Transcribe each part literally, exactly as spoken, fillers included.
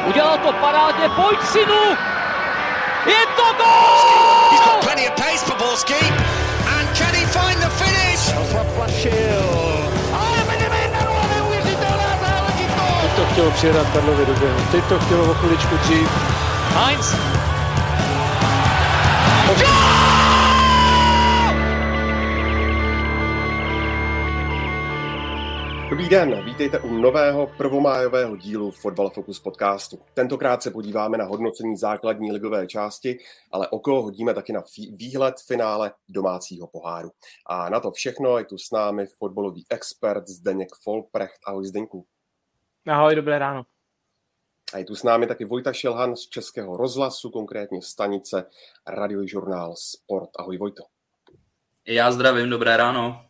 Udělal to parádně, pojď synu! Je to gól! He's got plenty of pace for Borski. And can he find the finish? Zaplašil. Ale vedeme jedna nula, neuvěřitelná záležitost! Teď to chtělo přijedat Karlovi do běhu. Teď to chtělo o chviličku dřív. Heinz! Dobrý den, vítejte u nového prvomájového dílu Fotbal Focus podcastu. Tentokrát se podíváme na hodnocení základní ligové části, ale oko hodíme taky na výhled finále domácího poháru. A na to všechno je tu s námi fotbalový expert Zdeněk Folprecht. Ahoj Zdeňku. Ahoj, dobré ráno. A je tu s námi taky Vojta Šilhan z Českého rozhlasu, konkrétně stanice Radiožurnál Sport. Ahoj Vojto. Já zdravím, dobré ráno.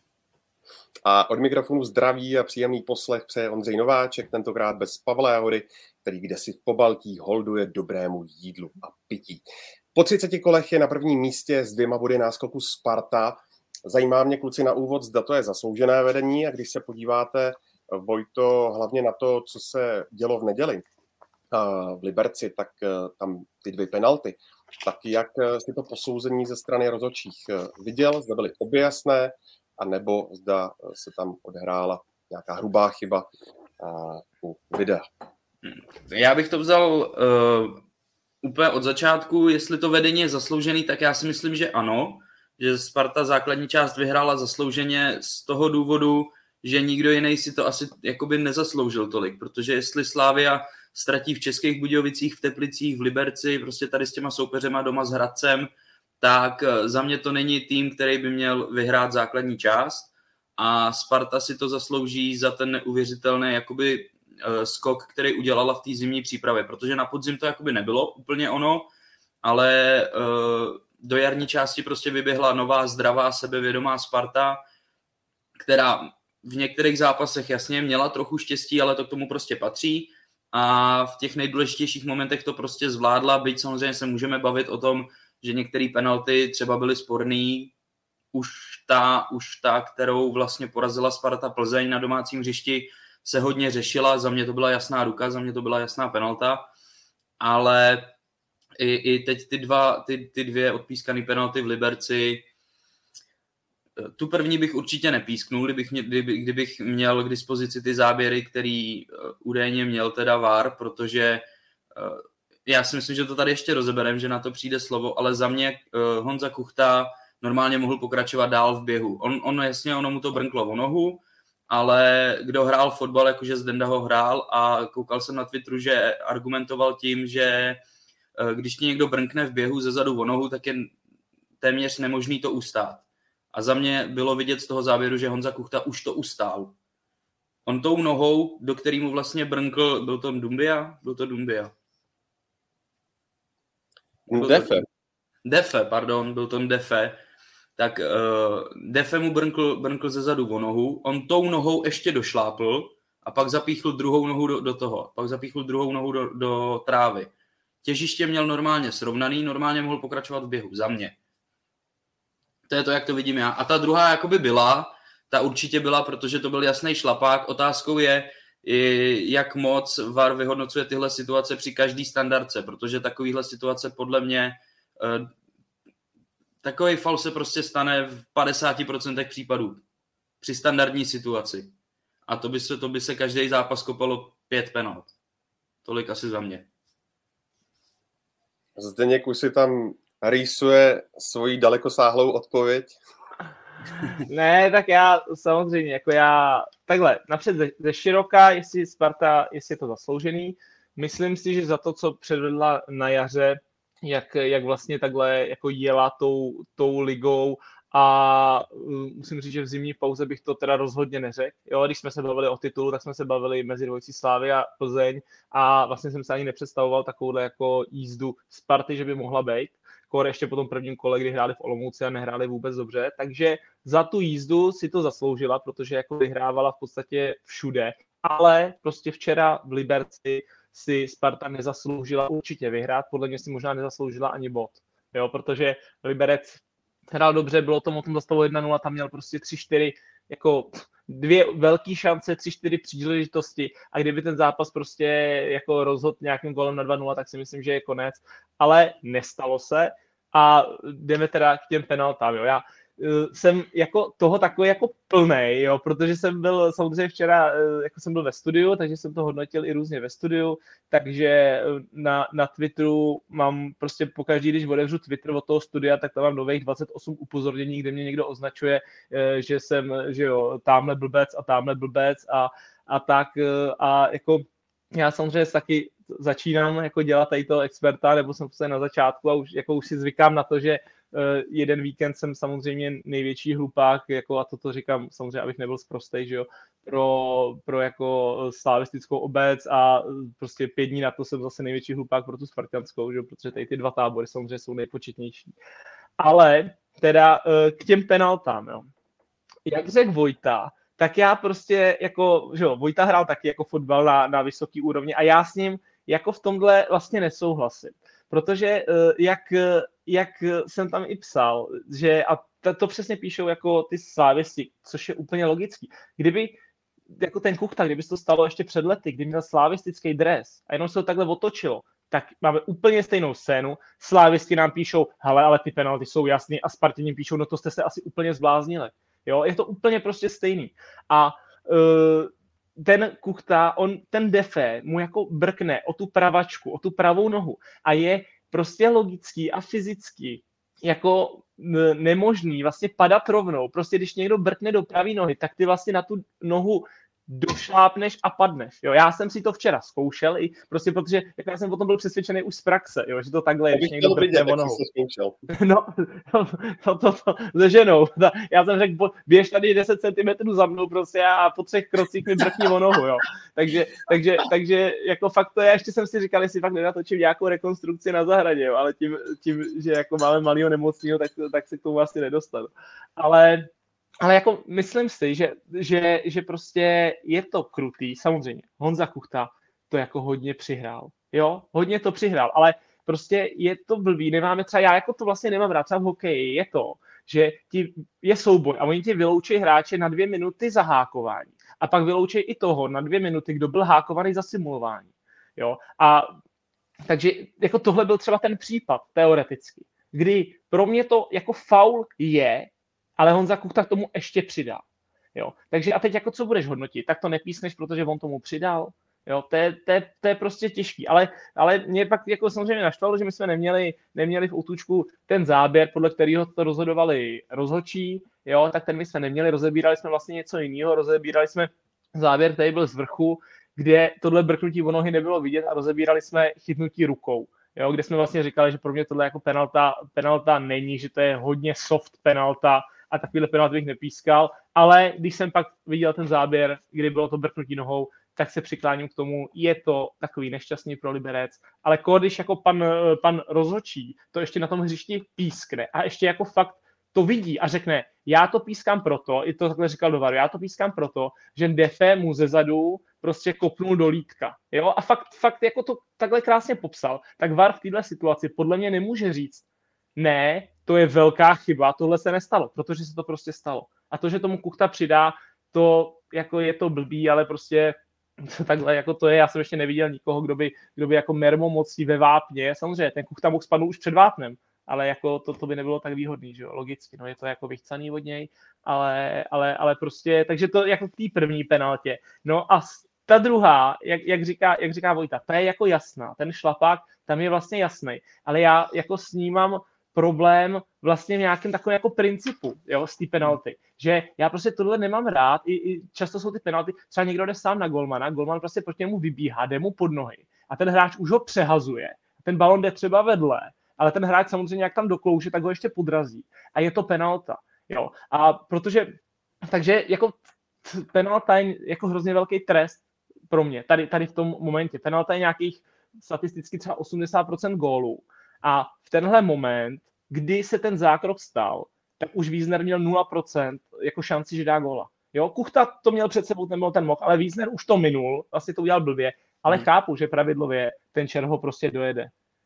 A od mikrofonu zdraví a příjemný poslech přeje Ondřej Nováček, tentokrát bez Pavla Jahody, který kdesi v Pobaltí holduje dobrému jídlu a pití. Po třiceti kolech je na prvním místě s dvěma body náskoku Sparta. Zajímá mě, kluci, na úvod, zda to je zasloužené vedení, a když se podíváte, Vojto, hlavně na to, co se dělo v neděli v Liberci, tak tam ty dvě penalty, tak jak si to posouzení ze strany rozhodčích viděl, zda byly obě jasné, a nebo zda se tam odehrála nějaká hrubá chyba uh, u videa. Já bych to vzal uh, úplně od začátku. Jestli to vedení je zasloužený, tak já si myslím, že ano. Že Sparta základní část vyhrála zaslouženě z toho důvodu, že nikdo jiný si to asi jakoby nezasloužil tolik. Protože jestli Slavia ztratí v Českých Budějovicích, v Teplicích, v Liberci, prostě tady s těma soupeřema doma s Hradcem, tak za mě to není tým, který by měl vyhrát základní část, a Sparta si to zaslouží za ten neuvěřitelný jakoby skok, který udělala v té zimní přípravě, protože na podzim to jakoby nebylo úplně ono, ale do jarní části prostě vyběhla nová, zdravá, sebevědomá Sparta, která v některých zápasech jasně měla trochu štěstí, ale to k tomu prostě patří, a v těch nejdůležitějších momentech to prostě zvládla, byť samozřejmě se můžeme bavit o tom, že některé penalty třeba byly sporný, už ta, už ta, kterou vlastně porazila Sparta Plzeň na domácím hřišti, se hodně řešila, za mě to byla jasná ruka, za mě to byla jasná penalta, ale i, i teď ty, dva, ty, ty dvě odpískané penalty v Liberci, tu první bych určitě nepísknul, kdybych, kdyby, kdybych měl k dispozici ty záběry, který údajně měl teda V A R, protože já si myslím, že to tady ještě rozeberem, že na to přijde slovo, ale za mě uh, Honza Kuchta normálně mohl pokračovat dál v běhu. On, on jasně, ono mu to brnklo o nohu, ale kdo hrál fotbal, jakože Zdenda ho hrál, a koukal jsem na Twitteru, že argumentoval tím, že uh, když ti někdo brnkne v běhu ze zadu o nohu, tak je téměř nemožný to ustát. A za mě bylo vidět z toho záběru, že Honza Kuchta už to ustál. On tou nohou, do který mu vlastně brnkl, byl to Dumbia? Byl to Dumbia. Defe. Defe, pardon, byl to Defe. Tak uh, Defe mu brnkl, brnkl ze zadu o nohu, on tou nohou ještě došlápl a pak zapíchl druhou nohu do, do toho, pak zapíchl druhou nohu do, do trávy. Těžiště měl normálně srovnaný, normálně mohl pokračovat v běhu, za mě. To je to, jak to vidím já. A ta druhá jakoby byla, ta určitě byla, protože to byl jasný šlapák. Otázkou je, jak moc V A R vyhodnocuje tyhle situace při každý standardce, protože takovýhle situace podle mě takový faul se prostě stane v padesáti procentech případů při standardní situaci. A to by se, to by se každý zápas kopalo pět penalt. Tolik asi za mě. Zdeněk už si tam rýsuje svoji dalekosáhlou odpověď. Ne, tak já samozřejmě, jako já, takhle, napřed ze, ze široka, jestli Sparta, jestli je to zasloužený, myslím si, že za to, co předvedla na jaře, jak, jak vlastně takhle jako jela tou, tou ligou, a musím říct, že v zimní pauze bych to teda rozhodně neřekl. Jo, když jsme se bavili o titulu, tak jsme se bavili mezi dvojicí Slavia a Plzeň, a vlastně jsem se ani nepředstavoval takovouhle jako jízdu Sparty, že by mohla být. Kor ještě po tom prvním kole, kdy hráli v Olomouci a nehráli vůbec dobře, takže za tu jízdu si to zasloužila, protože jako vyhrávala v podstatě všude, ale prostě včera v Liberci si Sparta nezasloužila určitě vyhrát, podle mě si možná nezasloužila ani bod, jo, protože Liberec hrál dobře, bylo to o tom za stavu jedna nula, tam měl prostě tři čtyři jako dvě velké šance, tři, čtyři příležitosti a kdyby ten zápas prostě jako rozhodl nějakým golem na dva nula, tak si myslím, že je konec, ale nestalo se a jdeme teda k těm penaltám, jo. Já jsem jako toho takový jako plnej, jo, protože jsem byl samozřejmě včera, jako jsem byl ve studiu, takže jsem to hodnotil i různě ve studiu, takže na, na Twitteru mám prostě pokaždý, když otevřu Twitter od toho studia, tak tam mám nových dvacet osm upozornění, kde mě někdo označuje, že jsem, že jo, támhle blbec a támhle blbec a, a tak a jako já samozřejmě taky začínám jako dělat tady toho experta, nebo jsem prostě na začátku a už, jako už si zvykám na to, že uh, jeden víkend jsem samozřejmě největší hlupák, jako, a toto říkám samozřejmě, abych nebyl sprostej, že jo, pro, pro jako slavistickou obec a prostě pět dní na to jsem zase největší hlupák pro tu spartanskou, že jo, protože tady ty dva tábory samozřejmě jsou nejpočetnější. Ale teda uh, k těm penaltám, jo. Jak řekl Vojta, tak já prostě jako, že jo, Vojta hrál taky jako fotbal na, na vysoký úrovni a já s ním jako v tomhle vlastně nesouhlasím. Protože jak, jak jsem tam i psal, že a to, to přesně píšou jako ty slávisti, což je úplně logický. Kdyby jako ten Kuchta, kdyby se to stalo ještě před lety, kdyby měl slavistický dres a jenom se to takhle otočilo, tak máme úplně stejnou scénu. Slávisti nám píšou, hele, ale ty penalty jsou jasný a Spartěni píšou, no to jste se asi úplně zbláznili. Jo, je to úplně prostě stejný. A uh, ten Kuchta, on, ten Defe mu jako brkne o tu pravačku, o tu pravou nohu a je prostě logický a fyzický jako nemožný vlastně padat rovnou. Prostě když někdo brkne do pravé nohy, tak ty vlastně na tu nohu došlápneš a padneš. Jo, já jsem si to včera zkoušel, i prostě protože jak já jsem potom byl přesvědčený už z praxe, jo, že to takhle je, když někdo brkne o nohu. No, to, to, to, to se ženou. Já jsem řekl, běž tady deset centimetrů za mnou prostě a po třech krocích mi brkni o nohu, jo. Takže, takže, takže jako fakt to je, ještě jsem si říkal, jestli fakt nenatočím nějakou rekonstrukci na zahradě, jo, ale tím, tím, že jako máme malýho nemocného, tak, tak se k tomu asi nedostanu. Ale Ale jako myslím si, že, že, že prostě je to krutý, samozřejmě. Honza Kuchta to jako hodně přihrál. Jo, hodně to přihrál, ale prostě je to blbý. Nemáme třeba, já jako to vlastně nemám rád, třeba v hokeji je to, že ti je souboj a oni ti vyloučí hráče na dvě minuty za hákování. A pak vyloučí i toho na dvě minuty, kdo byl hákovaný za simulování. Jo, a takže jako tohle byl třeba ten případ, teoreticky, kdy pro mě to jako faul je, ale Honza Kuchta k tomu ještě přidá. Jo. Takže a teď jako co budeš hodnotit? Tak to nepísneš, protože on tomu přidal. Jo. To, je, to, je, to je prostě těžký. Ale, ale mě pak jako samozřejmě naštvalo, že my jsme neměli, neměli v útučku ten záběr, podle kterého to rozhodovali rozhodčí. Jo. Tak ten my jsme neměli, rozebírali jsme vlastně něco jiného. Rozebírali jsme záběr, který byl z vrchu, kde tohle brknutí o nohy nebylo vidět a rozebírali jsme chytnutí rukou. Jo, kde jsme vlastně říkali, že pro mě tohle jako penalta, penalta není, že to je hodně soft penalta a takovýhle penalty bych nepískal, ale když jsem pak viděl ten záběr, kdy bylo to brknutí nohou, tak se přikláním k tomu, je to takový nešťastný pro Liberec, ale když jako pan, pan rozhodčí to ještě na tom hřišti pískne a ještě jako fakt to vidí a řekne, já to pískám proto, i to takhle říkal do varu, já to pískám proto, že Defe mu zezadu prostě kopnul do lítka. Jo? A fakt, fakt jako to takhle krásně popsal, tak VAR v této situaci podle mě nemůže říct, ne, to je velká chyba, tohle se nestalo, protože se to prostě stalo. A to, že tomu Kuchta přidá, to jako je to blbý, ale prostě takhle jako to je, já jsem ještě neviděl nikoho, kdo by, kdo by jako mermomocí ve vápně, samozřejmě ten Kuchta mohl spadnout už před vápnem, ale jako to, to by nebylo tak výhodný, že jo, logicky, no je to jako vychcaný od něj, ale, ale, ale prostě, takže to jako v té první penaltě. No a ta druhá, jak, jak, říká, jak říká Vojta, ta je jako jasná, ten šlapák tam je vlastně jasný, ale já jako s ním mám problém vlastně v nějakém takovém jako principu, jo, z té penalty, že já prostě tohle nemám rád, i, i často jsou ty penalty, třeba někdo jde sám na golmana, golman prostě proti němu vybíhá, jde mu pod nohy a ten hráč už ho přehazuje, ten balon jde třeba vedle, ale ten hráč samozřejmě jak tam doklouže, tak ho ještě podrazí a je to penalta, jo, a protože, takže jako penalta je jako hrozně velký trest pro mě, tady, tady v tom momentě, penalta je nějakých statisticky třeba osmdesát procent gólů. A v tenhle moment, kdy se ten zákrok stal, tak už Wiesner měl nula procent jako šanci, že dá góla. Jo, Kuchta to měl před sebou, ten byl ten moh, ale Wiesner už to minul, vlastně to udělal blbě, ale hmm. chápu, že pravidlově ten Čer ho prostě dojede.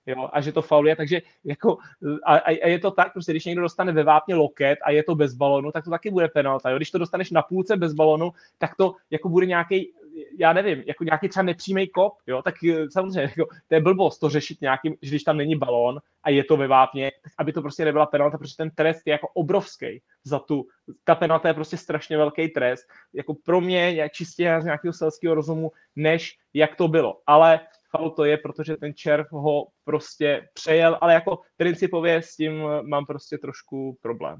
Jo, a že to fauluje, takže jako, a, a je to tak, prostě když někdo dostane ve vápně loket a je to bez balonu, tak to taky bude penalta, jo, když to dostaneš na půlce bez balonu, tak to jako bude nějaký, já nevím, jako nějaký třeba nepřímý kop, jo, tak samozřejmě, jako, to je blbost to řešit nějakým, že když tam není balón a je to ve vápně, tak aby to prostě nebyla penalta, protože ten trest je jako obrovský za tu, ta penalta je prostě strašně velký trest, jako pro mě je čistě z nějakého selského rozumu, než jak to bylo, ale faul to je, protože ten červ ho prostě přejel, ale jako principově s tím mám prostě trošku problém.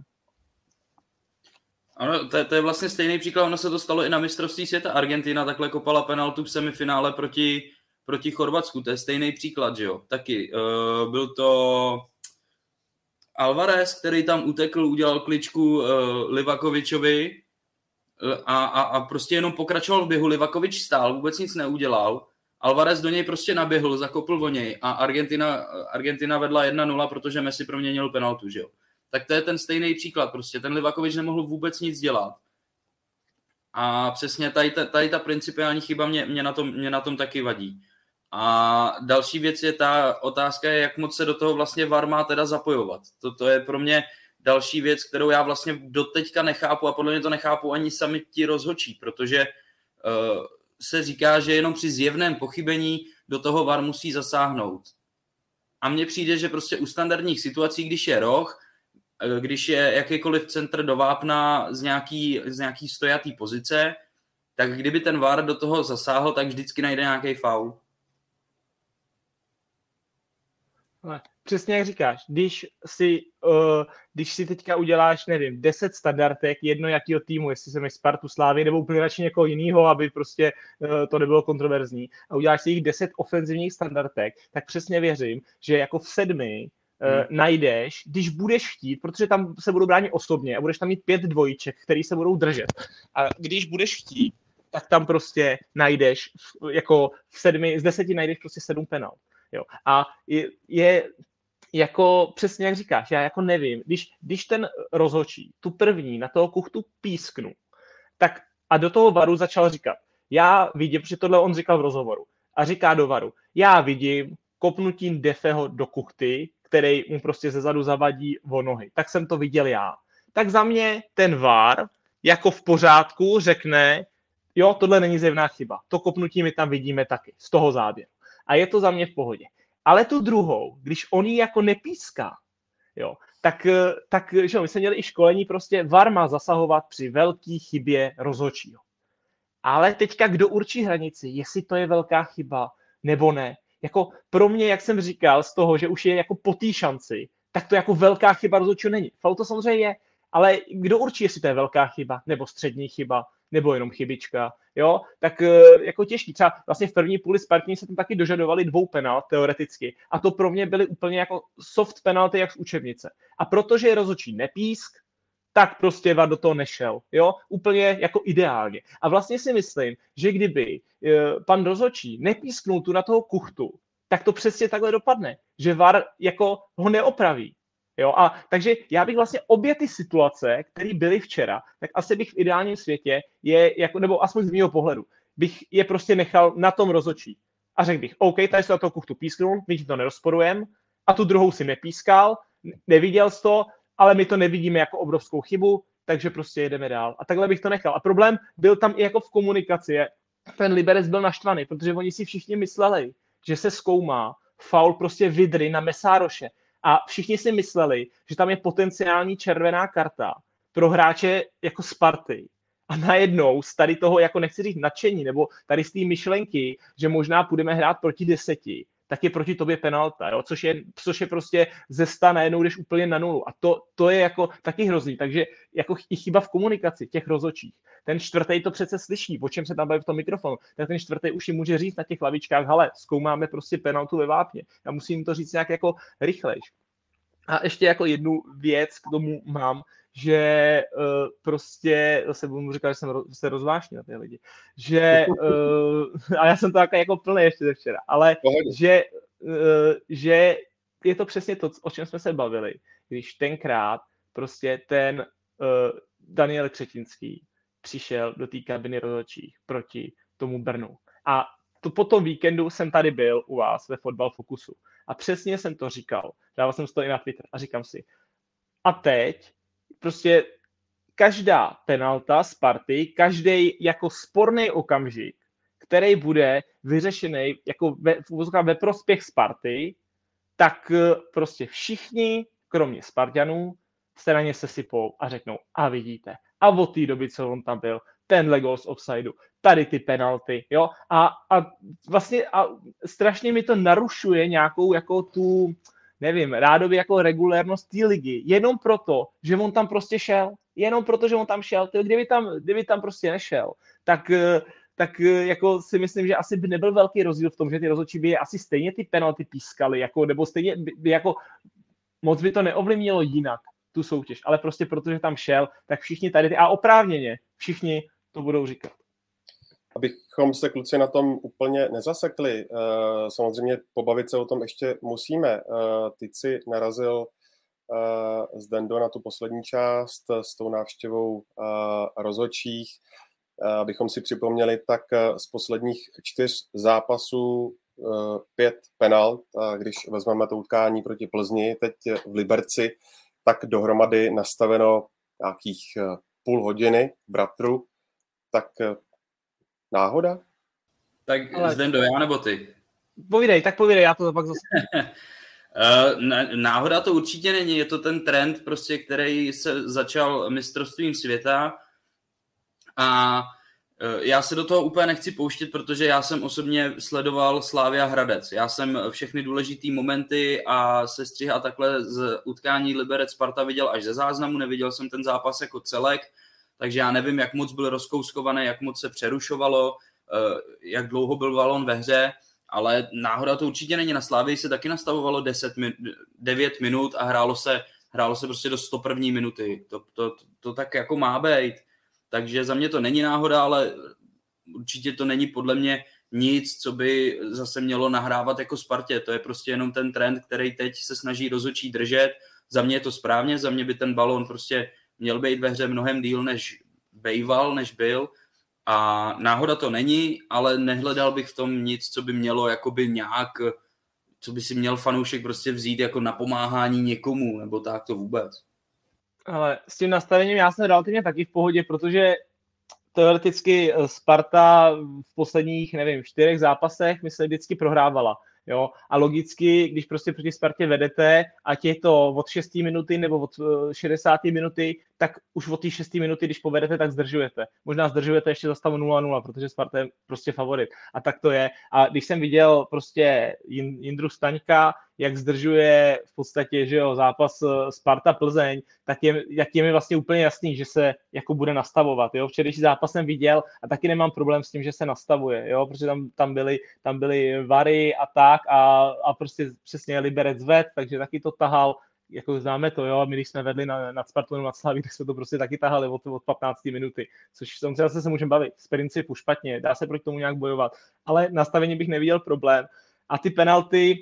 Ano, to je, to je vlastně stejný příklad, ono se to stalo i na mistrovství světa. Argentina takhle kopala penaltu v semifinále proti, proti Chorvatsku, to je stejný příklad, že jo, taky. Uh, byl to Alvarez, který tam utekl, udělal kličku uh, Livakovičovi a, a, a prostě jenom pokračoval v běhu, Livakovič stál, vůbec nic neudělal, Alvarez do něj prostě naběhl, zakopl o něj a Argentina, Argentina vedla jedna nula, protože Messi proměnil penaltu, že jo. Tak to je ten stejný příklad, prostě ten Livakovič nemohl vůbec nic dělat. A přesně tady ta, tady ta principiální chyba mě, mě, na tom, mě na tom taky vadí. A další věc je ta otázka, je, jak moc se do toho vlastně V A R má teda zapojovat. To, to je pro mě další věc, kterou já vlastně doteďka nechápu a podle mě to nechápu ani sami ti rozhodčí, protože uh, se říká, že jenom při zjevném pochybení do toho V A R musí zasáhnout. A mně přijde, že prostě u standardních situací, když je roh, když je jakýkoliv centr do vápna z nějaký, z nějaký stojatý pozice, tak kdyby ten V A R do toho zasáhl, tak vždycky najde nějaký faul. Přesně jak říkáš, když si, uh, když si teďka uděláš, nevím, deset standardek jedno jakýho týmu, jestli se mi Spartu, Slávy, nebo úplně radši někoho jiného, aby prostě uh, to nebylo kontroverzní, a uděláš si jich deset ofenzivních standardek, tak přesně věřím, že jako v sedmi Hmm. najdeš, když budeš chtít, protože tam se budou bránit osobně a budeš tam mít pět dvojíček, který se budou držet. A když budeš chtít, tak tam prostě najdeš, jako v sedmi, z deseti najdeš prostě sedm penalt. Jo. A je, je jako přesně jak říkáš, já jako nevím, když, když ten rozhodčí, tu první na toho Kuchtu písknu, tak a do toho V A R u začal říkat, já vidím, protože tohle on říkal v rozhovoru, a říká do V A R u, já vidím kopnutím Defeho do Kuchty, který mu prostě zezadu zavadí o nohy. Tak jsem to viděl já. Tak za mě ten V A R jako v pořádku řekne, jo, tohle není zjevná chyba. To kopnutí my tam vidíme taky, z toho záběru. A je to za mě v pohodě. Ale tu druhou, když on ji jako nepíská, jo, tak, tak že jo, my jsme měli i školení, prostě V A R má zasahovat při velké chybě rozhodčího. Ale teďka kdo určí hranici, jestli to je velká chyba nebo ne. Jako pro mě, jak jsem říkal, z toho, že už je jako po té šanci, tak to jako velká chyba rozhodčího není. Faul to samozřejmě je, ale kdo určí, jestli to je velká chyba, nebo střední chyba, nebo jenom chybička, jo, tak jako těžký. Třeba vlastně v první půli Spartani se tam taky dožadovali dvou penalt, teoreticky, a to pro mě byly úplně jako soft penalty, jak z učebnice. A protože je rozhodčí nepísk, tak prostě V A R do toho nešel, jo, úplně jako ideálně. A vlastně si myslím, že kdyby pan rozhodčí nepísknul tu na toho Kuchtu, tak to přesně takhle dopadne, že V A R jako ho neopraví. Jo, a takže já bych vlastně obě ty situace, které byly včera, tak asi bych v ideálním světě je, jako, nebo aspoň z mého pohledu, bych je prostě nechal na tom rozhodčí. A řekl bych, OK, tady se na toho Kuchtu písknul, my ti to nerozporujeme, a tu druhou si nepískal, neviděl jsi to, ale my to nevidíme jako obrovskou chybu, takže prostě jedeme dál. A takhle bych to nechal. A problém byl tam i jako v komunikaci. Ten Liberec byl naštvaný, protože oni si všichni mysleli, že se zkoumá faul prostě Vidry na Mesároše. A všichni si mysleli, že tam je potenciální červená karta pro hráče jako Sparty. A najednou z tady toho, jako nechci říct nadšení, nebo tady z té myšlenky, že možná půjdeme hrát proti deseti, tak je proti tobě penalta, jo? Což, je, což je prostě ze sta najednou jdeš úplně na nulu. A to, to je jako taky hrozný. Takže jako i chyba v komunikaci těch rozhodčích. Ten čtvrtý to přece slyší, o čem se tam baví v tom mikrofonu. Tak ten čtvrtý už jim může říct na těch lavičkách, hele, zkoumáme prostě penaltu ve vápně. Já musím to říct nějak jako rychlejš. A ještě jako jednu věc k tomu mám, že uh, prostě, zase budu mu říkat, že jsem ro, se rozvášnil na ty lidi, že, uh, a já jsem to jako, jako plný ještě ze včera, ale že, uh, že je to přesně to, o čem jsme se bavili, když tenkrát prostě ten uh, Daniel Křetinský přišel do té kabiny rozhodčích proti tomu Brnu. A to, po tom víkendu jsem tady byl u vás ve Fotbal Focusu a přesně jsem to říkal. Dával jsem to i na Twitter a říkám si, a teď prostě každá penalta Sparty, každý jako sporný okamžik, který bude vyřešený jako ve, ve prospěch Sparty, tak prostě všichni, kromě Spartanů, se na ně sesypou a řeknou, a vidíte, a od té doby, co on tam byl, tenhle gól z offsideu, tady ty penalty, jo, a, a vlastně a strašně mi to narušuje nějakou jako tu, nevím, rádoby jako regulérnost té ligy, jenom proto, že on tam prostě šel, jenom proto, že on tam šel, kdyby tam, kdyby tam prostě nešel, tak, tak jako si myslím, že asi by nebyl velký rozdíl v tom, že ty rozhodčí by asi stejně ty penalty pískali, jako, nebo stejně by, jako moc by to neovlivnilo jinak tu soutěž, ale prostě protože tam šel, tak všichni tady, ty, a oprávněně, všichni to budou říkat. Abychom se, kluci, na tom úplně nezasekli, samozřejmě pobavit se o tom ještě musíme. Ty jsi narazil z Dendo na tu poslední část s tou návštěvou rozhodčích. Abychom si připomněli, tak z posledních čtyř zápasů pět penalt, když vezmeme to utkání proti Plzni, teď v Liberci, tak dohromady nastaveno nějakých půl hodiny bratru, tak náhoda? Tak ale... Zdendo, já nebo ty? Povídej, tak povídej, já to pak zase... Náhoda to určitě není, je to ten trend, prostě, který se začal mistrovstvím světa a já se do toho úplně nechci pouštět, protože já jsem osobně sledoval Slavia Hradec. Já jsem všechny důležitý momenty a sestřih a takhle z utkání Liberec Sparta viděl až ze záznamu, neviděl jsem ten zápas jako celek, takže já nevím, jak moc byl rozkouskovaný, jak moc se přerušovalo, jak dlouho byl balón ve hře, ale náhoda to určitě není. Na Slavii se taky nastavovalo deset min, devět minut a hrálo se, hrálo se prostě do sto první minuty. To, to, to, to tak jako má být. Takže za mě to není náhoda, ale určitě to není podle mě nic, co by zase mělo nahrávat jako Spartě. To je prostě jenom ten trend, který teď se snaží rozhodčí držet. Za mě je to správně, za mě by ten balón prostě měl být ve hře mnohem díl, než bejval, než byl. A náhoda to není, ale nehledal bych v tom nic, co by mělo jakoby nějak, co by si měl fanoušek prostě vzít jako napomáhání někomu, nebo tak to vůbec. Ale s tím nastavením já jsem relativně taky v pohodě, protože teoreticky Sparta v posledních, nevím, čtyřech zápasech myslím vždycky prohrávala. Jo? A logicky, když prostě proti Spartě vedete, ať je to od šesté minuty nebo od šedesáté minuty, tak už od té šesté minuty, když povedete, tak zdržujete. Možná zdržujete ještě za stavu nula nula, protože Sparta je prostě favorit. A tak to je. A když jsem viděl prostě Jindru Staňka, jak zdržuje v podstatě, že jo, zápas Sparta Plzeň, tak je, jak je mi vlastně úplně jasný, že se jako bude nastavovat. Jo? Včerejší zápas jsem viděl a taky nemám problém s tím, že se nastavuje, jo? Protože tam, tam, byly, tam byly vary a tak a, a prostě přesně Liberec ved, takže taky to tahal, jako známe to, jo, my když jsme vedli na, nad Spartou nad Slaví, tak jsme to prostě taky tahali od, od patnácté minuty, což samozřejmě zase se můžeme bavit, z principu špatně, dá se proti tomu nějak bojovat, ale nastavení bych neviděl problém. A ty penalty,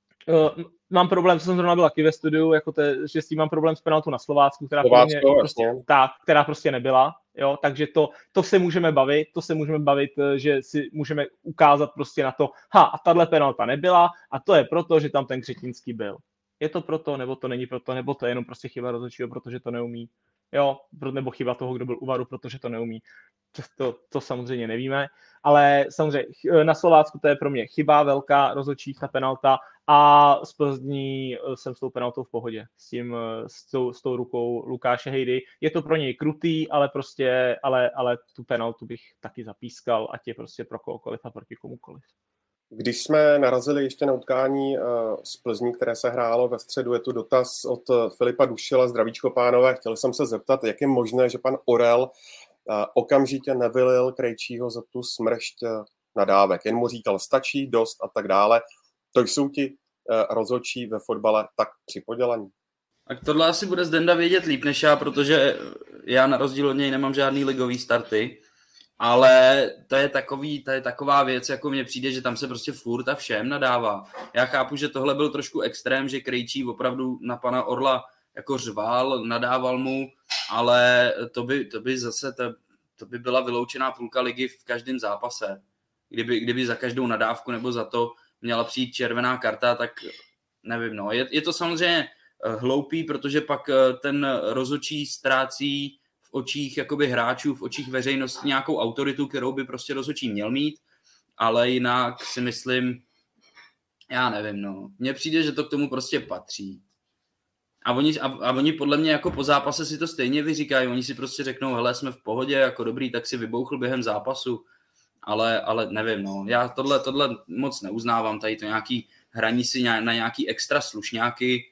uh, mám problém, co jsem zrovna byl taky ve studiu, jako te, že s tím mám problém s penaltou na Slovácku, která, Slovácko, mě, prostě, ta, která prostě nebyla, jo, takže to, to se můžeme bavit, to se můžeme bavit, že si můžeme ukázat prostě na to, ha, a tahle penalta nebyla a to je proto, že tam ten Křetínský byl. Je to proto, nebo to není proto, nebo to je jenom prostě chyba rozhodčího, protože to neumí. Jo, nebo chyba toho, kdo byl u varu, protože to neumí. To, to samozřejmě nevíme, ale samozřejmě na Slovácku to je pro mě chyba velká rozhodčích, ta penalta a z Plzní jsem s tou penaltou v pohodě, s tím, s tou, s tou rukou Lukáše Hejdy. Je to pro něj krutý, ale prostě, ale, ale tu penaltu bych taky zapískal, ať je prostě pro kohokoliv a proti komukoliv. Když jsme narazili ještě na utkání z Plzní, které se hrálo ve středu, je tu dotaz od Filipa Dušila, zdravíčko pánové. Chtěl jsem se zeptat, jak je možné, že pan Orel okamžitě nevylil Krejčího za tu smršť nadávek. Jen mu říkal stačí, dost a tak dále. To jsou ti rozhodčí ve fotbale tak připodělaní. Tak tohle asi bude Zdenda vědět líp než já, protože já na rozdíl od něj nemám žádný ligový starty. Ale to je, takový, to je taková věc, jako mně přijde, že tam se prostě furt a všem nadává. Já chápu, že tohle byl trošku extrém, že Krejčí opravdu na pana Orla jako řval, nadával mu, ale to by, to by zase to, to by byla vyloučená půlka ligy v každém zápase. Kdyby, kdyby za každou nadávku nebo za to měla přijít červená karta, tak nevím, no. Je, je to samozřejmě hloupý, protože pak ten rozhodčí ztrácí v očích jakoby hráčů, v očích veřejnosti nějakou autoritu, kterou by prostě rozhodčí měl mít, ale jinak si myslím, já nevím, no. Mně přijde, že to k tomu prostě patří. A oni, a, a oni podle mě jako po zápase si to stejně vyříkají, oni si prostě řeknou, hele, jsme v pohodě, jako dobrý, tak si vybouchl během zápasu, ale, ale nevím, no. Já tohle, tohle moc neuznávám, tady to nějaký hraní si na nějaký extra slušňáky,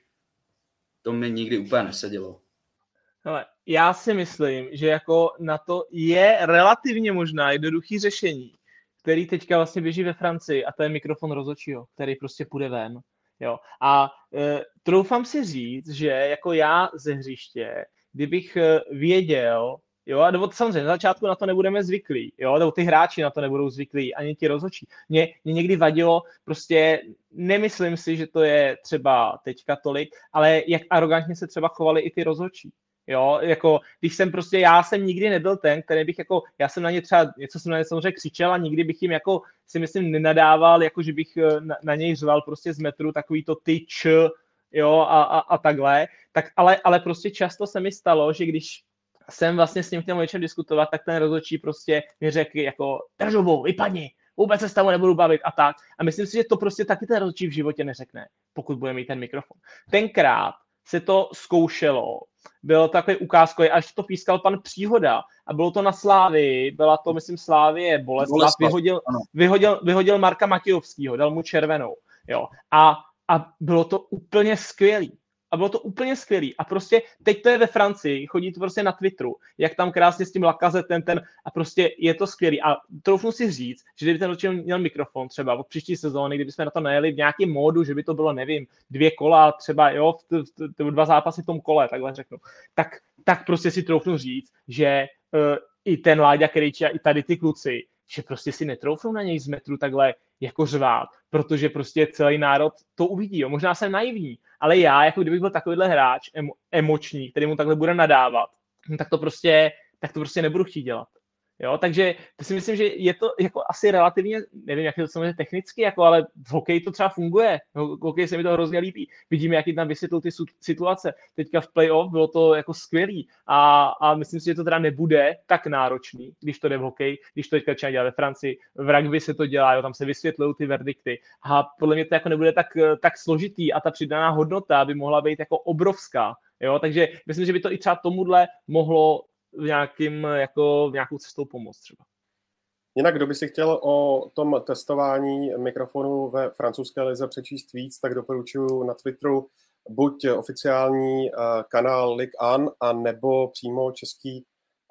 to mi nikdy úplně nesedělo. Hele, já si myslím, že jako na to je relativně možná jednoduchý řešení, který teďka vlastně běží ve Francii, a to je mikrofon rozhodčího, který prostě půjde ven. Jo. A e, troufám si říct, že jako já ze hřiště, kdybych e, věděl, jo, nebo samozřejmě na začátku na to nebudeme zvyklí, jo, nebo ty hráči na to nebudou zvyklí, ani ti rozhodčí. Mě, mě někdy vadilo, prostě nemyslím si, že to je třeba teďka tolik, ale jak arrogantně se třeba chovali i ty rozhodčí. Jo, jako, když jsem prostě, já jsem nikdy nebyl ten, který bych jako, já jsem na ně třeba, něco jsem na ně samozřejmě křičel a nikdy bych jim jako, si myslím, nenadával, jako, že bych na, na něj řval prostě z metru takový to ty č, jo, a, a, a takhle, tak ale, ale prostě často se mi stalo, že když jsem vlastně s ním chtěl o něčem diskutovat, tak ten rozhodčí prostě mi řekl jako, držobu, vypadni, vůbec se s tebou nebudu bavit a tak. A myslím si, že to prostě taky ten rozhodčí v životě neřekne, pokud bude mít ten mikrofon. Tenkrát se to zkoušelo, bylo takový ukázkový, až to pískal pan Příhoda a bylo to na Slávii, byla to, myslím, Slávie Boleslav, vyhodil, vyhodil, vyhodil Marka Matějovskýho, dal mu červenou, jo, a, a bylo to úplně skvělý. A bylo to úplně skvělý. A prostě teď to je ve Francii, chodí to prostě na Twitteru, jak tam krásně s tím Lacazettem ten, a prostě je to skvělý. A troufnu si říct, že kdyby ten ročil měl mikrofon třeba od příští sezóny, kdyby jsme na to najeli v nějakém módu, že by to bylo, nevím, dvě kola, třeba jo, v t- t- dva zápasy v tom kole, takhle řeknu, tak, tak prostě si troufnu říct, že uh, i ten Láďa Krejčí a i tady ty kluci, že prostě si netroufnou na něj z metru takhle jako řvát, protože prostě celý národ to uvidí. Jo. Možná jsem naivní, ale já, jako kdybych byl takovýhle hráč emo, emoční, který mu takhle bude nadávat, tak to prostě, tak to prostě nebudu chtít dělat. Jo, takže to si myslím, že je to jako asi relativně, nevím, jak je to samozřejmě technicky, jako, ale v hokeji to třeba funguje. V hokeji se mi to hrozně líbí. Vidíme, jak tam vysvětlil ty situace. Teďka v playoff bylo to jako skvělý a, a myslím si, že to teda nebude tak náročný, když to jde v hokeji, když to teďka třeba dělá ve Francii. V rugby se to dělá, jo, tam se vysvětlují ty verdikty a podle mě to jako nebude tak, tak složitý a ta přidaná hodnota by mohla být jako obrovská. Jo, takže myslím, že by to i třeba tomuhle mohlo v, nějakým, jako, v nějakou cestou pomoct třeba. Jinak, kdo by si chtěl o tom testování mikrofonu ve francouzské lize přečíst víc, tak doporučuji na Twitteru buď oficiální uh, kanál Ligue jedna, a nebo přímo český,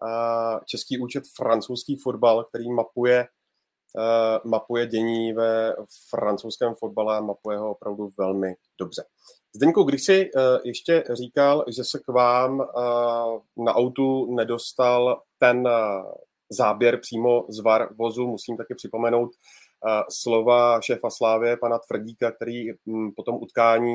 uh, český účet Francouzský fotbal, který mapuje, uh, mapuje dění ve francouzském fotbale a mapuje ho opravdu velmi dobře. Zdeňku, když jsi uh, ještě říkal, že se k vám uh, na autu nedostal ten uh, záběr přímo z V A R vozu, musím taky připomenout uh, slova šéfa Slávie, pana Tvrdíka, který um, po tom utkání,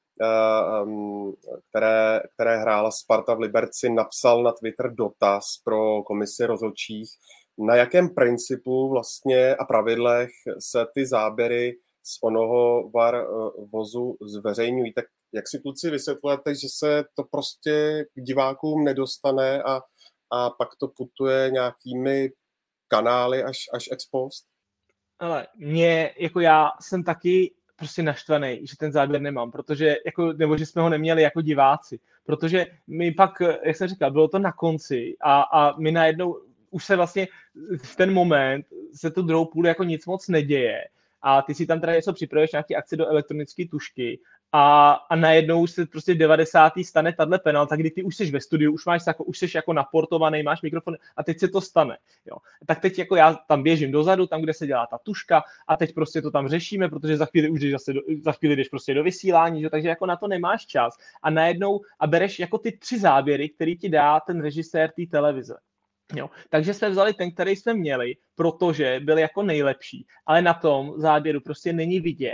uh, um, které, které hrála Sparta v Liberci, napsal na Twitter dotaz pro komisi rozhodčích, na jakém principu vlastně a pravidlech se ty záběry z onoho V A R vozu zveřejňují. Tak jak si kluci vysvětlujete, že se to prostě k divákům nedostane a, a pak to putuje nějakými kanály až, až ex post? Ale mě, jako já jsem taky prostě naštvaný, že ten záběr nemám, protože, jako, nebo že jsme ho neměli jako diváci, protože my pak, jak jsem říkal, bylo to na konci a, a my najednou už se vlastně v ten moment se tu druhou půl jako nic moc neděje. A ty si tam teda něco připravuješ, nějaký akci do elektronické tušky a, a najednou se prostě v devadesátém stane tahle penalta, kdy ty už jsi ve studiu, už máš jako, už jsi jako naportovaný, máš mikrofon a teď se to stane. Jo. Tak teď jako já tam běžím dozadu, tam, kde se dělá ta tuška a teď prostě to tam řešíme, protože za chvíli už jdeš, zase do, za chvíli jdeš prostě do vysílání, že? Takže jako na to nemáš čas a najednou a bereš jako ty tři záběry, který ti dá ten režisér té televize. Jo. Takže jsme vzali ten, který jsme měli, protože byl jako nejlepší, ale na tom záběru prostě není vidět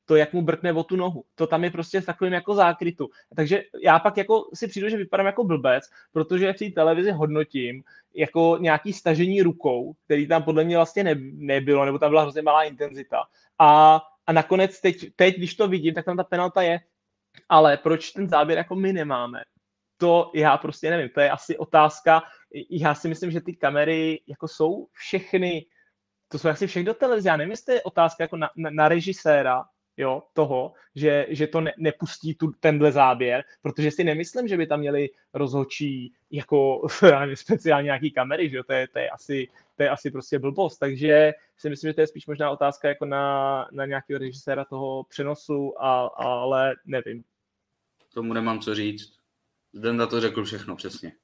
to, jak mu brkne o tu nohu. To tam je prostě v takovém jako zákrytu. Takže já pak jako si přijdu, že vypadám jako blbec, protože v té televizi hodnotím jako nějaký stažení rukou, který tam podle mě vlastně ne, nebylo, nebo tam byla hrozně malá intenzita. A, a nakonec teď, teď, když to vidím, tak tam ta penalta je. Ale proč ten záběr jako my nemáme? To já prostě nevím. To je asi otázka. Já si myslím, že ty kamery jako jsou všechny, to jsou asi všechny do televize. Já nevím, jestli je otázka jako na, na, na režiséra, jo, toho, že, že to ne, nepustí tu, tenhle záběr, protože si nemyslím, že by tam měli rozhodčí jako nevím, speciálně nějaký kamery, že jo, to je, to je asi to je asi prostě blbost, takže si myslím, že to je spíš možná otázka jako na, na nějakého režiséra toho přenosu, a, ale nevím. Tomu nemám co říct. Zdenda to řekl všechno přesně.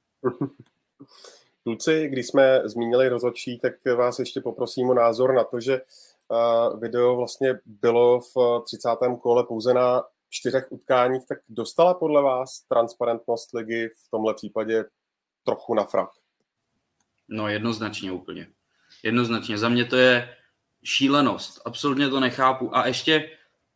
Kluci, když jsme zmínili rozhodčí, tak vás ještě poprosím o názor na to, že uh, video vlastně bylo v třicátém kole pouze na čtyřech utkáních, tak dostala podle vás transparentnost ligy v tomhle případě trochu na frak? No jednoznačně úplně. Jednoznačně. Za mě to je šílenost. Absolutně to nechápu. A ještě,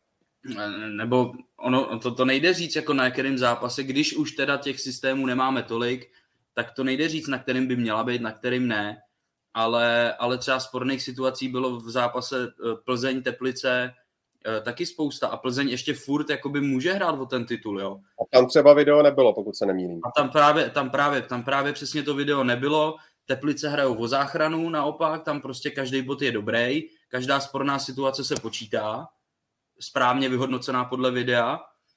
nebo ono, to, to nejde říct jako na kterém zápase, když už teda těch systémů nemáme tolik, tak to nejde říct, na kterým by měla být, na kterým ne. Ale, ale třeba sporných situací bylo v zápase Plzeň, Teplice taky spousta. A Plzeň ještě furt jakoby může hrát o ten titul, jo. A tam třeba video nebylo, pokud se nemýlím. A tam právě, tam právě, tam právě přesně to video nebylo. Teplice hrajou o záchranu, naopak, tam prostě každý bod je dobrý, každá sporná situace se počítá, správně vyhodnocená podle videa,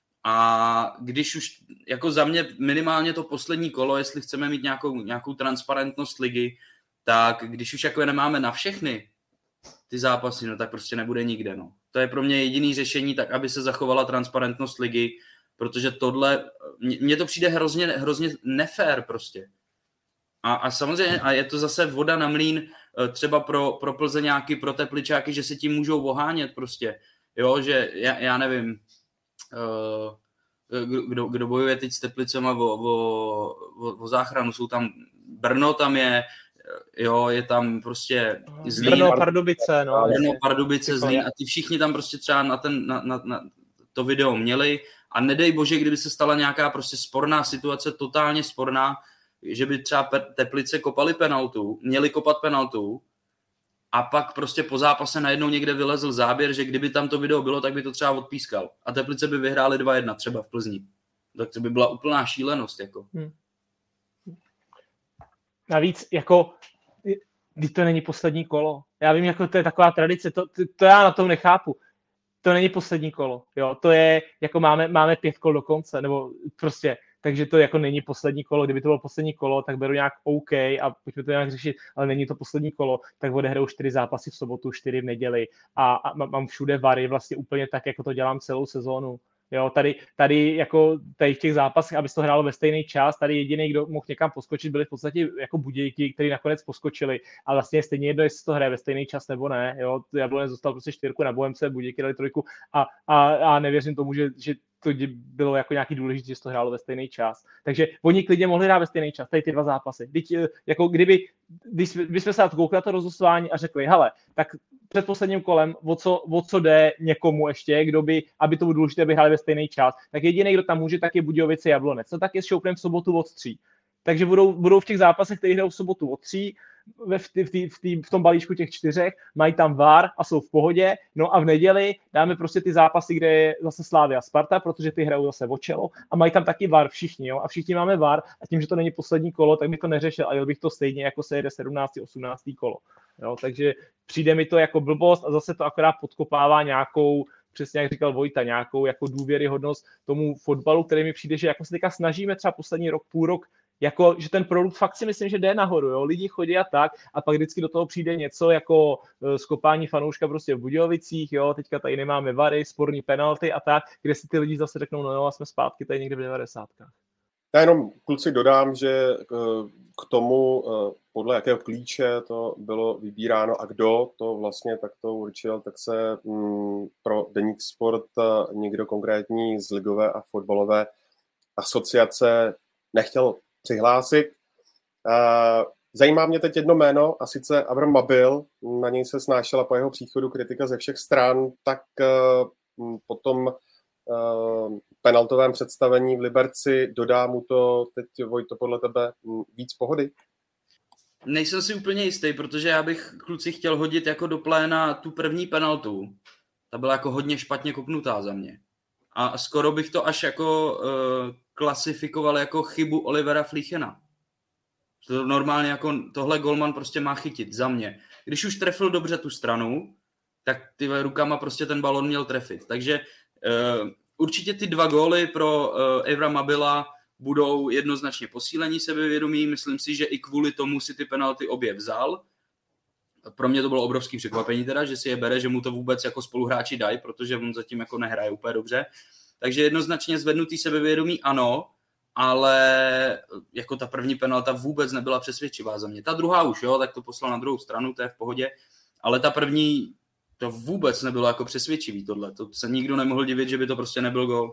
a když už, jako za mě minimálně to poslední kolo, jestli chceme mít nějakou, nějakou transparentnost ligy, tak když už jako nemáme na všechny ty zápasy, no tak prostě nebude nikde, no. To je pro mě jediný řešení, tak aby se zachovala transparentnost ligy, protože tohle, mně to přijde hrozně, hrozně nefér prostě. A, a samozřejmě, a je to zase voda na mlýn třeba pro, pro Plzeňáky, pro Tepličáky, že se tím můžou ohánět prostě. Jo, že já, já nevím, uh, kdo, kdo bojuje teď s Teplicema o, o, o, o záchranu, jsou tam, Brno tam je, jo, je tam prostě Zlín. Brno, Pardubice, no. Brno, Pardubice, Zlín, a ty všichni tam prostě třeba na, ten, na, na, na to video měli, a nedej bože, kdyby se stala nějaká prostě sporná situace, totálně sporná, že by třeba Teplice kopali penaltu, měli kopat penaltu, a pak prostě po zápase najednou někde vylezl záběr, že kdyby tam to video bylo, tak by to třeba odpískal. A Teplice by vyhráli dva jedna třeba v Plzni. Tak to by byla úplná šílenost. Jako. Hmm. Navíc, jako, když to není poslední kolo. Já vím, jako to je taková tradice, to, to, to já na tom nechápu. To není poslední kolo. Jo? To je, jako máme, máme pět kol do konce, nebo prostě, takže to jako není poslední kolo. Kdyby to bylo poslední kolo, tak beru nějak OK a pojďme to nějak řešit, ale není to poslední kolo, tak odehraju čtyři zápasy v sobotu, čtyři v neděli, a, a mám všude vary vlastně úplně tak, jako to dělám celou sezónu. Jo, tady, tady, jako, tady v těch zápasech, aby se to hrálo ve stejný čas, tady jediný, kdo mohl někam poskočit, byli v podstatě jako Budějky, kteří nakonec poskočili, a vlastně je stejně jedno, jestli to hraje ve stejný čas nebo ne. Jo, Jablonec dostal prostě čtyřku na Bohemce, Budějky dali trojku, a, a, a nevěřím tomu, že, že to bylo jako nějaký důležitý, že to hrálo ve stejný čas. Takže oni klidně mohli hrát ve stejný čas, tady ty dva zápasy. Teď, jako kdyby, když bychom se koukli na to rozhlasování a řekli, hele, tak před posledním kolem, o co, o co jde někomu ještě, kdo by, aby to bylo důležité, aby hráli ve stejný čas, tak jediný, kdo tam může, tak je Budějovice, Jablonec. No tak je s Šoupnem v sobotu od tří. Takže budou, budou v těch zápasech, které hrajou v sobotu od tří, v, v, v, v, v tom balíčku těch čtyřech, mají tam V A R a jsou v pohodě. No a v neděli dáme prostě ty zápasy, kde je zase Slavia Sparta, protože ty hrajou zase o čelo, a mají tam taky V A R všichni, jo? A všichni máme V A R, a tím, že to není poslední kolo, tak bych to neřešil a jel bych to stejně, jako se jede sedmnácté osmnácté kolo. Jo? Takže přijde mi to jako blbost a zase to akorát podkopává nějakou, přesně jak říkal Vojta, nějakou jako důvěryhodnost tomu fotbalu, který mi přijde, že jako se teďka snažíme třeba poslední rok, půl rok, jako, že ten produkt fakt si myslím, že jde nahoru, jo? Lidi chodí a tak, a pak vždycky do toho přijde něco jako uh, skopání fanouška prostě v Budějovicích, jo, teďka tady nemáme vary, sporný penalty a tak, kde si ty lidi zase řeknou, no jo, a jsme zpátky tady někde v devadesátkách. Já jenom, kluci, dodám, že uh, k tomu, uh, podle jakého klíče to bylo vybíráno a kdo to vlastně takto určil, tak se um, pro Deník Sport uh, někdo konkrétní z ligové a fotbalové asociace nechtěl přihlásit. Zajímá mě teď jedno jméno, a sice Avram Mabil. Na něj se snášela po jeho příchodu kritika ze všech stran. Tak po tom uh, penaltovém představení v Liberci, dodá mu to teď, Vojto, podle tebe víc pohody? Nejsem si úplně jistý, protože já bych, kluci, chtěl hodit jako do pléna tu první penaltu. Ta byla jako hodně špatně kopnutá za mě. A skoro bych to až jako uh, klasifikoval jako chybu Olivera Flichena. To normálně jako tohle golman prostě má chytit za mě. Když už trefil dobře tu stranu, tak ty rukama prostě ten balon měl trefit. Takže uh, určitě ty dva góly pro uh, Evra Mabila budou jednoznačně posílení sebevědomí. Myslím si, že i kvůli tomu si ty penalty obě vzal. Pro mě to bylo obrovský překvapení teda, že si je bere, že mu to vůbec jako spoluhráči dají, protože on zatím jako nehraje úplně dobře. Takže jednoznačně zvednutý sebevědomí ano, ale jako ta první penalta vůbec nebyla přesvědčivá za mě. Ta druhá už, jo, tak to poslal na druhou stranu, to je v pohodě, ale ta první, to vůbec nebylo jako přesvědčivý tohle. To se nikdo nemohl divit, že by to prostě nebyl gól.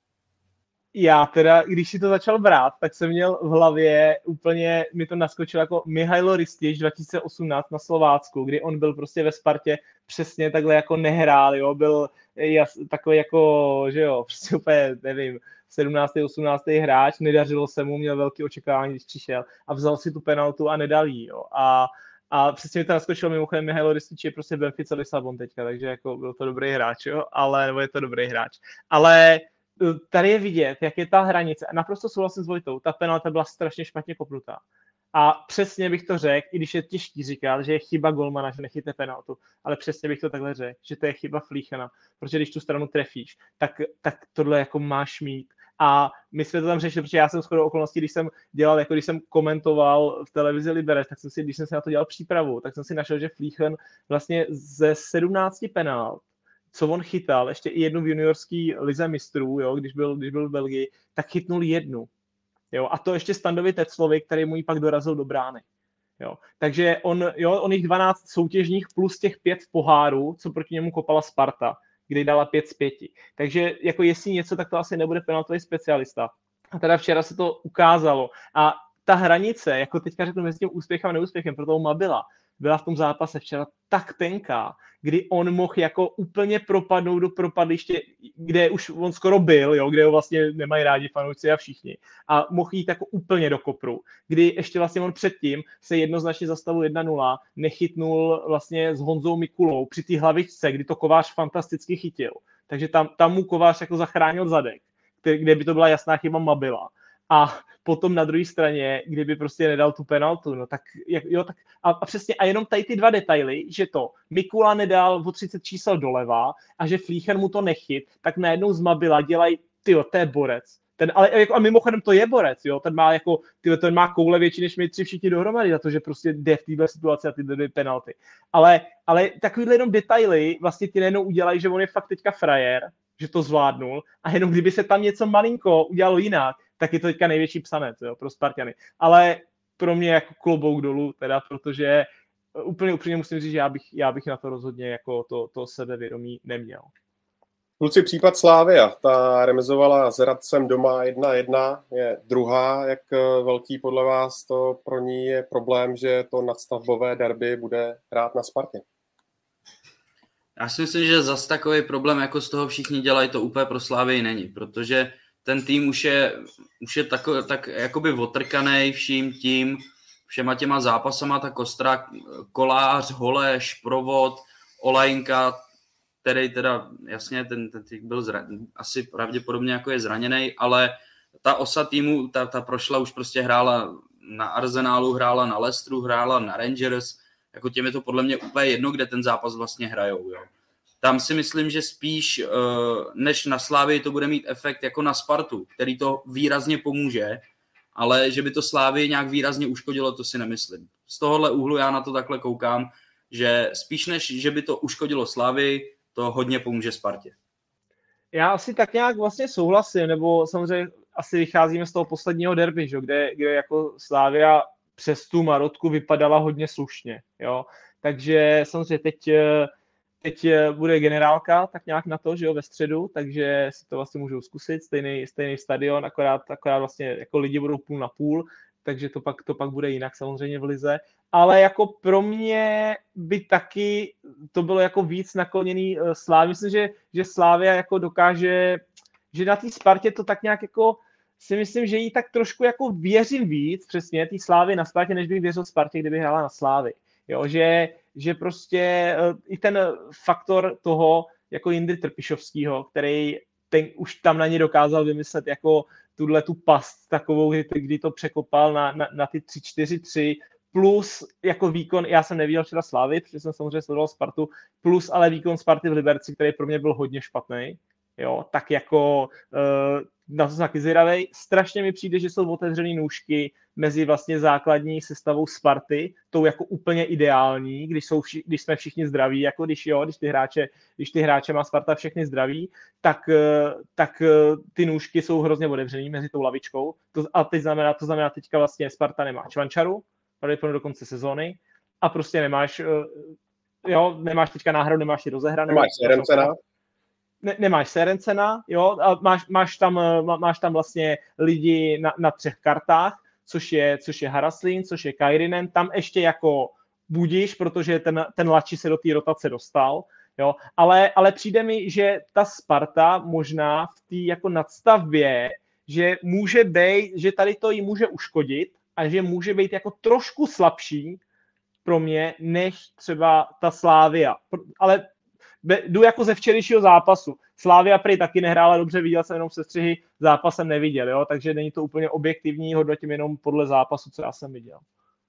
Já teda, když si to začal brát, tak jsem měl v hlavě úplně, mi to naskočilo jako Mihailo Ristić dva tisíce osmnáct na Slovácku, kdy on byl prostě ve Spartě přesně takhle jako nehrál, jo, byl jas, takový jako, že jo, prostě úplně, nevím, sedmnáctý osmnáctý hráč, nedařilo se mu, měl velké očekávání, když přišel a vzal si tu penaltu a nedal jí, jo, a A přesně mi to naskočilo, mimochodem Mihailo Ristić je prostě Benfica Lisabon teďka, takže jako byl to dobrý hráč, jo, ale, nebo je to dobrý hráč, ale tady je vidět, jak je ta hranice. A naprosto souhlasím s Vojtou, ta penalta byla strašně špatně kopnutá. A přesně bych to řekl, i když je těžký říkat, že je chyba golmana, že nechytne penaltu, ale přesně bych to takhle řekl, že to je chyba Flichena, protože když tu stranu trefíš, tak, tak tohle jako máš mít. A my jsme to tam řešili, protože já jsem shodou okolností, když jsem dělal, jako když jsem komentoval v televizi Liberec, tak jsem si, když jsem si na to dělal přípravu, tak jsem si našel, že Flichen vlastně ze sedmnácti penalt, co on chytal, ještě i jednu v juniorský lize mistrů, jo, když byl, když byl v Belgii, tak chytnul jednu. Jo, a to ještě Standovi Teclovi, který mu ji pak dorazil do brány. Jo. Takže on, jo, on jich dvanáct soutěžních plus těch pět v poháru, co proti němu kopala Sparta, kdy dala pět z pěti. Takže jako jestli něco, tak to asi nebude penaltový specialista. A teda včera se to ukázalo. A ta hranice, jako teďka řeknu mezi tím úspěchem a neúspěchem, pro toho Mabila, byla v tom zápase včera tak tenká, kdy on mohl jako úplně propadnout do propadliště, kde už on skoro byl, jo, kde ho vlastně nemají rádi fanoušci a všichni. A mohl jít jako úplně do kopru, kdy ještě vlastně on předtím se jednoznačně zastavil jedna nula, nechytnul vlastně s Honzou Mikulou při té hlavičce, kdy to Kovář fantasticky chytil. Takže tam, tam mu Kovář jako zachránil zadek, kde by to byla jasná chyba Mabila. A potom na druhé straně, kdyby prostě nedal tu penaltu, no tak, jo, tak a, a přesně, a jenom tady ty dva detaily, že to Mikula nedal o třicet čísel doleva a že Flichen mu to nechyt, tak najednou z Mabila dělají, tyjo, to je borec. Ten, ale jako, a mimochodem to je borec, jo, ten má jako, tyjo, ten má koule větší, než my tři všichni dohromady, za to, že prostě jde v této situaci a ty dvě penalty. Ale, ale takovýhle jenom detaily vlastně ti najednou udělají, že on je fakt teďka frajer, že to zvládnul a jenom kdyby se tam něco malinko udělalo jinak, tak je to teďka největší psanec, jo, pro Spartany. Ale pro mě jako klobouk dolů, teda, protože úplně upřímně musím říct, že já bych, já bych na to rozhodně jako to, to sebevědomí neměl. Kluci, případ Slavia, ta remizovala s Hradcem doma jedna jedna, je druhá, jak velký podle vás to pro ní je problém, že to nadstavbové derby bude hrát na Spartě? Já si myslím, že zas takový problém, jako z toho všichni dělají, to úplně pro Slavii není, protože ten tým už je, už je tak, tak jakoby otrkanej vším tím, všema těma zápasama, ta kostra, Kolář, Holeš, Provod, Olajinka, který teda, jasně, ten, ten byl zraněný, asi pravděpodobně jako je zraněný, ale ta osa týmu, ta, ta prošla, už prostě hrála na Arsenálu, hrála na Leicesteru, hrála na Rangers, jako těm je to podle mě úplně jedno, kde ten zápas vlastně hrajou, jo. Tam si myslím, že spíš než na Slávii to bude mít efekt jako na Spartu, který to výrazně pomůže, ale že by to Slávii nějak výrazně uškodilo, to si nemyslím. Z tohohle úhlu já na to takhle koukám, že spíš než že by to uškodilo Slávii, to hodně pomůže Spartě. Já asi tak nějak vlastně souhlasím, nebo samozřejmě asi vycházíme z toho posledního derby, že? Kde, kde jako Slavia přes tu Marotku vypadala hodně slušně. Jo? Takže samozřejmě teď... Teď bude generálka tak nějak na to, že jo, ve středu, takže si to vlastně můžou zkusit, stejný, stejný stadion, akorát, akorát vlastně jako lidi budou půl na půl. takže to pak, to pak bude jinak samozřejmě v lize. Ale jako pro mě by taky to bylo jako víc nakloněný Slávy. Myslím, že, že Slávia jako dokáže, že na té Spartě to tak nějak jako si myslím, že jí tak trošku jako věřím víc přesně té Slávy na Spartě, než bych věřil Spartě, kdyby hrála na Slávy. Jo, že, že prostě i ten faktor toho jako Jindry Trpišovského, který ten už tam na ně dokázal vymyslet jako tuhle tu past takovou, kdy to překopal na, na, na ty tři čtyři tři, plus jako výkon, já jsem neviděl včera Slávy, protože jsem samozřejmě sledoval Spartu, plus ale výkon Sparty v Liberci, který pro mě byl hodně špatný, jo, tak jako uh, na to jsem taky zvědavej. Strašně mi přijde, že jsou otevřený nůžky mezi vlastně základní sestavou Sparty, tou jako úplně ideální, když, jsou vši, když jsme všichni zdraví, jako když jo, když ty hráče, když ty hráče má Sparta všechny zdraví, tak, tak ty nůžky jsou hrozně otevřený mezi tou lavičkou. To, a teď znamená, to znamená teďka vlastně Sparta nemá Čvančaru, pravděpodobně do konce sezóny, a prostě nemáš, jo, nemáš teďka náhradu, nemáš ji rozehra, nemáš Serencena. Ne, nemáš Serencena, jo, a máš, máš, tam, máš tam vlastně lidi na, na třech kartách, což je, což je Haraslín, což je Kairinen, tam ještě jako budíš, protože ten, ten Lači se do té rotace dostal, jo, ale, ale přijde mi, že ta Sparta možná v té jako nadstavbě, že může být, že tady to jí může uškodit a že může být jako trošku slabší pro mě, než třeba ta Slavia, ale jdu jako ze včerejšího zápasu. Slavia prý taky nehrála dobře, viděl jsem jenom sestřihy, zápas jsem neviděl, jo? Takže není to úplně objektivní, hodnotím jenom podle zápasu, co já jsem viděl.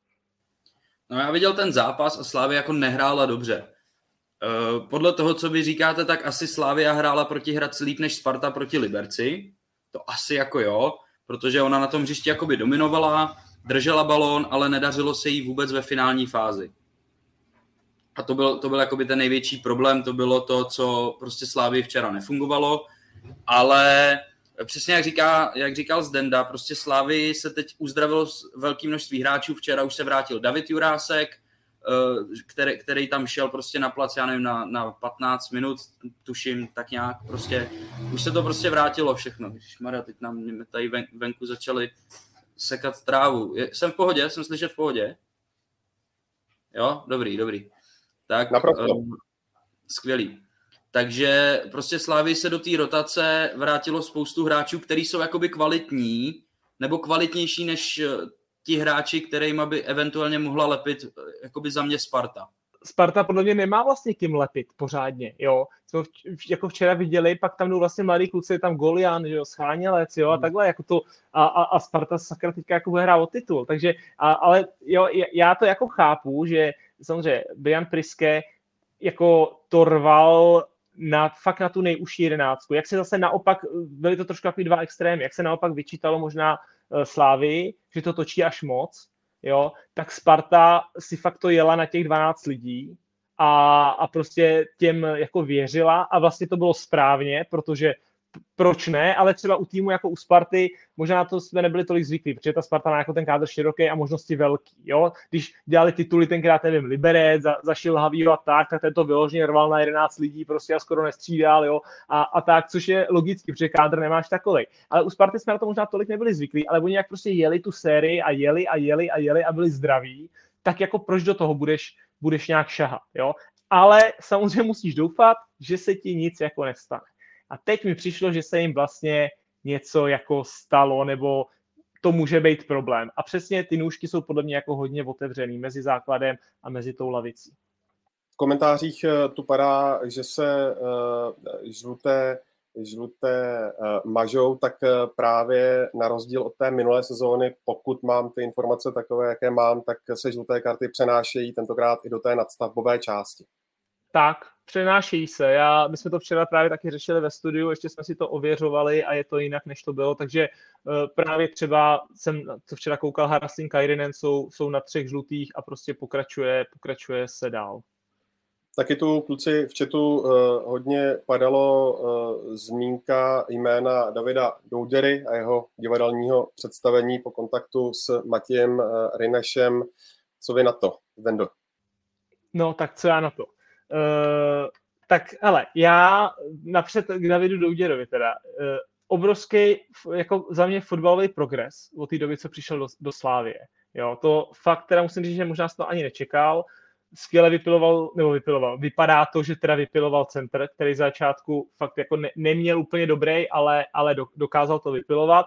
No já viděl ten zápas a Slavia jako nehrála dobře. Uh, podle toho, co vy říkáte, tak asi Slavia hrála proti Hradci líp než Sparta proti Liberci. To asi jako jo, protože ona na tom hřišti jakoby dominovala, držela balón, ale nedařilo se jí vůbec ve finální fázi. A to byl, to byl jakoby ten největší problém, to bylo to, co prostě Slávii včera nefungovalo, ale přesně jak, říká, jak říkal Zdenda, prostě Slávii se teď uzdravilo velké množství hráčů, včera už se vrátil David Jurásek, který, který tam šel prostě na plac, já nevím, na, na patnáct minut, tuším, tak nějak, prostě, už se to prostě vrátilo všechno. Ježišmarja, teď nám tady ven, venku začali sekat trávu. Je, jsem v pohodě, jsem slyšet v pohodě? Jo, dobrý, dobrý. Tak, um, skvělý. Takže prostě Slavii se do té rotace vrátilo spoustu hráčů, kteří jsou jakoby kvalitní, nebo kvalitnější než ti hráči, kterýma by eventuálně mohla lepit jakoby za mě Sparta. Sparta podle mě nemá vlastně kým lepit pořádně, jo. Jsme jako včera viděli, pak tam jdou vlastně mladý kluci, je tam Golian, že jo, Schánělec, jo, a takhle, jako to, a, a, a Sparta sakra teďka jako bude hrát o titul, takže, a, ale jo, já to jako chápu, že samozřejmě Brian Priske jako to rval na, fakt na tu nejužší jedenáctku, jak se zase naopak, byly to trošku takový dva extrémy, jak se naopak vyčítalo možná uh, Slávii, že to točí až moc, jo, tak Sparta si fakt to jela na těch dvanáct lidí a, a prostě těm jako věřila a vlastně to bylo správně, protože proč ne, ale třeba u týmu jako u Sparty možná na to jsme nebyli tolik zvyklí, protože ta Sparta má jako ten kádr široký a možnosti velký, jo. Když dělali tituly tenkrát, nevím, Liberec, za, za Šilhavýho a tak, tak ten to vyloženě rval na jedenáct lidí prostě a skoro nestřídal, jo, a, a tak, což je logicky, protože kádr nemáš takovej. Ale u Sparty jsme na to možná tolik nebyli zvyklí, ale oni jak prostě jeli tu sérii a jeli a jeli a jeli a byli zdraví, tak jako proč do toho budeš, budeš nějak šahat, jo. Ale samozřejmě musíš doufat, že se ti nic jako nestane. A teď mi přišlo, že se jim vlastně něco jako stalo, nebo to může být problém. A přesně ty nůžky jsou podle mě jako hodně otevřený mezi základem a mezi tou lavicí. V komentářích tu padá, že se uh, žluté, žluté uh, mažou, tak uh, právě na rozdíl od té minulé sezóny, pokud mám ty informace takové, jaké mám, tak se žluté karty přenášejí tentokrát i do té nadstavbové části. Tak, přenáší se. Já, my jsme to včera právě taky řešili ve studiu, ještě jsme si to ověřovali a je to jinak, než to bylo, takže uh, právě třeba jsem to včera koukal, Haraslín, Kairinen jsou, jsou na třech žlutých a prostě pokračuje, pokračuje se dál. Taky tu kluci v chatu uh, hodně padalo uh, zmínka jména Davida Douděry a jeho divadelního představení po kontaktu s Matějem uh, Rinešem. Co vy na to, Vendo? No, tak co já na to? Uh, tak, hele, já napřed k Davidu Douděrovi teda. Uh, obrovský, jako za mě fotbalový progres od té doby, co přišel do, do Slávie. Jo, to fakt teda musím říct, že možná jsem to ani nečekal. Skvěle vypiloval, nebo vypiloval. Vypadá to, že teda vypiloval center, který za začátku fakt jako ne, neměl úplně dobrý, ale, ale do, dokázal to vypilovat.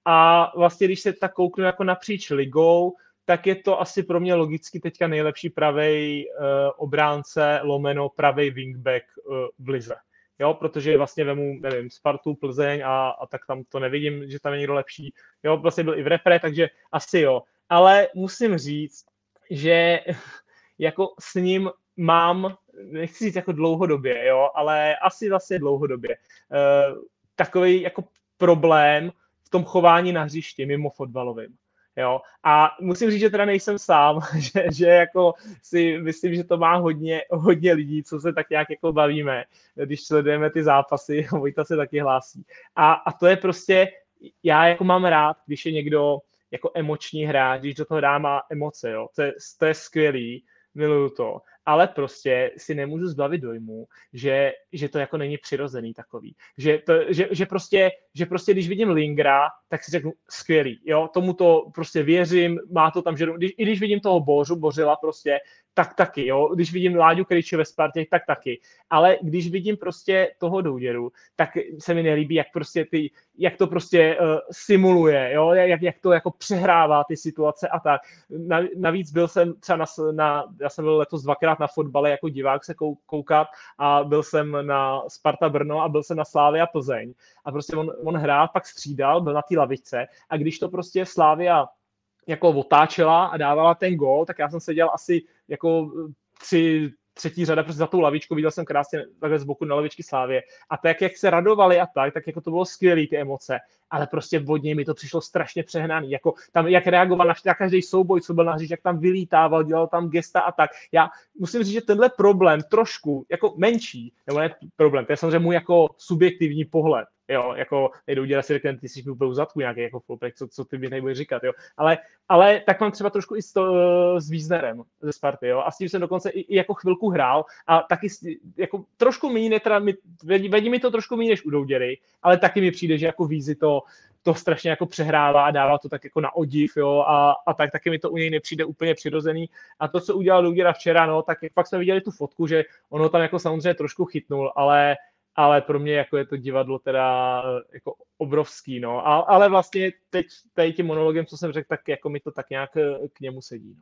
A vlastně, když se tak kouknu jako napříč ligou, tak je to asi pro mě logicky teďka nejlepší pravej uh, obránce lomeno pravej wingback uh, v lize. Jo, protože vlastně vemu, nevím, Spartu, Plzeň a, a tak tam to nevidím, že tam je někdo lepší. Jo, vlastně byl i v repre, takže asi jo. Ale musím říct, že jako s ním mám, nechci říct jako dlouhodobě, jo, ale asi vlastně dlouhodobě, uh, takový jako problém v tom chování na hřišti mimo fotbalovým. Jo. A musím říct, že teda nejsem sám, že, že jako si myslím, že to má hodně, hodně lidí, co se tak nějak jako bavíme, když sledujeme ty zápasy, Vojta se taky hlásí. A, a to je prostě, já jako mám rád, když je někdo jako emoční hráč, když do toho dá má emoce, jo. To je, to je skvělý, miluju to, ale prostě si nemůžu zbavit dojmu, že, že to jako není přirozený takový. Že, to, že, že, prostě, že prostě když vidím Lingra, tak si řeknu skvělý, jo, tomu to prostě věřím, má to tam, že když, i když vidím toho Bořu, Bořila prostě, tak taky, jo, když vidím Láďu Krejče ve Spartě, tak taky, ale když vidím prostě toho Douděru, tak se mi nelíbí, jak prostě ty, jak to prostě uh, simuluje, jo, jak, jak to jako přehrává ty situace a tak. Na, navíc byl jsem třeba na, na, já jsem byl letos dvakrát na fotbale jako divák se kou, koukat a byl jsem na Sparta Brno a byl jsem na Slavia Plzeň a prostě on, on hrál, pak střídal, byl na té lavičce a když to prostě Slavia jako otáčela a dávala ten gól, tak já jsem seděl asi jako tři, třetí řada prostě za tou lavičku, viděl jsem krásně takhle z boku na lavičky Slávie. A tak, jak se radovali a tak, tak jako to bylo skvělý, ty emoce, ale prostě od něj mi to přišlo strašně přehnaný, jako tam, jak reagoval na, na každý souboj, co byl na hřišti, jak tam vylítával, dělal tam gesta a tak. Já musím říct, že tenhle problém trošku, jako menší, nebo ne problém, to je samozřejmě můj jako subjektivní pohled, jo, jako nejdou dělat si řekne, ty jsi mi úplně v zadku nějaký jako flopek, co, co ty mi nebudeš říkat, jo, ale, ale tak mám třeba trošku i s, to, s Wiesnerem ze Sparty, jo, a s tím jsem dokonce i, i jako chvilku hrál a taky jako trošku méně, teda mi, vedí mi to trošku méně než u Douděry, ale taky mi přijde, že jako Vízy to, to strašně jako přehrává a dává to tak jako na odiv, jo, a, a tak taky mi to u něj nepřijde úplně přirozený. A to, co udělal Douděra včera, no, tak fakt jsme viděli tu fotku, že ono tam jako samozřejmě trošku chytnul, ale, ale pro mě jako je to divadlo teda jako obrovský, no. A, ale vlastně teď tady tím monologem, co jsem řekl, tak jako mi to tak nějak k němu sedí, no.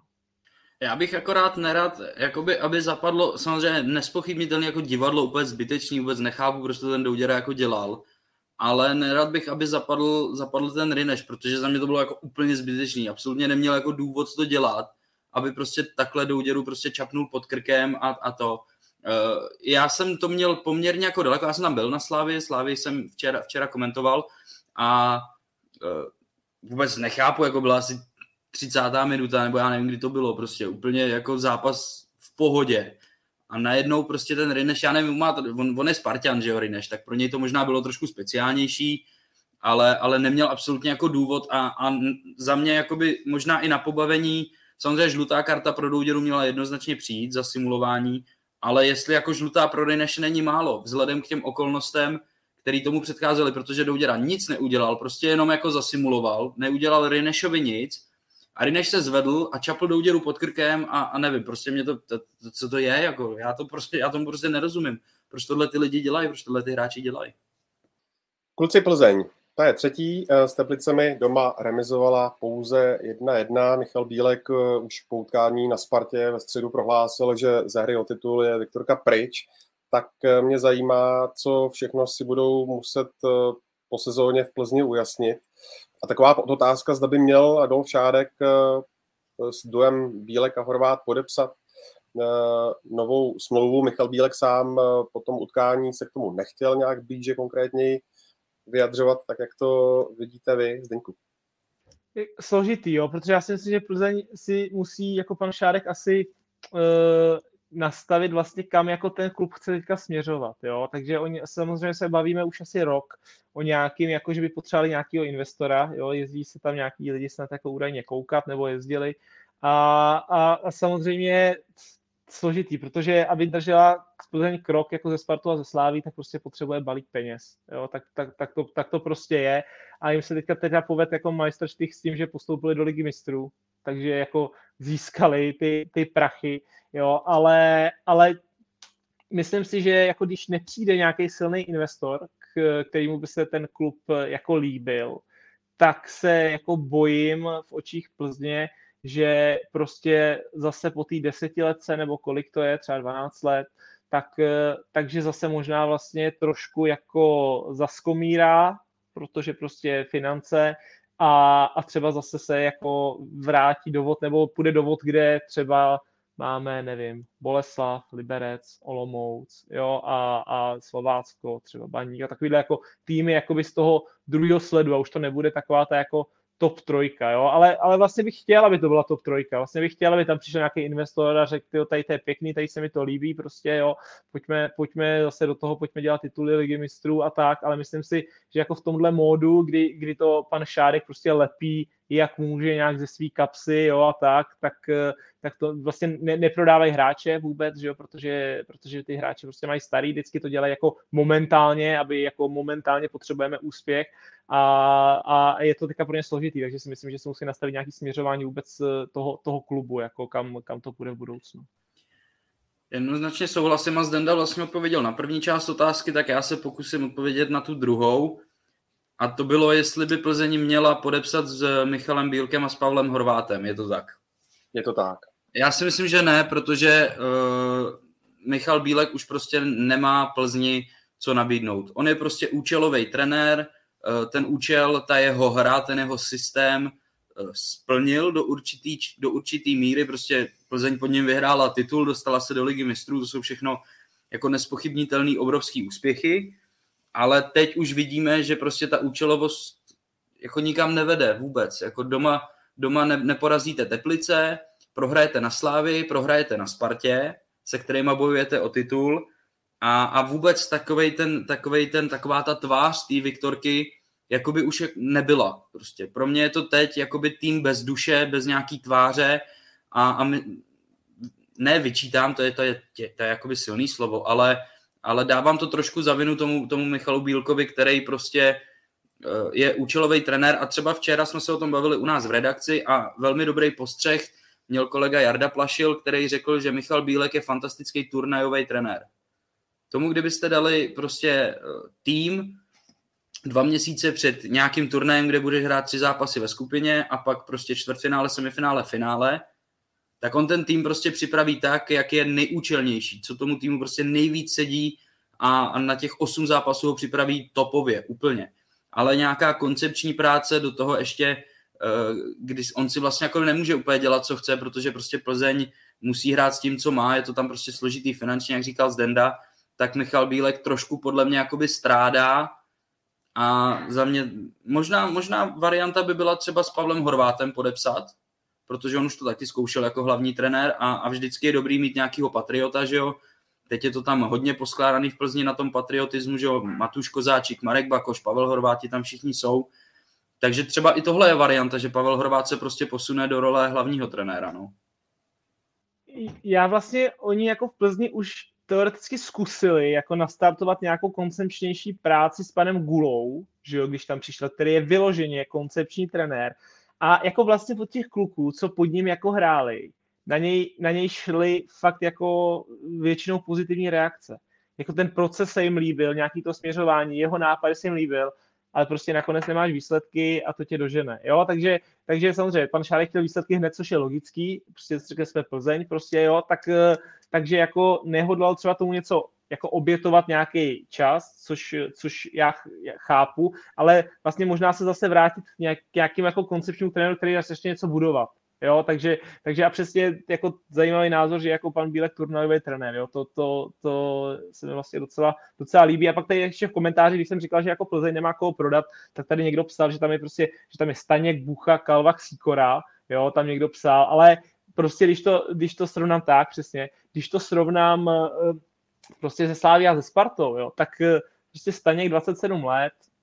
Já bych akorát nerad, jakoby, aby zapadlo, samozřejmě nespochybnitelně jako divadlo, úplně zbytečný, vůbec nechápu, proč to ten Douděra jako dělal, ale nerad bych, aby zapadl, zapadl ten Rineš, protože za mě to bylo jako úplně zbytečný, absolutně neměl jako důvod to dělat, aby prostě takhle Douděru prostě čapnul pod krkem a, a to. Uh, já jsem to měl poměrně jako daleko, já jsem tam byl na Slavii, Slavii jsem včera, včera komentoval a uh, vůbec nechápu, jako byla asi třicátá minuta, nebo já nevím, kdy to bylo, prostě úplně jako zápas v pohodě. A najednou prostě ten Rineš, já nevím, má to, on, on je Spartan, že jo, Rineš, tak pro něj to možná bylo trošku speciálnější, ale, ale neměl absolutně jako důvod a, a za mě jakoby možná i na pobavení, samozřejmě žlutá karta pro Douděru měla jednoznačně přijít za simulování, ale jestli jako žlutá pro Rineše není málo, vzhledem k těm okolnostem, který tomu předcházely, protože Douděra nic neudělal, prostě jenom jako zasimuloval, neudělal Rinešovi nic, a Rineš se zvedl a čapl Douděru pod krkem a, a nevím, prostě mě to, to, to, co to je, jako, já, to prostě, já tomu prostě nerozumím. Proč tohle ty lidi dělají, proč tohle ty hráči dělají. Kluci Plzeň, ta je třetí, s Teplicemi doma remizovala pouze jedna jedna. Michal Bílek už po utkání na Spartě ve středu prohlásil, že ze hry o titul je Viktorka pryč, tak mě zajímá, co všechno si budou muset po sezóně v Plzni ujasnit. A taková otázka, zda by měl Adolf Šádek s duem Bílek a Horvát podepsat novou smlouvu. Michal Bílek sám po tom utkání se k tomu nechtěl nějak blíže konkrétněji vyjadřovat, tak jak to vidíte vy, Zdeňku? Složitý, jo, protože já si myslím, že Plzeň si musí jako pan Šádek asi uh, nastavit vlastně, kam jako ten klub chce teďka směřovat, jo, takže oni, samozřejmě se bavíme už asi rok o nějakým, jako že by potřebovali nějakého investora, jo, jezdí se tam nějaký lidi snad jako údajně koukat, nebo jezdili a, a, a samozřejmě složitý, protože aby držela Plzeň krok jako ze Spartou a ze Sláví, tak prostě potřebuje balík peněz. Jo? Tak, tak, tak, to, tak to prostě je. A jim se teďka teda poved jako majstrštych s tím, že postoupili do Ligy mistrů, takže jako získali ty, ty prachy, jo? Ale, ale myslím si, že jako když nepřijde nějaký silný investor, k, kterému by se ten klub jako líbil, tak se jako bojím v očích Plzně, že prostě zase po té desetiletce, nebo kolik to je, třeba dvanáct let, tak, takže zase možná vlastně trošku jako zaskomírá, protože prostě finance a, a třeba zase se jako vrátí do vod, nebo půjde do vod, kde třeba máme, nevím, Boleslav, Liberec, Olomouc, jo, a, a Slovácko, třeba Baník a takovýhle jako týmy jakoby z toho druhého sledu a už to nebude taková ta jako top trojka, jo, ale, ale vlastně bych chtěl, aby to byla top trojka, vlastně bych chtěl, aby tam přišel nějaký investor a řekl, tyjo, tady to je pěkný, tady se mi to líbí, prostě, jo, pojďme, pojďme zase do toho, pojďme dělat tituly Ligy mistrů a tak, ale myslím si, že jako v tomhle módu, kdy, kdy to pan Šárek prostě lepí, jak může nějak ze svý kapsy, jo, a tak, tak, tak to vlastně ne, neprodávají hráče vůbec, že jo, protože, protože ty hráči prostě mají starý, vždycky to dělají jako momentálně, aby jako momentálně potřebujeme úspěch a, a je to teďka pro ně složitý, takže si myslím, že se musí nastavit nějaké směřování vůbec toho, toho klubu, jako kam, kam to půjde v budoucnu. Jednoznačně souhlasím a Zdenda vlastně odpověděl na první část otázky, tak já se pokusím odpovědět na tu druhou. A to bylo, jestli by Plzeň měla podepsat s Michalem Bílkem a s Pavlem Horvátem. Je to tak? Je to tak. Já si myslím, že ne, protože uh, Michal Bílek už prostě nemá Plzni co nabídnout. On je prostě účelový trenér, uh, ten účel, ta jeho hra, ten jeho systém uh, splnil do určitý, do určitý míry. Prostě Plzeň pod ním vyhrála titul, dostala se do Ligy mistrů, to jsou všechno jako nespochybnitelný obrovský úspěchy. Ale teď už vidíme, že prostě ta účelovost jako nikam nevede vůbec. Jako doma, doma ne, neporazíte Teplice, prohrajete na Slávii, prohrajete na Spartě, se kterýma bojujete o titul a, a vůbec takovej ten, takovej ten, taková ta tvář té Viktorky jakoby už nebyla. Prostě. Pro mě je to teď jakoby tým bez duše, bez nějaký tváře a, a my, ne vyčítám, to je, to je, to je, to je jakoby silný slovo, ale ale dávám to trošku za vinu tomu, tomu Michalu Bílkovi, který prostě je účelový trenér a třeba včera jsme se o tom bavili u nás v redakci a velmi dobrý postřeh měl kolega Jarda Plašil, který řekl, že Michal Bílek je fantastický turnajový trenér. Tomu, kdybyste dali prostě tým dva měsíce před nějakým turnajem, kde budeš hrát tři zápasy ve skupině a pak prostě čtvrtfinále, semifinále, finále, tak on ten tým prostě připraví tak, jak je nejúčelnější, co tomu týmu prostě nejvíc sedí a, a na těch osm zápasů ho připraví topově, úplně. Ale nějaká koncepční práce do toho ještě, když on si vlastně jako nemůže úplně dělat, co chce, protože prostě Plzeň musí hrát s tím, co má, je to tam prostě složitý finančně, jak říkal Zdenda, tak Michal Bílek trošku podle mě jakoby strádá a za mě možná, možná varianta by byla třeba s Pavlem Horvátem podepsat, protože on už to taky zkoušel jako hlavní trenér a, a vždycky je dobrý mít nějakýho patriota, že jo. Teď je to tam hodně poskládaný v Plzni na tom patriotismu, že jo. Matuš Kozáčik, Marek Bakoš, Pavel Horváti tam všichni jsou. Takže třeba i tohle je varianta, že Pavel Horvát se prostě posune do role hlavního trenéra, no. Já vlastně, oni jako v Plzni už teoreticky zkusili jako nastartovat nějakou koncepčnější práci s panem Gulou, že jo, když tam přišel, který je vyloženě koncepční trenér. A jako vlastně od těch kluků, co pod ním jako hráli, na něj, na něj šly fakt jako většinou pozitivní reakce. Jako ten proces se jim líbil, nějaký to směřování, jeho nápad se jim líbil, ale prostě nakonec nemáš výsledky a to tě dožene. Jo, takže, takže samozřejmě pan Šárek chtěl výsledky hned, což je logický, prostě řekli jsme Plzeň, prostě jo, tak, takže jako nehodlal třeba tomu něco jako obětovat nějaký čas, což, což já chápu, ale vlastně možná se zase vrátit k nějak, nějakým jako koncepčním trenéru, který zase ještě něco budovat. Jo, takže, takže a přesně jako zajímavý názor, že jako pan Bílek turnajový trenér, jo, to, to, to se mi vlastně docela, docela líbí. A pak tady ještě v komentáři, když jsem říkal, že jako Plzeň nemá koho prodat, tak tady někdo psal, že tam je prostě, že tam je Staněk, Bucha, Kalvach, Sýkora, jo, tam někdo psal, ale prostě když to, když to srovnám tak přesně, když to srovnám prostě se Sláví a se Spartou, jo, tak prostě Staněk dvacet sedm let,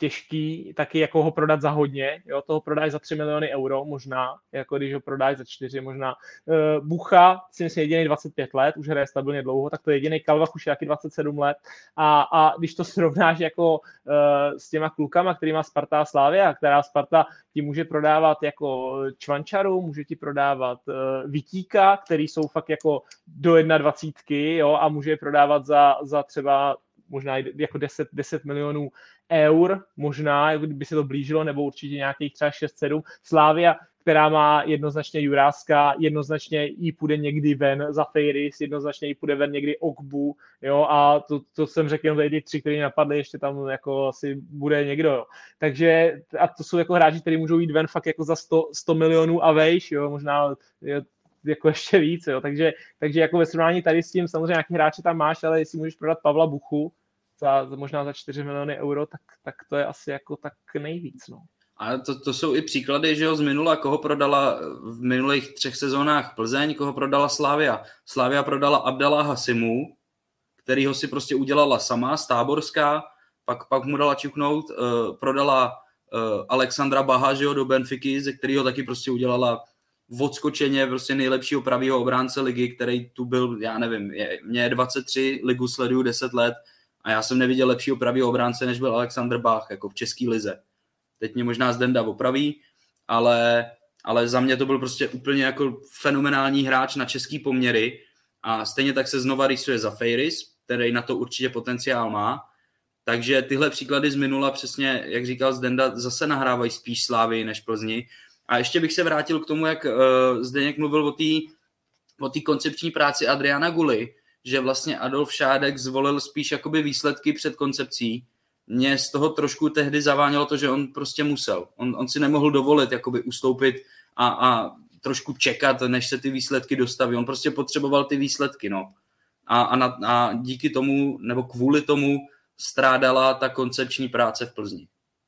těžký taky jako ho prodat za hodně, jo, toho prodáš za tři miliony euro možná, jako když ho prodáš za čtyři možná. Uh, Bucha, si myslím, jediný dvacet pět let, už hraje stabilně dlouho, tak to je jediný, Kalvach už je taky dvacet sedm let a, a když to srovnáš jako uh, s těma klukama, který má Sparta a Slavia, která Sparta ti může prodávat jako Čvančaru, může ti prodávat uh, Vitíka, který jsou fakt jako do dvacítky jedna, jo, a může je prodávat za, za třeba možná jako deset, deset milionů eur, možná, kdyby se to blížilo, nebo určitě nějakých třeba šest sedm. Slavia, která má jednoznačně Juráska, jednoznačně jí půjde někdy ven za Fejris, jednoznačně jí půjde ven někdy Ogbu, jo, a to, to jsem řekl jenom tady ty tři, který napadly, ještě tam jako asi bude někdo, jo. Takže, a to jsou jako hráči, kteří můžou jít ven fakt jako za sto, sto milionů a vejš, jo, možná je, jako ještě víc, jo, takže, takže jako ve srovnání tady s tím, samozřejmě nějaký hráče tam máš, ale jestli můžeš prodat Pavla Buchu, za, možná za čtyři miliony euro, tak, tak to je asi jako tak nejvíc, no. A to, to jsou i příklady, že jo, z minula, koho prodala v minulých třech sezónách Plzeň, koho prodala Slavia. Slavia prodala Abdala Hasimu, kterýho si prostě udělala sama, z Táborská, pak, pak mu dala čuknout, uh, prodala uh, Alexandra Baha, že jo, do Benfiky, ze kterého taky prostě udělala v odskočeně prostě nejlepšího pravýho obránce ligy, který tu byl, já nevím, je, mě je dvacet tři, ligu sleduju deset let a já jsem neviděl lepšího pravýho obránce, než byl Alexander Bach, jako v české lize. Teď mě možná Zdenda opraví, ale, ale za mě to byl prostě úplně jako fenomenální hráč na český poměry a stejně tak se znova rýsuje za Fejris, který na to určitě potenciál má. Takže tyhle příklady z minula přesně, jak říkal Zdenda, zase nahrávají spíš Slávii než Plzni. A ještě bych se vrátil k tomu, jak uh, Zdeněk mluvil o té o té koncepční práci Adriana Guly, že vlastně Adolf Šádek zvolil spíš jakoby výsledky před koncepcí. Mě z toho trošku tehdy zavánělo to, že on prostě musel. On, on si nemohl dovolit jakoby ustoupit a, a trošku čekat, než se ty výsledky dostaví. On prostě potřeboval ty výsledky, no. A, a, na, a díky tomu, nebo kvůli tomu strádala ta koncepční práce v Plzni.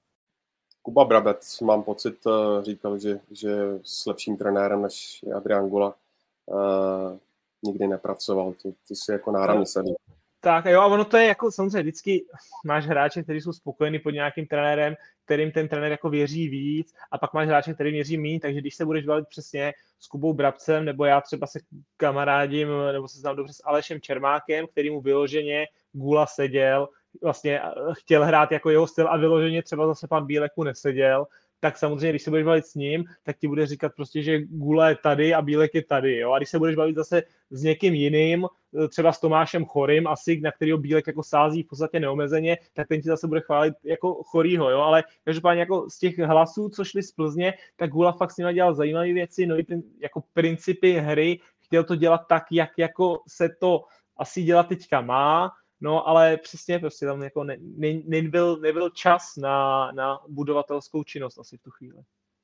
Kuba Brabec, mám pocit, říkal, že, že s lepším trenérem než Adrian Gula uh, nikdy nepracoval. Ty, ty si jako náramně sedí. Tak jo, a ono to je jako samozřejmě vždycky máš hráče, kteří jsou spokojení pod nějakým trenérem, kterým ten trenér jako věří víc, a pak máš hráče, který věří méně, takže když se budeš bavit přesně s Kubou Brabcem, nebo já třeba se kamarádím, nebo se znám dobře s Alešem Čermákem, který mu vyloženě Gula seděl, vlastně chtěl hrát jako jeho styl a vyloženě třeba zase pan Bílek mu neseděl, tak samozřejmě, když se budeš bavit s ním, tak ti bude říkat prostě, že Gula je tady a Bílek je tady, jo. A když se budeš bavit zase s někým jiným, třeba s Tomášem Chorým, asi na kterého Bílek jako sází v podstatě neomezeně, tak ten ti zase bude chválit jako Chorýho, jo. Ale každopádně jako z těch hlasů, co šli z Plzně, tak Gula fakt s nimi dělal zajímavé věci, no i ten, jako principy hry, chtěl to dělat tak, jak jako se to asi dělat teďka má. No, ale přesně prostě tam jako ne, ne, nebyl, nebyl čas na, na budovatelskou činnost asi v tu chvíli.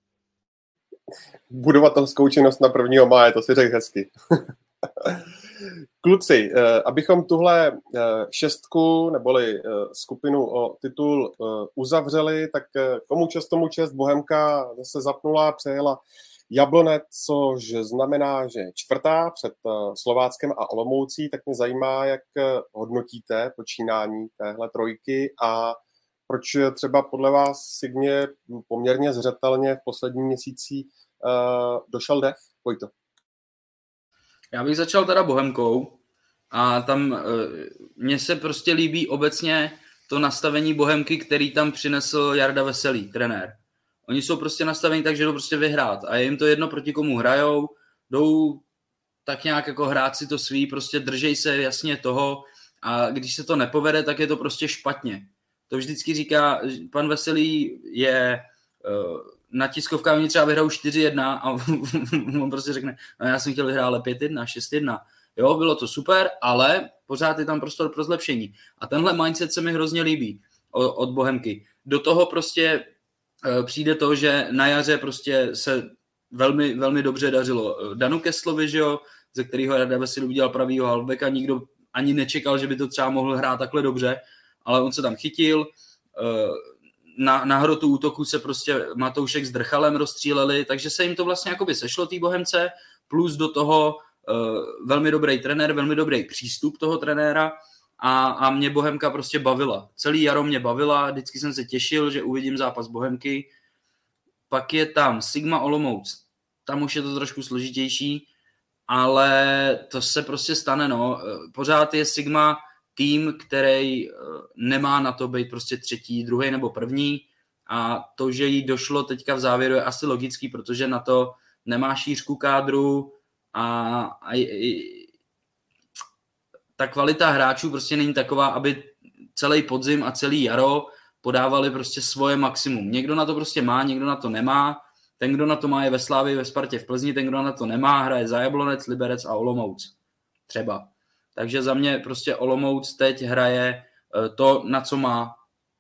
Budovatelskou činnost na prvního máje, to si řekl hezky. Kluci, abychom tuhle šestku neboli skupinu o titul uzavřeli, tak komu čest, tomu čest, Bohemka zase zapnula, přejela Jablonec, což znamená, že čtvrtá před Slováckem a Olomoucí, tak mě zajímá, jak hodnotíte počínání téhle trojky a proč třeba podle vás Signě poměrně zřetelně v posledním měsíci uh, došel dech? Pojď to. Já bych začal teda Bohemkou a tam uh, mně se prostě líbí obecně to nastavení Bohemky, který tam přinesl Jarda Veselý, trenér. Oni jsou prostě nastavení tak, že jdou prostě vyhrát a je jim to jedno, proti komu hrajou, jdou tak nějak jako hrát si to svý, prostě držej se jasně toho a když se to nepovede, tak je to prostě špatně. To vždycky říká, pan Veselý je uh, na tiskovkách, oni třeba vyhrajou čtyři jedna a on prostě řekne, no já jsem chtěl vyhrát ale pět jedna, šest jedna. Jo, bylo to super, ale pořád je tam prostor pro zlepšení. A tenhle mindset se mi hrozně líbí od, od Bohemky. Do toho prostě přijde to, že na jaře prostě se velmi, velmi dobře dařilo Danu Kesslovi, že jo, ze kterého Jarda Veselý udělal pravýho halfbacka, nikdo ani nečekal, že by to třeba mohl hrát takhle dobře, ale on se tam chytil, na, na hrotu útoku se prostě Matoušek s Drchalem rozstříleli, takže se jim to vlastně jakoby sešlo té Bohemce, plus do toho velmi dobrý trenér, velmi dobrý přístup toho trenéra a, a mě Bohemka prostě bavila. Celý jaro mě bavila, vždycky jsem se těšil, že uvidím zápas Bohemky. Pak je tam Sigma Olomouc, tam už je to trošku složitější, ale to se prostě stane, no. Pořád je Sigma tým, který nemá na to být prostě třetí, druhý nebo první a to, že jí došlo teďka v závěru je asi logický, protože na to nemá šířku kádru a, a, a ta kvalita hráčů prostě není taková, aby celý podzim a celý jaro podávali prostě svoje maximum. Někdo na to prostě má, někdo na to nemá. Ten, kdo na to má, je ve Slávii, ve Spartě, v Plzni, ten, kdo na to nemá, hraje za Jablonec, Liberec a Olomouc. Třeba. Takže za mě prostě Olomouc teď hraje to, na co má.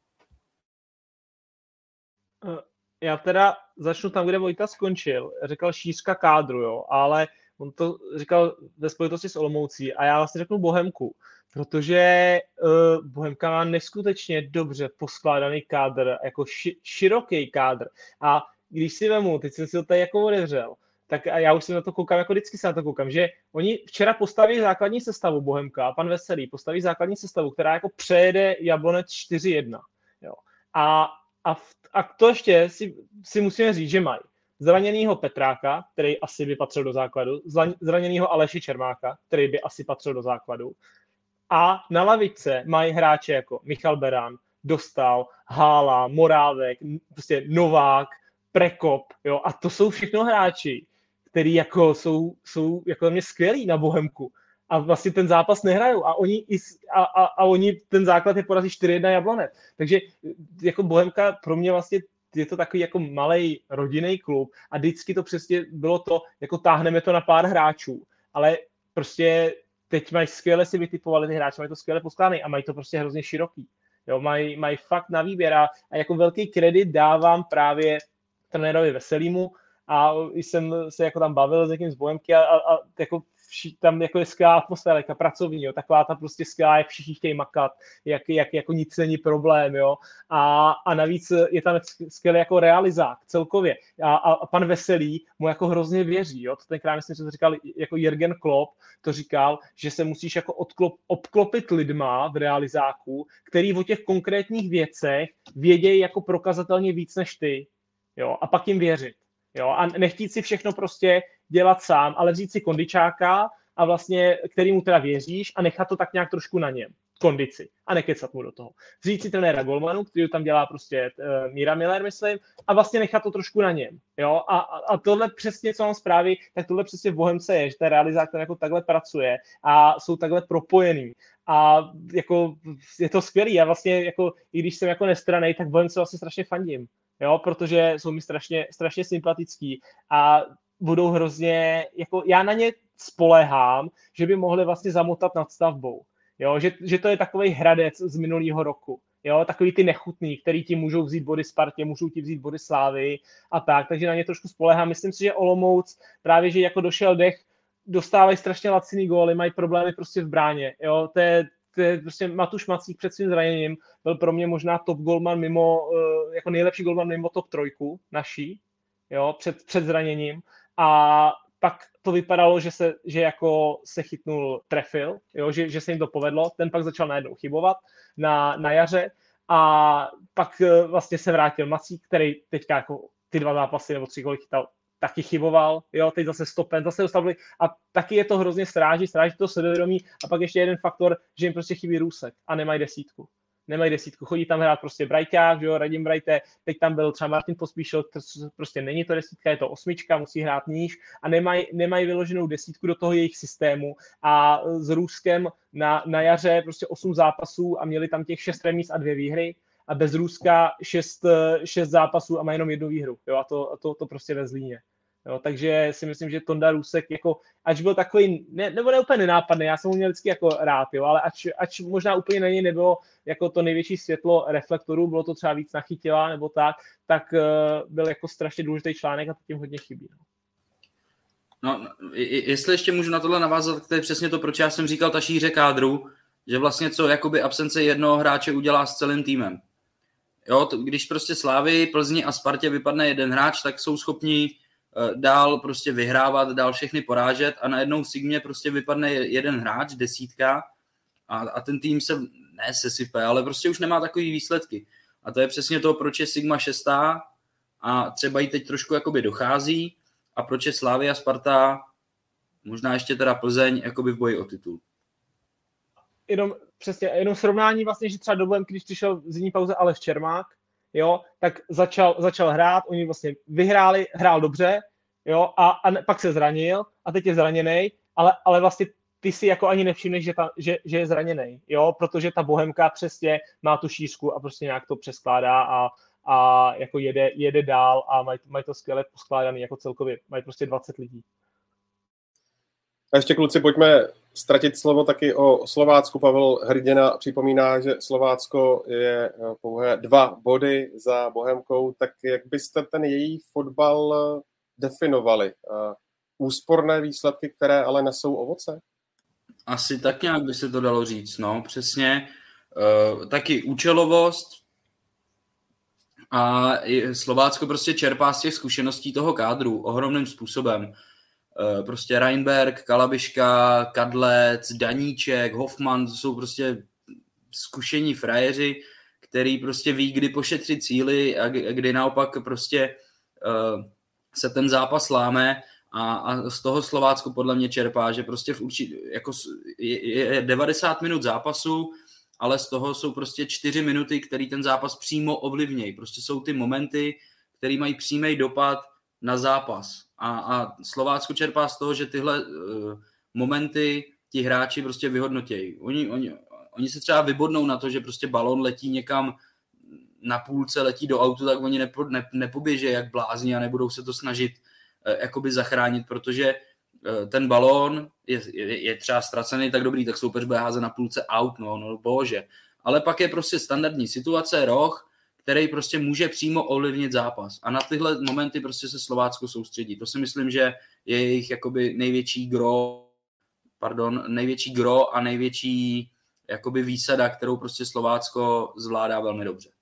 Já teda začnu tam, kde Vojta skončil. Řekl šířka kádru, jo, ale on to říkal ve spojitosti s Olomoucí a já vlastně řeknu Bohemku, protože uh, Bohemka má neskutečně dobře poskládaný kádr, jako ši- široký kádr. A když si vemu, teď jsem si to tady jako odevřel, tak a já už si na to koukám, jako vždycky se na to koukám, že oni včera postaví základní sestavu Bohemka, pan Veselý postaví základní sestavu, která jako přejede Jablonec čtyři jedna. Jo. A, a, v, a to ještě si, si musíme říct, že mají zraněnýho Petráka, který asi by patřil do základu, zraněnýho Aleši Čermáka, který by asi patřil do základu. A na lavice mají hráče jako Michal Beran, Dostal, Hála, Morávek, prostě Novák, Prekop, jo, a to jsou všechno hráči, který jako jsou, jsou jako mě skvělí na Bohemku. A vlastně ten zápas nehrajou a oni, i, a, a, a oni ten základ je porazí čtyři jedna Jablonec. Takže jako Bohemka pro mě vlastně je to takový jako malej rodinný klub a vždycky to přesně bylo to, jako táhneme to na pár hráčů, ale prostě teď mají skvěle si vytipovali ty hráče, mají to skvěle poskládaný a mají to prostě hrozně široký. Jo, mají, mají fakt na výběr a, a jako velký kredit dávám právě trenérovi Veselýmu a jsem se jako tam bavil s někým z Bohemky a, a, a jako vši, tam jako je skvělá atmosféra, jako pracovní, jo, taková ta prostě skvělá, jak všichni chtějí makat, jak, jak jako nic není problém, jo, a, a navíc je tam skvělý jako realizák celkově a, a, a pan Veselý mu jako hrozně věří, jo, to tenkrát myslím, že to říkal jako Jürgen Klopp, to říkal, že se musíš jako odklop, obklopit lidma v realizáku, který o těch konkrétních věcech vědějí jako prokazatelně víc než ty, jo, a pak jim věřit. Jo, a nechtít si všechno prostě dělat sám, ale vzít si kondičáka, a vlastně, kterýmu teda věříš a nechat to tak nějak trošku na něm, kondici, a nekecat mu do toho. Vzít si trenéra Golmanu, který tam dělá prostě uh, Míra Miller, myslím, a vlastně nechat to trošku na něm. Jo? A, a tohle přesně, co mám zprávy, tak tohle přesně v Bohemce je, že ten realizák tam jako takhle pracuje a jsou takhle propojený. A jako je to skvělý. Já vlastně, jako, i když jsem jako nestranej, tak Bohemce vlastně strašně fandím. Jo, protože jsou mi strašně, strašně sympatický a budou hrozně, jako já na ně spoléhám, že by mohli vlastně zamotat nad stavbou. Jo, že, že to je takovej Hradec z minulého roku. Jo, takový ty nechutný, který ti můžou vzít body Spartě, můžou ti vzít body Slávy a tak, takže na ně trošku spoléhám. Myslím si, že Olomouc právě, že jako došel dech, dostávají strašně laciný góly, mají problémy prostě v bráně. Jo, to je To je prostě Matuš Macík před svým zraněním byl pro mě možná top golman mimo, jako nejlepší golman mimo top trojku naší, jo, před, před zraněním. A pak to vypadalo, že se, že jako se chytnul trefil, jo, že, že se jim to povedlo. Ten pak začal najednou chybovat na, na jaře a pak vlastně se vrátil Macík, který teďka jako ty dva zápasy nebo tři góly chytal, taky chyboval, jo, teď zase stopen, zase dostavili a taky je to hrozně stráží, stráží to sebevědomí a pak ještě jeden faktor, že jim prostě chybí Růsek a nemají desítku. Nemají desítku, chodí tam hrát prostě Brajťák, jo, Radim Brajte, teď tam byl třeba Martin Pospíšil, prostě není to desítka, je to osmička, musí hrát níž a nemají nemaj vyloženou desítku do toho jejich systému a s Růskem na, na jaře prostě osm zápasů a měli tam těch šest remíz a dvě výhry a bez Růska šest, šest zápasů a má jenom jednu výhru, jo, a to, a to, to prostě ve Zlíně. Jo, takže si myslím, že Tonda Růsek, jako, ač byl takový, ne, nebo ne úplně nenápadný, já jsem ho měl vždycky jako rád, jo, ale ač, ač možná úplně na něj nebylo jako to největší světlo reflektorů, bylo to třeba víc Nachytila nebo tak, tak uh, byl jako strašně důležitý článek a to tím hodně chybí. No. No, jestli ještě můžu na tohle navázat, to je přesně to, proč já jsem říkal ta šíře kádru, že vlastně co jakoby absence jednoho hráče udělá s celým týmem. Jo, to, když prostě Slávy, Plzni a Spartě vypadne jeden hráč, tak jsou schopni dál prostě vyhrávat, dál všechny porážet a najednou v Sigmě prostě vypadne jeden hráč, desítka a, a ten tým se ne sesype, ale prostě už nemá takový výsledky. A to je přesně to, proč je Sigma šestá a třeba jí teď trošku jakoby dochází a proč je Slavia, Sparta, možná ještě teda Plzeň jakoby v boji o titul. Jenom přesně, jenom srovnání vlastně, že třeba dobem, když přišel v zimní pauze Aleš Čermák, jo, tak začal, začal hrát, oni vlastně vyhráli, hrál dobře, jo, a, a ne, pak se zranil a teď je zraněný, ale, ale vlastně ty si jako ani nevšimneš, že, ta, že, že je zraněný, jo, protože ta Bohemka přesně má tu šířku a prostě nějak to přeskládá a, a jako jede, jede dál a mají, mají to skvěle poskládaný jako celkově, mají prostě dvacet lidí. A ještě kluci, pojďme ztratit slovo taky o Slovácku. Pavel Hrdina připomíná, že Slovácko je pouhé dva body za Bohemkou, tak jak byste ten její fotbal definovali? Úsporné výsledky, které ale nesou ovoce? Asi tak nějak by se to dalo říct, no, přesně. Uh, taky účelovost a Slovácko prostě čerpá z těch zkušeností toho kádru ohromným způsobem. Uh, prostě Reinberg, Kalabiška, Kadlec, Daníček, Hoffman, to jsou prostě zkušení frajeři, který prostě ví, kdy pošetřit cíly a kdy naopak prostě uh, se ten zápas láme. A, a z toho Slovácko podle mě čerpá, že prostě v určitě, jako je, je devadesát minut zápasu, ale z toho jsou prostě čtyři minuty, které ten zápas přímo ovlivnějí. Prostě jsou ty momenty, které mají přímý dopad na zápas. A, a Slovácko čerpá z toho, že tyhle uh, momenty ti hráči prostě vyhodnotějí. Oni, oni, oni se třeba vybodnou na to, že prostě balón letí někam na půlce, letí do autu, tak oni nepo, ne, nepoběží jak blázni a nebudou se to snažit jakoby zachránit, protože ten balón je, je, je třeba ztracený, tak dobrý, tak soupeř bude házet na půlce aut, no, no bože. Ale pak je prostě standardní situace, roh, který prostě může přímo ovlivnit zápas. A na tyhle momenty prostě se Slovácko soustředí. To si myslím, že je jejich jakoby největší gro, pardon, největší gro a největší jakoby výsada, kterou prostě Slovácko zvládá velmi dobře.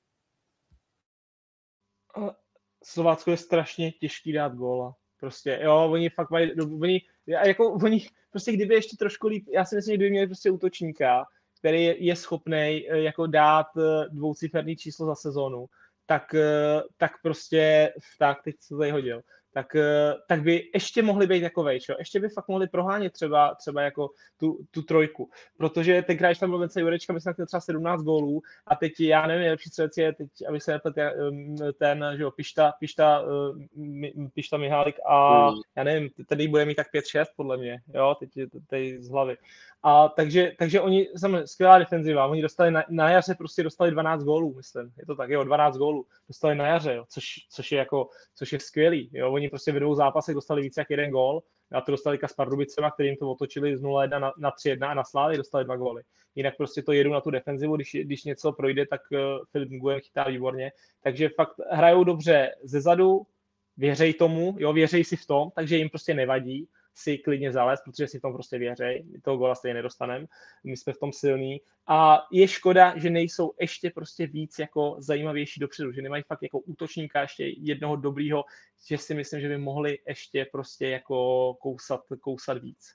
Slovácko je strašně těžký dát góla. Prostě, jo, oni fakt mají, oni, jako, oni, prostě kdyby ještě trošku líp, já si myslím, že kdyby měli prostě útočníka, který je, je schopný jako dát dvouciferný číslo za sezónu, tak, tak prostě, tak, teď se to tady hodil, tak, tak by ještě mohli být jako vejš, jo? Ještě by fakt mohli prohánět třeba, třeba jako tu, tu trojku, protože tenkrát, když tam byl Vence Jurečka, myslím, že třeba sedmnáct gólů a teď, já nevím, nejlepší střelec je teď, aby se neplet ten, že jo, Pišta, Pišta, Pišta Mihálik a já nevím, tady bude mít tak pět šest podle mě, jo, teď, teď z hlavy. A takže, takže oni, samozřejmě skvělá defenziva, oni dostali na, na jaře prostě dostali dvanáct gólů, myslím, je to tak, jo, dvanáct gólů, dostali na jaře, jo, což, což je jako, což je skvělý, jo, oni prostě ve dvou zápasech dostali více jak jeden gól, a to dostali s Pardubicema, kterým to otočili z nula jedna na, na tři jedna a na Slávy dostali dva góly. Jinak prostě to jedu na tu defenzivu, když, když něco projde, tak uh, Filip Nguyen chytá výborně, takže fakt hrajou dobře zezadu, věřej tomu, jo, věřej si v tom, takže jim prostě nevadí si klidně zalézt, protože si v tom prostě věřej, toho góla stejně nedostaneme, my jsme v tom silní a je škoda, že nejsou ještě prostě víc jako zajímavější dopředu, že nemají fakt jako útočníka ještě jednoho dobrýho, že si myslím, že by mohli ještě prostě jako kousat, kousat víc.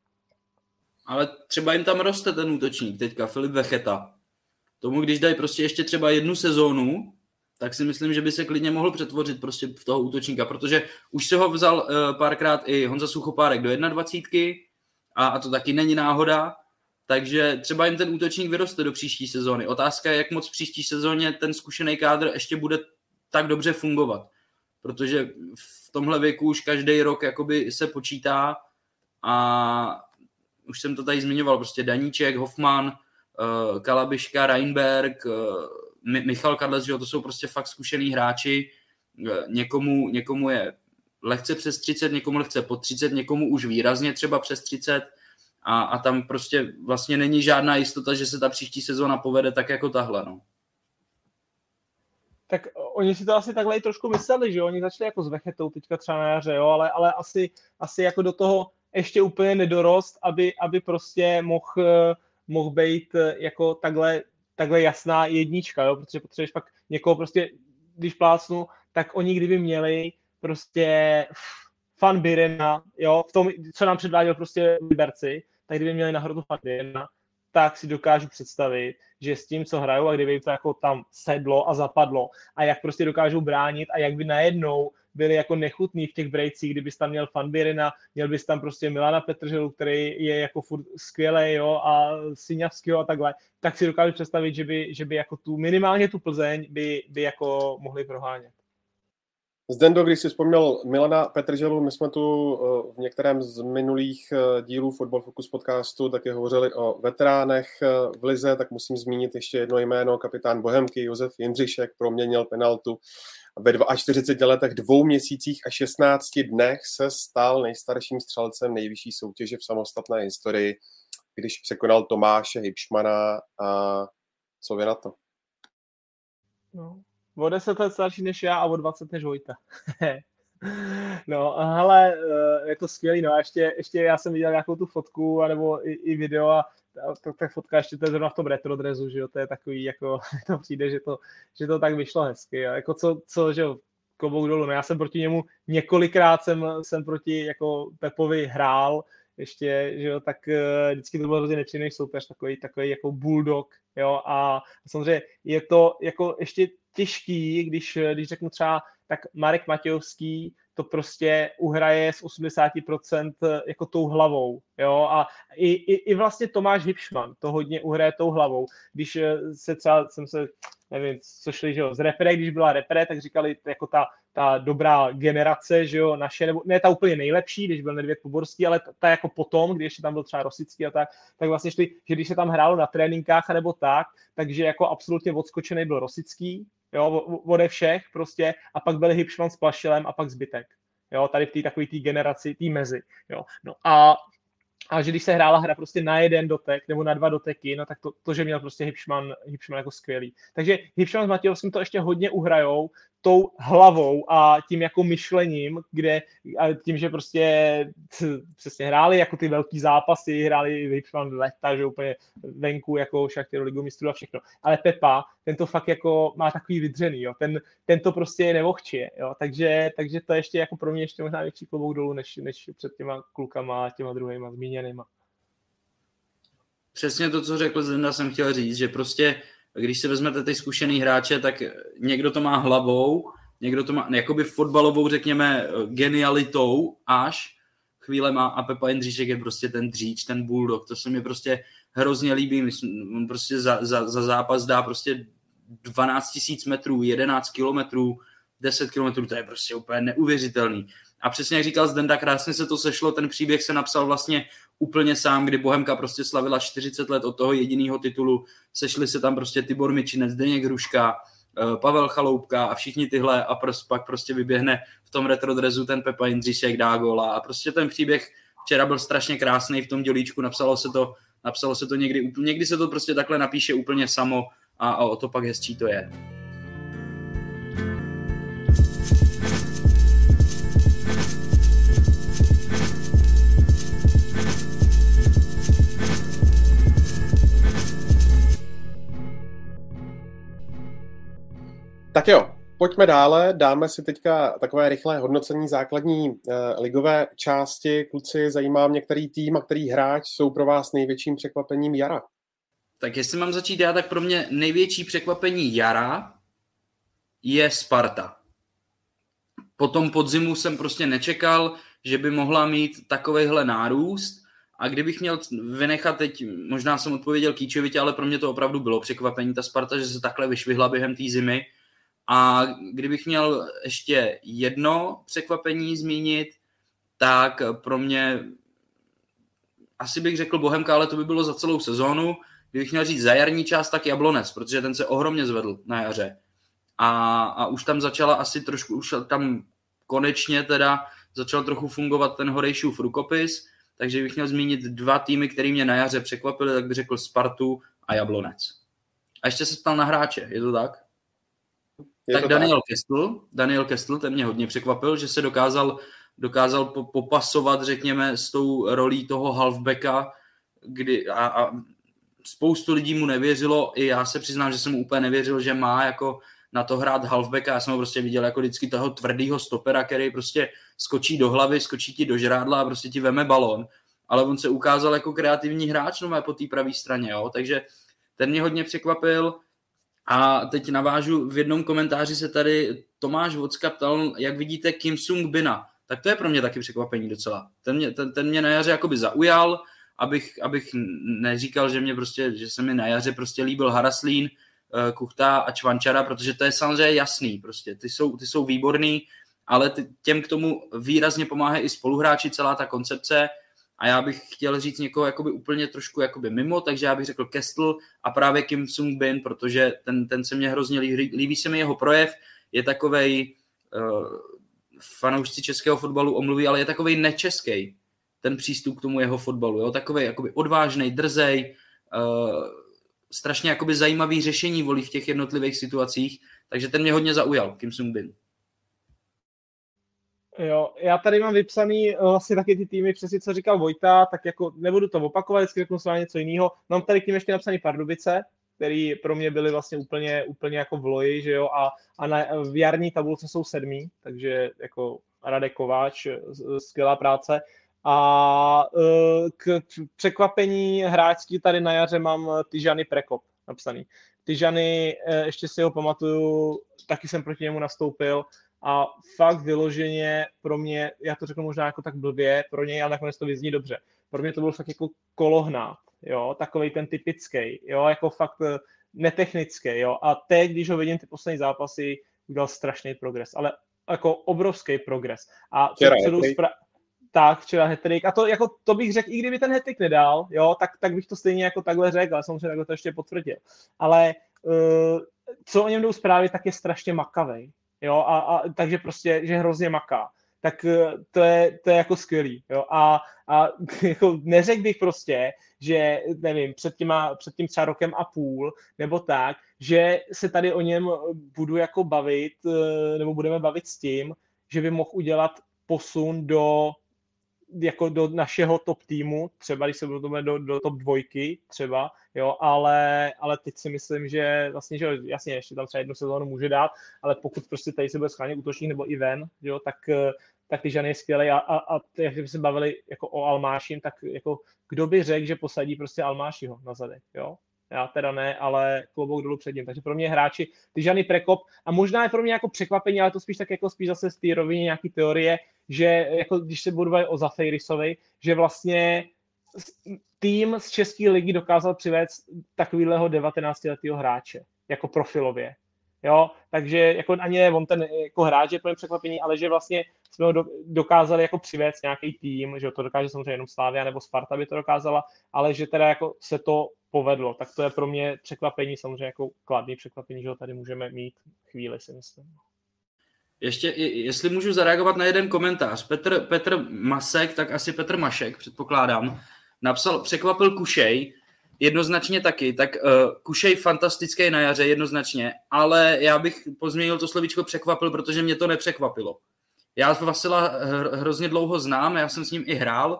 Ale třeba jim tam roste ten útočník teďka, Filip Vecheta. Tomu, když dají prostě ještě třeba jednu sezónu, tak si myslím, že by se klidně mohl přetvořit prostě v toho útočníka, protože už se ho vzal uh, párkrát i Honza Suchopárek do jednadvacítky a, a to taky není náhoda, takže třeba jim ten útočník vyroste do příští sezóny. Otázka je, jak moc v příští sezóně ten zkušený kádr ještě bude tak dobře fungovat, protože v tomhle věku už každý rok jakoby se počítá a už jsem to tady zmiňoval, prostě Daníček, Hoffman, uh, Kalabiška, Reinberg, uh, Michal Kadlec, že jo, to jsou prostě fakt zkušený hráči, někomu, někomu je lehce přes třicet, někomu lehce pod třicet, někomu už výrazně třeba přes třicet a, a tam prostě vlastně není žádná jistota, že se ta příští sezóna povede tak jako tahle, no. Tak oni si to asi takhle i trošku mysleli, že jo, oni začali jako s Vechetou teďka třeba na jaře, jo, ale, ale asi, asi jako do toho ještě úplně nedorost, aby, aby prostě mohl, mohl být jako takhle takhle jasná jednička, jo, protože potřebuješ fakt někoho prostě, když plácnu, tak oni kdyby měli prostě Fan Birena, jo, v tom, co nám předváděl prostě Liberci, tak kdyby měli nahoru Fan Birena, tak si dokážu představit, že s tím, co hrajou a kdyby jim to jako tam sedlo a zapadlo a jak prostě dokážou bránit a jak by najednou byli jako nechutný v těch brejcích, kdybys tam měl Van Birena, měl bys tam prostě Milana Petrželu, který je jako furt skvělej, jo, a Siňavskýho a takhle, tak si dokážu představit, že by, že by jako tu, minimálně tu Plzeň by, by jako mohli prohánět. Zdendo, když jsi vzpomněl Milana Petrželu, my jsme tu v některém z minulých dílů Football Focus podcastu taky hovořili o veteránech v lize, tak musím zmínit ještě jedno jméno, kapitán Bohemky Josef Jindřišek proměnil penaltu. Ve čtyřiceti dvou letech, dvou měsících a šestnácti dnech se stal nejstarším střelcem nejvyšší soutěže v samostatné historii, když překonal Tomáše Hipšmana. A co vy na to? No. O deset let starší než já a o dvacet než Vojta. No, hele, je to skvělý, no a ještě, ještě já jsem viděl nějakou tu fotku, anebo i, i video a ta, ta fotka ještě to je zrovna v tom retro dresu, že jo, to je takový, jako, to přijde, že to, že to tak vyšlo hezky, jo. Jako co, co, že jo, klobouk dolů, no já jsem proti němu několikrát jsem, jsem proti, jako Pepovi hrál, ještě, že jo, tak uh, vždycky to byl hrozně nepříjemný soupeř, takový, takový jako bulldog, jo, a samozřejmě je to jako ještě těžký, když, když řeknu třeba, tak Marek Matějovský to prostě uhraje z osmdesát procent jako tou hlavou, jo, a i, i, i vlastně Tomáš Hipšman to hodně uhraje tou hlavou, když se třeba, jsem se, nevím, co šli, že jo, z repre, když byla repre, tak říkali, jako ta, ta dobrá generace, že jo, naše, nebo ne ta úplně nejlepší, když byl Nedvěd Poborský, ale ta, ta jako potom, když ještě tam byl třeba Rosický a tak, tak vlastně šli, že když se tam hrálo na tréninkách nebo tak, takže jako absolutně odskočený byl Rosický, jo, ode všech prostě, a pak byli Hipšman s Plašilem a pak zbytek, jo, tady v té takové té generaci, té mezi, jo, no a a že když se hrála hra prostě na jeden dotek nebo na dva doteky, no tak to, to že měl prostě Hipšman, Hipšman jako skvělý. Takže Hipšman s Matějovským to ještě hodně uhrajou tou hlavou a tím jako myšlením, kde a tím, že prostě t, přesně hráli jako ty velký zápasy, hráli Hipšman leta, že úplně venku jako Šachtěru, Ligu mistrů a všechno. Ale Pepa, ten to fakt jako má takový vydřený, jo. Ten, ten to prostě nevohčije, jo. Takže, takže to ještě jako pro mě ještě možná větší klobouk dolů, než, než před těma klukama a těma druhýma zmíněnýma. Přesně to, co řekl Zdenda, jsem chtěl říct, že prostě když si vezmete ty zkušený hráče, tak někdo to má hlavou, někdo to má jakoby fotbalovou, řekněme, genialitou až chvílema a Pepa Jindříšek je prostě ten dříč, ten bulldog, to se mi prostě hrozně líbí, myslím, on prostě za, za, za zápas dá prostě dvanáct tisíc metrů, jedenáct kilometrů, deset kilometrů, to je prostě úplně neuvěřitelný. A přesně jak říkal Zdenda, krásně se to sešlo, ten příběh se napsal vlastně úplně sám, kdy Bohemka prostě slavila čtyřicet let od toho jediného titulu, sešli se tam prostě Tibor Mičinec, Zdeněk Hruška, Pavel Chaloupka a všichni tyhle a pros, pak prostě vyběhne v tom retrodresu ten Pepa Jindříšek, dá góla a prostě ten příběh včera byl strašně krásný v tom dělíčku, napsalo se to, napsalo se to někdy, někdy se to prostě takhle napíše úplně samo a, a o to pak hezčí to je. Tak jo, pojďme dále, dáme si teďka takové rychlé hodnocení základní eh, ligové části. Kluci, zajímá mě, který tým a který hráč jsou pro vás největším překvapením jara? Tak jestli mám začít já, tak pro mě největší překvapení jara je Sparta. Po tom podzimu jsem prostě nečekal, že by mohla mít takovejhle nárůst a kdybych měl vynechat teď, možná jsem odpověděl Kýčovitě, ale pro mě to opravdu bylo překvapení, ta Sparta, že se takhle vyšvihla během té zimy. A kdybych měl ještě jedno překvapení zmínit, tak pro mě asi bych řekl Bohemka, ale to by bylo za celou sezónu. Kdybych měl říct za jarní část, tak Jablonec, protože ten se ohromně zvedl na jaře. A, a už tam začala asi trošku, už tam konečně teda začal trochu fungovat ten Horejšův rukopis, takže bych měl zmínit dva týmy, které mě na jaře překvapily, tak bych řekl Spartu a Jablonec. A ještě se ptal na hráče, je to tak? Je tak Daniel tak. Kestl, Daniel Kestl, ten mě hodně překvapil, že se dokázal, dokázal popasovat, řekněme, s tou rolí toho halfbacka, kdy a, a spoustu lidí mu nevěřilo, i já se přiznám, že jsem mu úplně nevěřil, že má jako na to hrát halfbacka, já jsem ho prostě viděl jako vždycky toho tvrdýho stopera, který prostě skočí do hlavy, skočí ti do žrádla a prostě ti veme balón. ale on se ukázal jako kreativní hráč no, po té pravé straně, jo? Takže ten mě hodně překvapil. A teď navážu, v jednom komentáři se tady Tomáš Vocka ptal, jak vidíte Kim Sung-bina. Tak to je pro mě taky překvapení docela. Ten mě, ten, ten mě na jaře jakoby zaujal, abych, abych neříkal, že mě prostě, že se mi na jaře prostě líbil Haraslín, Kuchta a Čvančara, protože to je samozřejmě jasný. Prostě. Ty, jsou, ty jsou výborný, ale ty, těm k tomu výrazně pomáhají i spoluhráči, celá ta koncepce. A já bych chtěl říct někoho jakoby úplně trošku jakoby mimo, takže já bych řekl Kestl a právě Kim Sung-bin, protože ten, ten se mě hrozně líbí, líbí se mi jeho projev, je takovej, uh, fanoušci českého fotbalu omluví, ale je takovej nečeský ten přístup k tomu jeho fotbalu, jo? Takovej jakoby odvážnej, drzej, uh, strašně jakoby zajímavý řešení volí v těch jednotlivých situacích, takže ten mě hodně zaujal, Kim Sung-bin. Jo, já tady mám vypsaný vlastně taky ty týmy, přesně co říkal Vojta, tak jako nebudu to opakovat, vždycky řeknu se něco jiného. Mám tady k ním ještě napsaný Pardubice, který pro mě byly vlastně úplně, úplně jako v loji, že jo, a, a na, v jarní tabulce jsou sedmý, takže jako Radek Kováč, skvělá práce. A k překvapení hráčství tady na jaře mám Tyžany Prekop napsaný. Tyžany, ještě si ho pamatuju, taky jsem proti němu nastoupil, a fakt vyloženě pro mě, já to řeknu možná jako tak blbě, pro něj, ale nakonec to vyzní dobře. Pro mě to byl fakt jako kolohnát, jo, takovej ten typický, jo, jako fakt netechnický, jo. A teď, když ho vidím ty poslední zápasy, udělal strašný progres, ale jako obrovský progres. A včera spra- tak, včera hat-trick. A to, jako, to bych řekl, i kdyby ten hat-trick nedal, jo, tak, tak bych to stejně jako takhle řekl, ale samozřejmě takhle to ještě potvrdil. Ale uh, co o něm jdou zprávy, tak je strašně makavej. Jo, a, a takže prostě, že hrozně maká. Tak to je, to je jako skvělý. Jo, a, a jako neřekl bych prostě, že nevím, před, těma, před tím třeba rokem a půl, nebo tak, že se tady o něm budu jako bavit, nebo budeme bavit s tím, že by mohl udělat posun do jako do našeho top týmu, třeba když se budeme do, do top dvojky třeba, jo, ale, ale teď si myslím, že vlastně, že jasně, ještě tam třeba jednu sezónu může dát, ale pokud prostě tady se bude schránit útočník nebo i ven, jo, tak, tak ty Žany je skvělej a, a, a jak by se bavili jako o Almáším, tak jako kdo by řekl, že posadí prostě Almášiho na zadek, jo. Já teda ne, ale klobouk dolů před ním. Takže pro mě hráči Tyžany Prekop a možná je pro mě jako překvapení, ale to spíš tak jako spíš zase z té rovině nějaký teorie, že jako když se budu bavit o Zafejrisovi, že vlastně tým z České ligy dokázal přivést takovýhleho devatenáctiletého hráče, jako profilově. Jo, takže jako ani ne on ten jako hráč je pro mě překvapení, ale že vlastně jsme ho do, dokázali jako přivést nějaký tým, že to dokáže samozřejmě jenom Slavia nebo Sparta by to dokázala, ale že teda jako se to povedlo, tak to je pro mě překvapení, samozřejmě jako kladný překvapení, že ho tady můžeme mít chvíli, si myslím. Ještě, jestli můžu zareagovat na jeden komentář. Petr, Petr Masek, tak asi Petr Mašek, předpokládám, napsal, překvapil Kušej, jednoznačně taky, tak uh, Kušej fantastický na jaře, jednoznačně, ale já bych pozměnil to slovíčko překvapil, protože mě to nepřekvapilo. Já Vasila hr, hrozně dlouho znám, já jsem s ním i hrál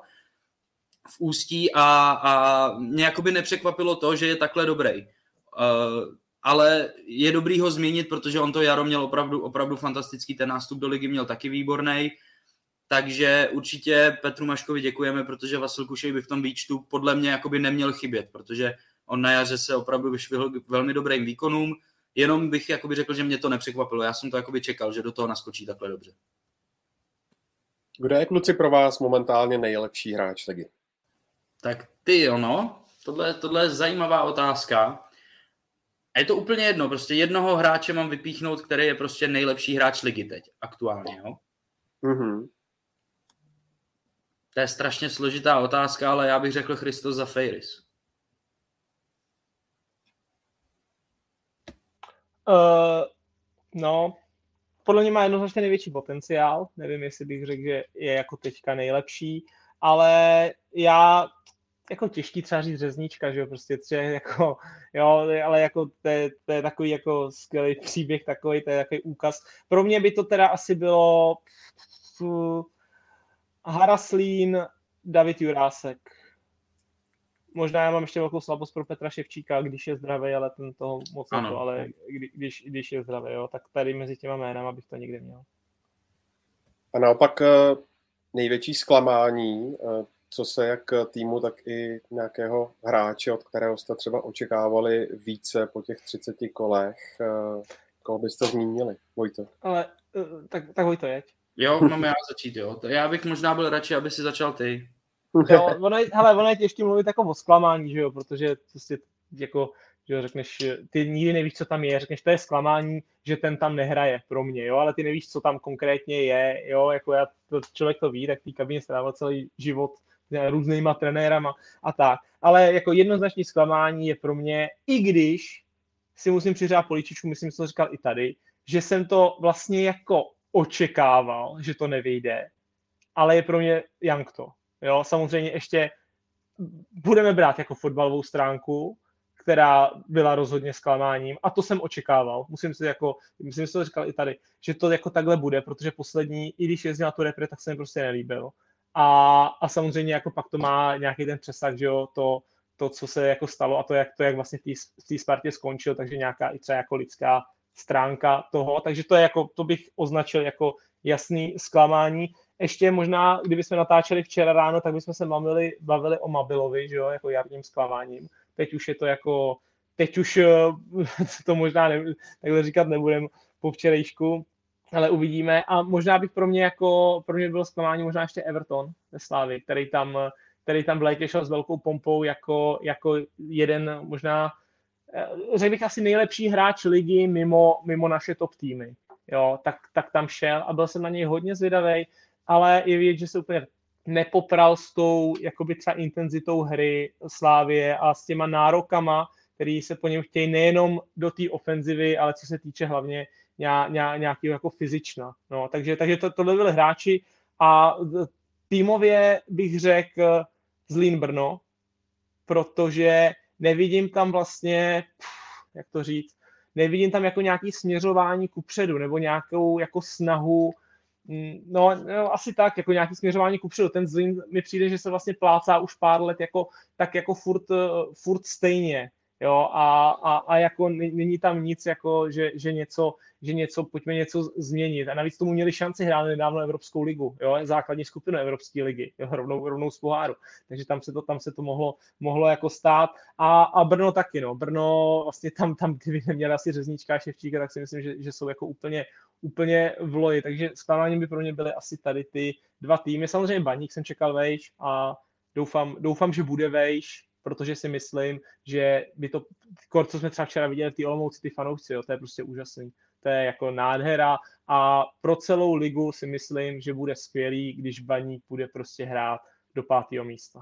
v Ústí a, a mě jakoby nepřekvapilo to, že je takhle dobrý. Uh, ale je dobrý ho změnit, protože on to jaro měl opravdu, opravdu fantastický, ten nástup do ligy měl taky výborný. Takže určitě Petru Maškovi děkujeme, protože Vasil Kušej by v tom výčtu podle mě jakoby neměl chybět, protože on na jaře se opravdu vyšvihl k velmi dobrým výkonům, jenom bych jakoby řekl, že mě to nepřekvapilo. Já jsem to jakoby čekal, že do toho naskočí takhle dobře. Kdo je, kluci, pro vás momentálně nejlepší hráč ligy? Tak ty ono, tohle, tohle je zajímavá otázka. A je to úplně jedno, prostě jednoho hráče mám vypíchnout, který je prostě nejlepší hráč ligy teď, aktuálně, jo? Mm-hmm. To je strašně složitá otázka, ale já bych řekl Christos Zafeiris. Uh, no, podle mě má jednoznačně největší potenciál. Nevím, jestli bych řekl, že je jako teďka nejlepší, ale já jako těžký třeba říct řeznička, že jo, prostě třeba jako, jo, ale jako to je, to je takový jako skvělý příběh takový, to je takový úkaz. Pro mě by to teda asi bylo pff, Haraslín, David Jurásek. Možná já mám ještě velkou slabost pro Petra Ševčíka, když je zdravý, ale ten toho moc na to, ale kdy, když, když je zdravý, jo, tak tady mezi těma jménama bych to někde měl. A naopak největší zklamání co se jak týmu, tak i nějakého hráče, od kterého jste třeba očekávali více po těch třiceti kolech. Koho byste zmínili, Vojto? Ale tak, tak Vojto, jeď. Jo, mám já začít, jo. Já bych možná byl radši, aby si začal ty. Jo, ono je, hele, ono je těžké mluvit jako o zklamání, že jo, protože prostě jako, že jo, řekneš, ty nikdy nevíš, co tam je, řekneš, to je zklamání, že ten tam nehraje pro mě, jo, ale ty nevíš, co tam konkrétně je, jo, jako já, to, člověk to ví, tak v té kabině strávil celý život různýma trenérama a tak, ale jako jednoznačné zklamání je pro mě, i když si musím přiřát poličičku, myslím, že to říkal i tady, že jsem to vlastně jako očekával, že to nevyjde, ale je pro mě Jankto. Jo, samozřejmě ještě budeme brát jako fotbalovou stránku, která byla rozhodně zklamáním a to jsem očekával. Musím si jako, myslím, že to říkal i tady, že to jako takhle bude, protože poslední, i když jezdil na tu repre, tak se mi prostě nelíbil. A, a samozřejmě jako pak to má nějaký ten přesah, že jo, to, to, co se jako stalo a to, jak to, jak vlastně v té Spartě skončil, takže nějaká i třeba jako lidská stránka toho, takže to je jako, to bych označil jako jasný zklamání. Ještě možná, kdybychom natáčeli včera ráno, tak bychom se bavili, bavili o Mabilovi, že jo, jako jarním zklamáním. Teď už je to jako, teď už to možná ne, takhle říkat nebudem po včerejšku, ale uvidíme. A možná bych pro mě jako, pro mě bylo zklamání možná ještě Everton ve Slávii, který tam, který tam v létě šel s velkou pompou jako, jako jeden možná, řekl bych asi nejlepší hráč ligy mimo, mimo naše top týmy. Jo, tak, tak tam šel a byl jsem na něj hodně zvědavej, ale je vidět, že se úplně nepopral s tou jakoby třeba intenzitou hry Slávie a s těma nárokama, který se po něm chtějí nejenom do té ofenzivy, ale co se týče hlavně nějakého jako fyzična. No, takže, takže to, tohle byli hráči a týmově bych řekl Zlín Brno, protože nevidím tam vlastně, jak to říct, nevidím tam jako nějaké směřování kupředu nebo nějakou jako snahu. No, no, asi tak, jako nějaký směřování kupředu. Ten Zlín mi přijde, že se vlastně plácá už pár let jako, tak jako furt, furt stejně. Jo, a, a, a jako není tam nic, jako, že, že, něco, že něco, pojďme něco změnit. A navíc tomu měli šanci hrát nedávno Evropskou ligu, jo, základní skupinu Evropské ligy, jo, rovnou, rovnou z poháru. Takže tam se to, tam se to mohlo, mohlo jako stát. A, a Brno taky, no. Brno vlastně tam, tam kdyby neměli asi Řezníčka a Ševčíka, tak si myslím, že, že jsou jako úplně, úplně v loji. Takže zklamáním by pro mě byly asi tady ty dva týmy. Samozřejmě Baník jsem čekal vejš a doufám, doufám, že bude vejš, protože si myslím, že by to, co jsme třeba včera viděli, ty Olomouci, ty fanoušci, jo, to je prostě úžasný. To je jako nádhera a pro celou ligu si myslím, že bude skvělý, když Baník bude prostě hrát do pátého místa.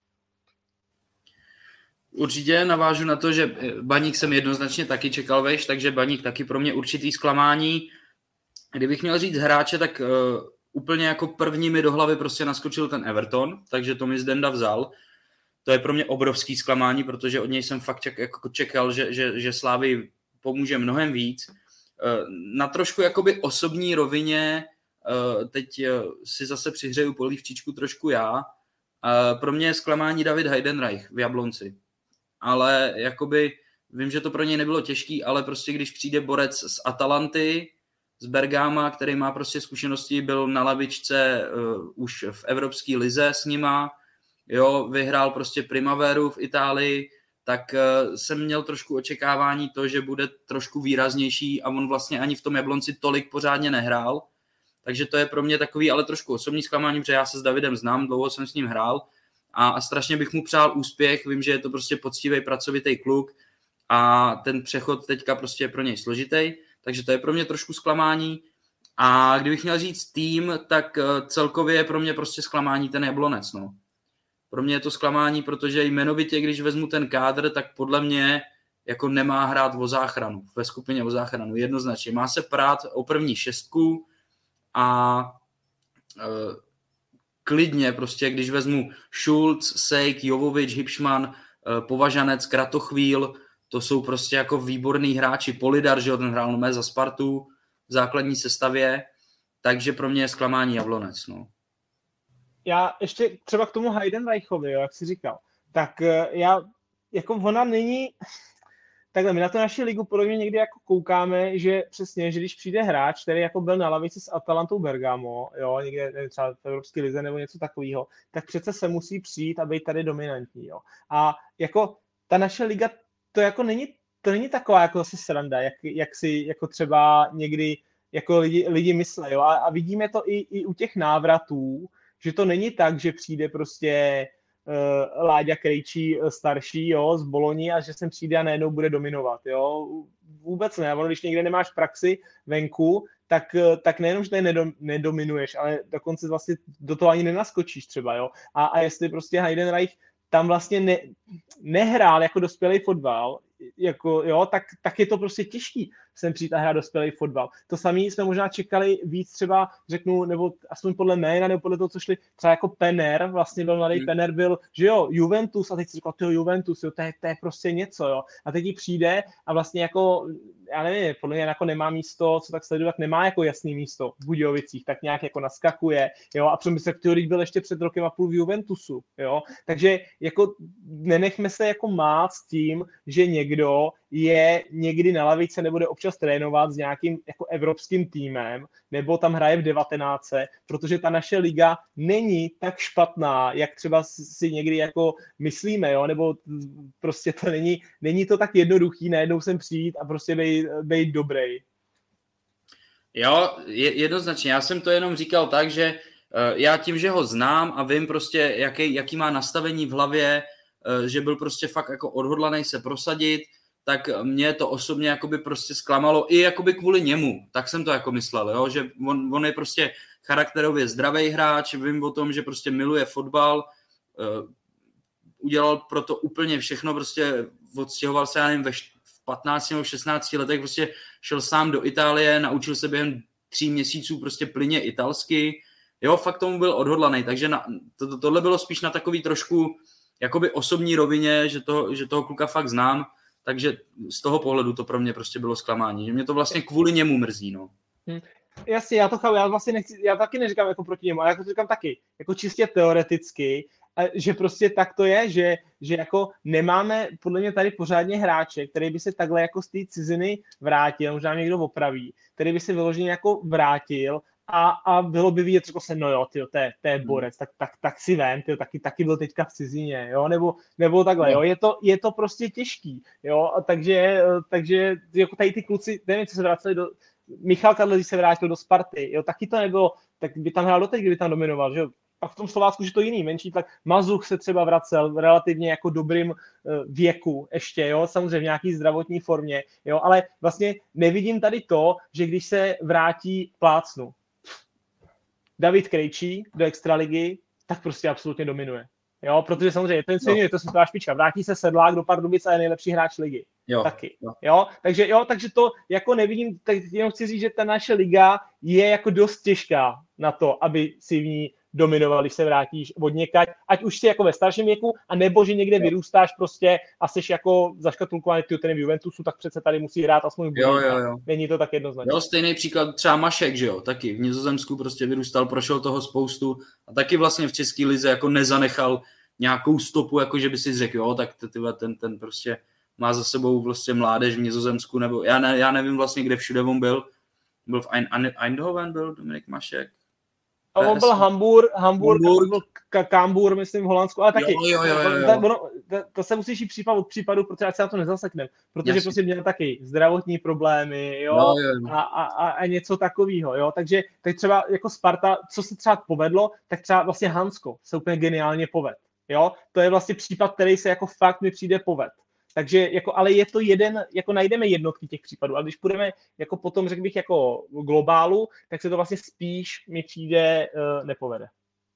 Určitě navážu na to, že Baník jsem jednoznačně taky čekal vejš, takže Baník taky pro mě určitý zklamání. Kdybych měl říct hráče, tak uh, úplně jako první mi do hlavy prostě naskočil ten Everton, takže to mi Zdenda vzal. To je pro mě obrovský zklamání, protože od něj jsem fakt ček, jako čekal, že, že, že Slávii pomůže mnohem víc. Na trošku jakoby osobní rovině, teď si zase přihřeju polívčičku trošku já, pro mě je zklamání David Heidenreich v Jablonci. Ale jakoby, vím, že to pro něj nebylo těžký, ale prostě když přijde borec z Atalanty, z Bergama, který má prostě zkušenosti, byl na lavičce uh, už v Evropské lize s nima, jo, vyhrál prostě Primaveru v Itálii, tak uh, jsem měl trošku očekávání to, že bude trošku výraznější a on vlastně ani v tom Jablonci tolik pořádně nehrál. Takže to je pro mě takový, ale trošku osobní zklamání, protože já se s Davidem znám, dlouho jsem s ním hrál a, a strašně bych mu přál úspěch. Vím, že je to prostě poctivý, pracovitý kluk a ten přechod teďka prostě je pro něj složitý, takže to je pro mě trošku zklamání. A kdybych měl říct tým, tak uh, celkově je pro mě prostě zklamání ten Jablonec, no. Pro mě je to zklamání, protože jmenovitě, když vezmu ten kádr, tak podle mě jako nemá hrát o záchranu, ve skupině o záchranu, jednoznačně. Má se prát o první šestku a e, klidně prostě, když vezmu Schulz, Sejk, Jovovič, Hipšman, e, Považanec, Kratochvíl, to jsou prostě jako výborný hráči. Polidar, že jo, ten hrál nové za Spartu v základní sestavě, takže pro mě je zklamání Jablonec, no. Já ještě třeba k tomu Heidenreichovi, jo, jak jsi říkal, tak já, jako ona není, takhle, my na to naši ligu podobně někdy jako koukáme, že přesně, že když přijde hráč, který jako byl na lavici s Atalantou Bergamo, jo, někde nevím, třeba v Evropské lize nebo něco takového, tak přece se musí přijít a být tady dominantní, jo. A jako ta naše liga, to jako není, to není taková jako asi sranda, jak, jak si jako třeba někdy jako lidi, lidi myslí, jo. A, a vidíme to i, i u těch návratů, že to není tak, že přijde prostě uh, Láďa Krejčí starší, jo, z Boloni a že sem přijde a najednou bude dominovat, jo. Vůbec ne, ono, když někde nemáš praxi venku, tak, tak nejenom, že tady nedom, nedominuješ, ale dokonce vlastně do toho ani nenaskočíš třeba, jo. A, a jestli prostě Heidenreich tam vlastně ne, nehrál jako dospělý fotbal, jako, jo, tak, tak je to prostě těžký sem přijít a hrát dospělý fotbal. To samé jsme možná čekali víc třeba, řeknu, nebo aspoň podle jména, nebo podle toho, co šli, třeba jako Penner, vlastně byl mladý hmm. Penner, byl, že jo, Juventus, a teď si říkal, to Juventus, jo, to je, to je prostě něco, jo. A teď jí přijde a vlastně jako, já nevím, podle mě jako nemá místo, co tak sleduju, tak nemá jako jasný místo v Budějovicích, tak nějak jako naskakuje, jo, a přemysl, který byl ještě před rokem a půl v Juventusu, jo. Takže jako nenechme se jako mát s tím, že někdo je někdy na lavice nebo bude občas trénovat s nějakým jako evropským týmem, nebo tam hraje v devatenáctce, protože ta naše liga není tak špatná, jak třeba si někdy jako myslíme, jo, nebo prostě to není, není to tak jednoduchý najednou sem přijít a prostě bej, bej dobrý. Jo, jednoznačně. Já jsem to jenom říkal tak, že uh, já tím, že ho znám a vím prostě, jaký, jaký má nastavení v hlavě, uh, že byl prostě fakt jako odhodlaný se prosadit, tak mě to osobně jakoby prostě zklamalo i jakoby kvůli němu. Tak jsem to jako myslel, jo? Že on, on je prostě charakterově zdravý hráč, vím o tom, že prostě miluje fotbal, uh, udělal pro to úplně všechno, prostě odstěhoval se, já nevím, ve v patnácti nebo šestnácti letech, prostě šel sám do Itálie, naučil se během tří měsíců prostě plyně italsky, jo, fakt tomu byl odhodlaný, takže na, to, to, tohle bylo spíš na takový trošku jakoby osobní rovině, že, to, že toho kluka fakt znám, takže z toho pohledu to pro mě prostě bylo zklamání, že mě to vlastně kvůli němu mrzí, no. Hmm. Jasně, já to chápu, já vlastně nechci, já taky neříkám jako proti němu, ale jako to říkám taky, jako čistě teoreticky, že prostě tak to je, že, že jako nemáme podle mě tady pořádně hráče, který by se takhle jako z té ciziny vrátil, možná někdo opraví, který by se vyloženě jako vrátil a, a bylo by vidět, řekl se, no jo, tyjo, to je, to je borec, tak, tak, tak si vem, tyjo, taky, taky byl teďka v cizině, jo, nebo, nebo takhle, jo, je to, je to prostě těžký, jo, a takže, takže jako tady ty kluci, nevím, co se vraceli do, Michal Kadlec, když se vrátil do Sparty, jo, taky to nebylo, tak by tam hrál doteď, kdyby tam dominoval, že jo. A v tom Slovácku, že to jiný, menší tlak. Mazuch se třeba vracel v relativně jako dobrým věku ještě, jo, samozřejmě v nějaký zdravotní formě, jo, ale vlastně nevidím tady to, že když se vrátí plácnu David Krejčí do extraligy, tak prostě absolutně dominuje. Jo, protože samozřejmě ten senior, no. To si svá špička. Vrátí se Sedlák do Pardubic a je nejlepší hráč ligy. Jo. Taky. Jo. Jo, takže jo, takže to jako nevidím, tak jenom chci říct, že ta naše liga je jako dost těžká na to, aby si v ní dominoval, když se vrátíš od někať, ať už jsi jako ve starším věku, a nebo že někde vyrůstáš prostě a jsi jako zaškatulkovaný ten v Juventusu, tak přece tady musí hrát aspoň v jo, jo, jo. Není to tak jednoznačné. Jo, stejný příklad třeba Mašek, že jo, taky v Nizozemsku prostě vyrůstal, prošel toho spoustu a taky vlastně v české lize jako nezanechal nějakou stopu, jako že by si řekl, jo, tak tyhle, ten, ten prostě má za sebou vlastně mládež v Nizozemsku, nebo já, ne, já nevím vlastně, kde všude on byl. Byl v Eindhoven, byl Dominik Mašek. A on byl Hamburg, Hamburg, Hamburg. Byl Kambur, myslím, v Holandsku, ale taky. Jo, jo, jo, jo, jo. To, to, to se musíš jít případ od případu, protože ať se na to nezasekneme. Protože Jasně. prostě měl taky zdravotní problémy, jo, jo, jo, jo. A, a, a něco takového, jo. Takže teď třeba jako Sparta, co se třeba povedlo, tak třeba vlastně Hansko se úplně geniálně poved, jo. To je vlastně případ, který se jako fakt mi přijde poved. Takže jako, ale je to jeden, jako najdeme jednotky těch případů, ale když půjdeme jako potom, řekl bych, jako globálu, tak se to vlastně spíš mi přijde uh, nepovede.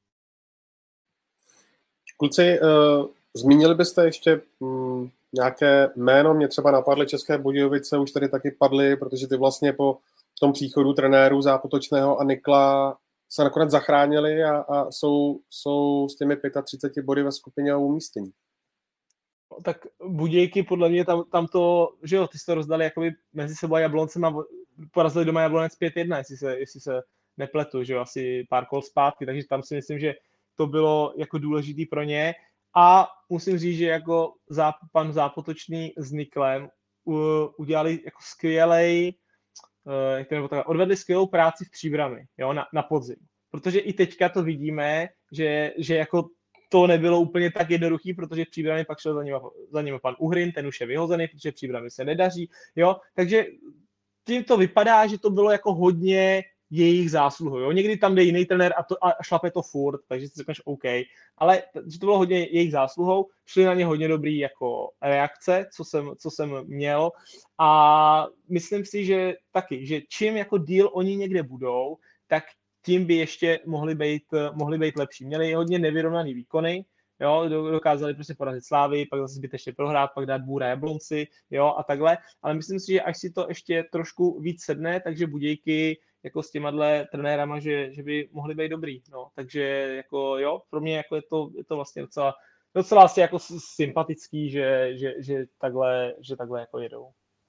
Kluci, uh, zmínili byste ještě um, nějaké jméno, mě třeba napadly České Budějovice, už tady taky padly, protože ty vlastně po tom příchodu trenéru Zápotočného a Nikla se nakonec zachránili a, a jsou, jsou s těmi třiceti pěti body ve skupině a umístění. Tak Budějky, podle mě, tam, tam to, že jo, ty se to rozdali jakoby mezi sebou a Jabloncem a porazili doma Jablonec pět jedna, jestli se, jestli se nepletu, že jo, asi pár kol zpátky, takže tam si myslím, že to bylo jako důležitý pro ně a musím říct, že jako záp, pan Zápotočný s Niklem udělali jako skvělej, jak to nebo tak, odvedli skvělou práci v Příbrami, jo, na, na podzim. Protože i teďka to vidíme, že, že jako to nebylo úplně tak jednoduchý, protože v Příbrami pak šel za ním, za ním pan Uhrin, ten už je vyhozený, protože v Příbrami se nedaří, jo, takže tím to vypadá, že to bylo jako hodně jejich zásluhou, jo, někdy tam jde jiný trenér a, to, a šlape to furt, takže si řekneš OK, ale že to bylo hodně jejich zásluhou, šli na ně hodně dobrý jako reakce, co jsem, co jsem měl a myslím si, že taky, že čím jako díl oni někde budou, tak tím by ještě mohli být, mohli být lepší. Měli hodně nevyrovnaný výkony, jo, dokázali prostě porazit Slávy, pak zase zbytečně prohrát, pak dát bůra Jablonci, jo, a takhle, ale myslím si, že až si to ještě trošku víc sedne, takže Budějky jako s těma trenérama, že, že by mohli být dobrý, no, takže jako jo, pro mě jako je to, je to vlastně docela, docela asi jako sympatický, že, že, že takhle, že takhle jako jedou.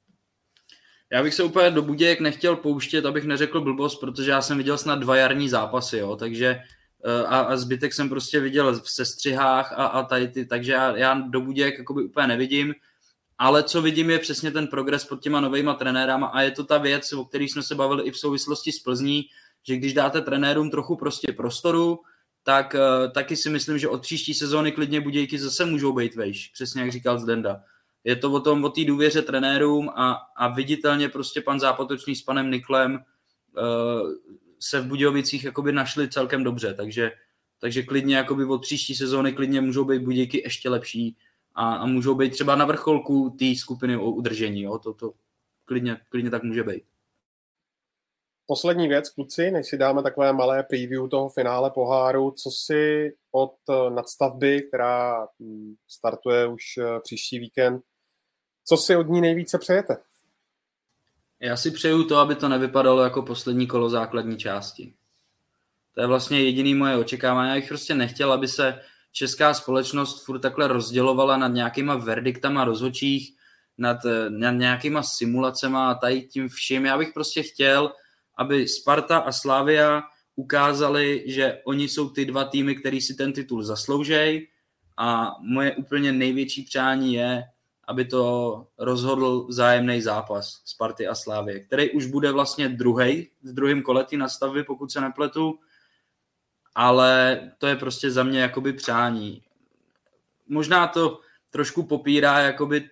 Já bych se úplně do Budějek nechtěl pouštět, abych neřekl blbost, protože já jsem viděl snad dva jarní zápasy, jo, takže a, a zbytek jsem prostě viděl v sestřihách a, a tady ty, takže já, já do Budějek jakoby úplně nevidím, ale co vidím je přesně ten progres pod těma novejma trenérama a je to ta věc, o které jsme se bavili i v souvislosti s Plzní, že když dáte trenérům trochu prostě prostoru, tak taky si myslím, že od příští sezóny klidně Budějky zase můžou být vejš, přesně jak říkal Zdenda. Je to o tom, o té důvěře trenérům a, a viditelně prostě pan Zápotočný s panem Niklem uh, se v Budějovicích jakoby našli celkem dobře, takže, takže klidně jakoby od příští sezóny klidně můžou být Budějky ještě lepší a, a můžou být třeba na vrcholku té skupiny o udržení, jo? To, to klidně, klidně tak může být. Poslední věc, kluci, než si dáme takové malé preview toho finále poháru, co si od nadstavby, která startuje už příští víkend, co si od ní nejvíce přejete? Já si přeju to, aby to nevypadalo jako poslední kolo základní části. To je vlastně jediný moje očekávání. Já bych prostě nechtěl, aby se česká společnost furt takhle rozdělovala nad nějakýma verdiktama rozhodčích, nad, nad nějakýma simulacema a tady tím vším. Já bych prostě chtěl, aby Sparta a Slavia ukázali, že oni jsou ty dva týmy, který si ten titul zasloužejí a moje úplně největší přání je, aby to rozhodl vzájemný zápas Sparty a Slavie, který už bude vlastně druhej, v druhém kole ty nastavby, pokud se nepletu, ale to je prostě za mě jakoby přání. Možná to trošku popírá jakoby,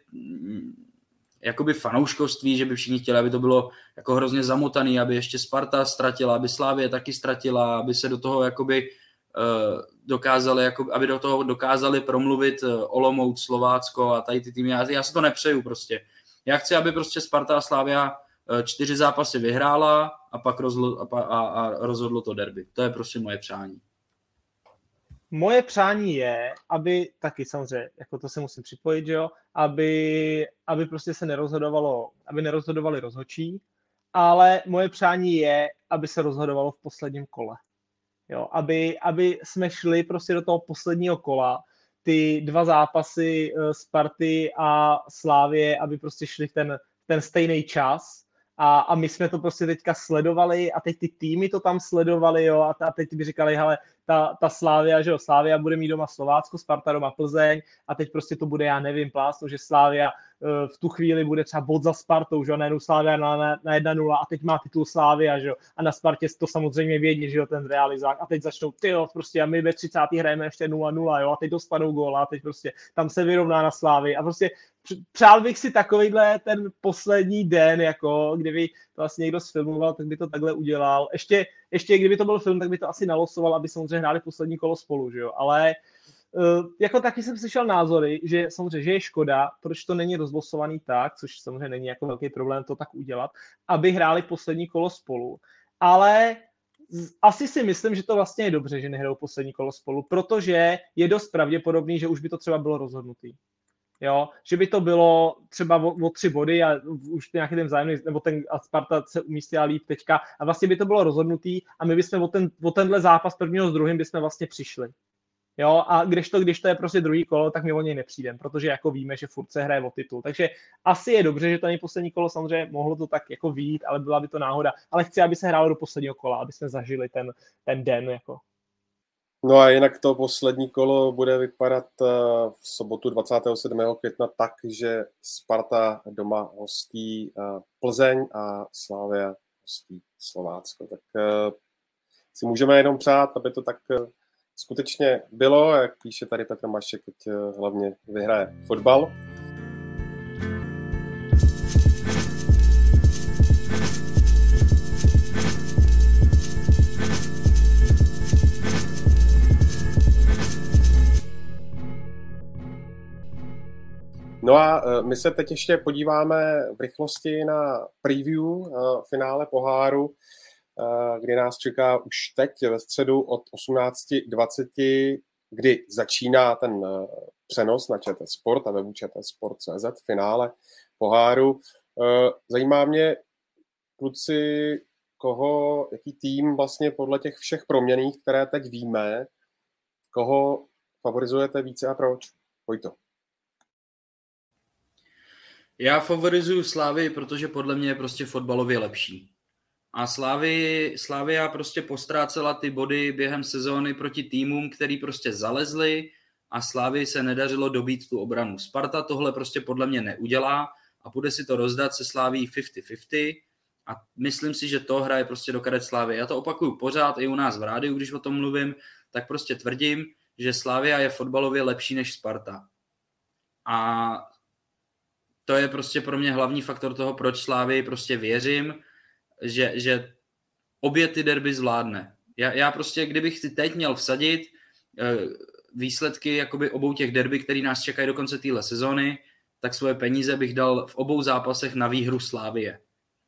jakoby fanouškovství, že by všichni chtěli, aby to bylo jako hrozně zamotaný, aby ještě Sparta ztratila, aby Slavie taky ztratila, aby se do toho jakoby dokázali, jako, aby do toho dokázali promluvit Olomouc, Slovácko a tady ty týmy. Já, já si to nepřeju prostě. Já chci, aby prostě Sparta a Slavia čtyři zápasy vyhrála a pak rozhodlo, a, a, a rozhodlo to derby. To je prostě moje přání. Moje přání je, aby taky samozřejmě, jako to se musím připojit, že jo, aby, aby prostě se nerozhodovalo, aby nerozhodovali rozhodčí, ale moje přání je, aby se rozhodovalo v posledním kole. Jo, aby, aby jsme šli prostě do toho posledního kola, ty dva zápasy Sparty a Slávie, aby prostě šli v ten, ten stejný čas a, a my jsme to prostě teďka sledovali a teď ty týmy to tam sledovali, jo, a, a teď by říkali, hele, ta, ta Slávia, že jo, Slávia bude mít doma Slovácko, Sparta doma Plzeň a teď prostě to bude, já nevím, plásno, že Slávia v tu chvíli bude třeba bod za Spartou, že jo, najednou Slávia na, na, na jedna nula a teď má titul Slávia, že jo, a na Spartě to samozřejmě vědí, že jo, ten realizák a teď začnou, ty jo, prostě a my ve třicáté hrajeme ještě nula nula, jo, a teď dostanou gól a teď prostě tam se vyrovná na Slávii a prostě přál bych si takovejhle ten poslední den, jako kdyby to vlastně někdo sfilmoval, tak by to takhle udělal. Ještě, ještě kdyby to byl film, tak by to asi nalosoval, aby samozřejmě hráli poslední kolo spolu, že jo, ale Uh, jako taky jsem slyšel názory, že samozřejmě, že je škoda, proč to není rozlosovaný tak, což samozřejmě není jako velký problém to tak udělat, aby hráli poslední kolo spolu. Ale z, asi si myslím, že to vlastně je dobře, že nehrajou poslední kolo spolu, protože je dost pravděpodobný, že už by to třeba bylo rozhodnutý. Jo, že by to bylo třeba o, o tři body a už nějaký ten vzájemný, nebo ten a Sparta se umístila líp teďka a vlastně by to bylo rozhodnutý a my bychom o, ten, o tenhle zápas prvního s druhým bychom vlastně přišli. Jo, a když to, když to je prostě druhý kolo, tak my o něj nepřijdeme, protože jako víme, že furt se hraje o titul. Takže asi je dobře, že to není poslední kolo, samozřejmě mohlo to tak jako vyjít, ale byla by to náhoda. Ale chci, aby se hrálo do posledního kola, aby jsme zažili ten, ten den. Jako. No a jinak to poslední kolo bude vypadat v sobotu dvacátého sedmého května tak, že Sparta doma hostí Plzeň a Slavia hostí Slovácko. Tak si můžeme jenom přát, aby to tak skutečně bylo, jak píše tady Petr Mašek, teď hlavně vyhraje fotbal. No a my se teď ještě podíváme v rychlosti na preview finále poháru, kdy nás čeká už teď ve středu od osmnáct dvacet, kdy začíná ten přenos na ČT Sport a webu čtsport tečka cé zet finále poháru. Zajímá mě, kluci, koho, jaký tým vlastně podle těch všech proměnných, které teď víme, koho favorizujete více a proč? Vojto. Já favorizuju Slavii, protože podle mě je prostě fotbalově lepší. A Slavii, Slavia prostě postrácela ty body během sezóny proti týmům, který prostě zalezli a Slavii se nedařilo dobít tu obranu. Sparta tohle prostě podle mě neudělá a bude si to rozdat se Slavií padesát padesát a myslím si, že to hraje prostě do karet Slavie. Já to opakuju pořád i u nás v rádiu, když o tom mluvím, tak prostě tvrdím, že Slavia je fotbalově lepší než Sparta. A to je prostě pro mě hlavní faktor toho, proč Slavii prostě věřím, že, že obě ty derby zvládne. Já, já prostě, kdybych si teď měl vsadit uh, výsledky jakoby obou těch derby, který nás čekají do konce téhle sezóny, tak svoje peníze bych dal v obou zápasech na výhru Slavie.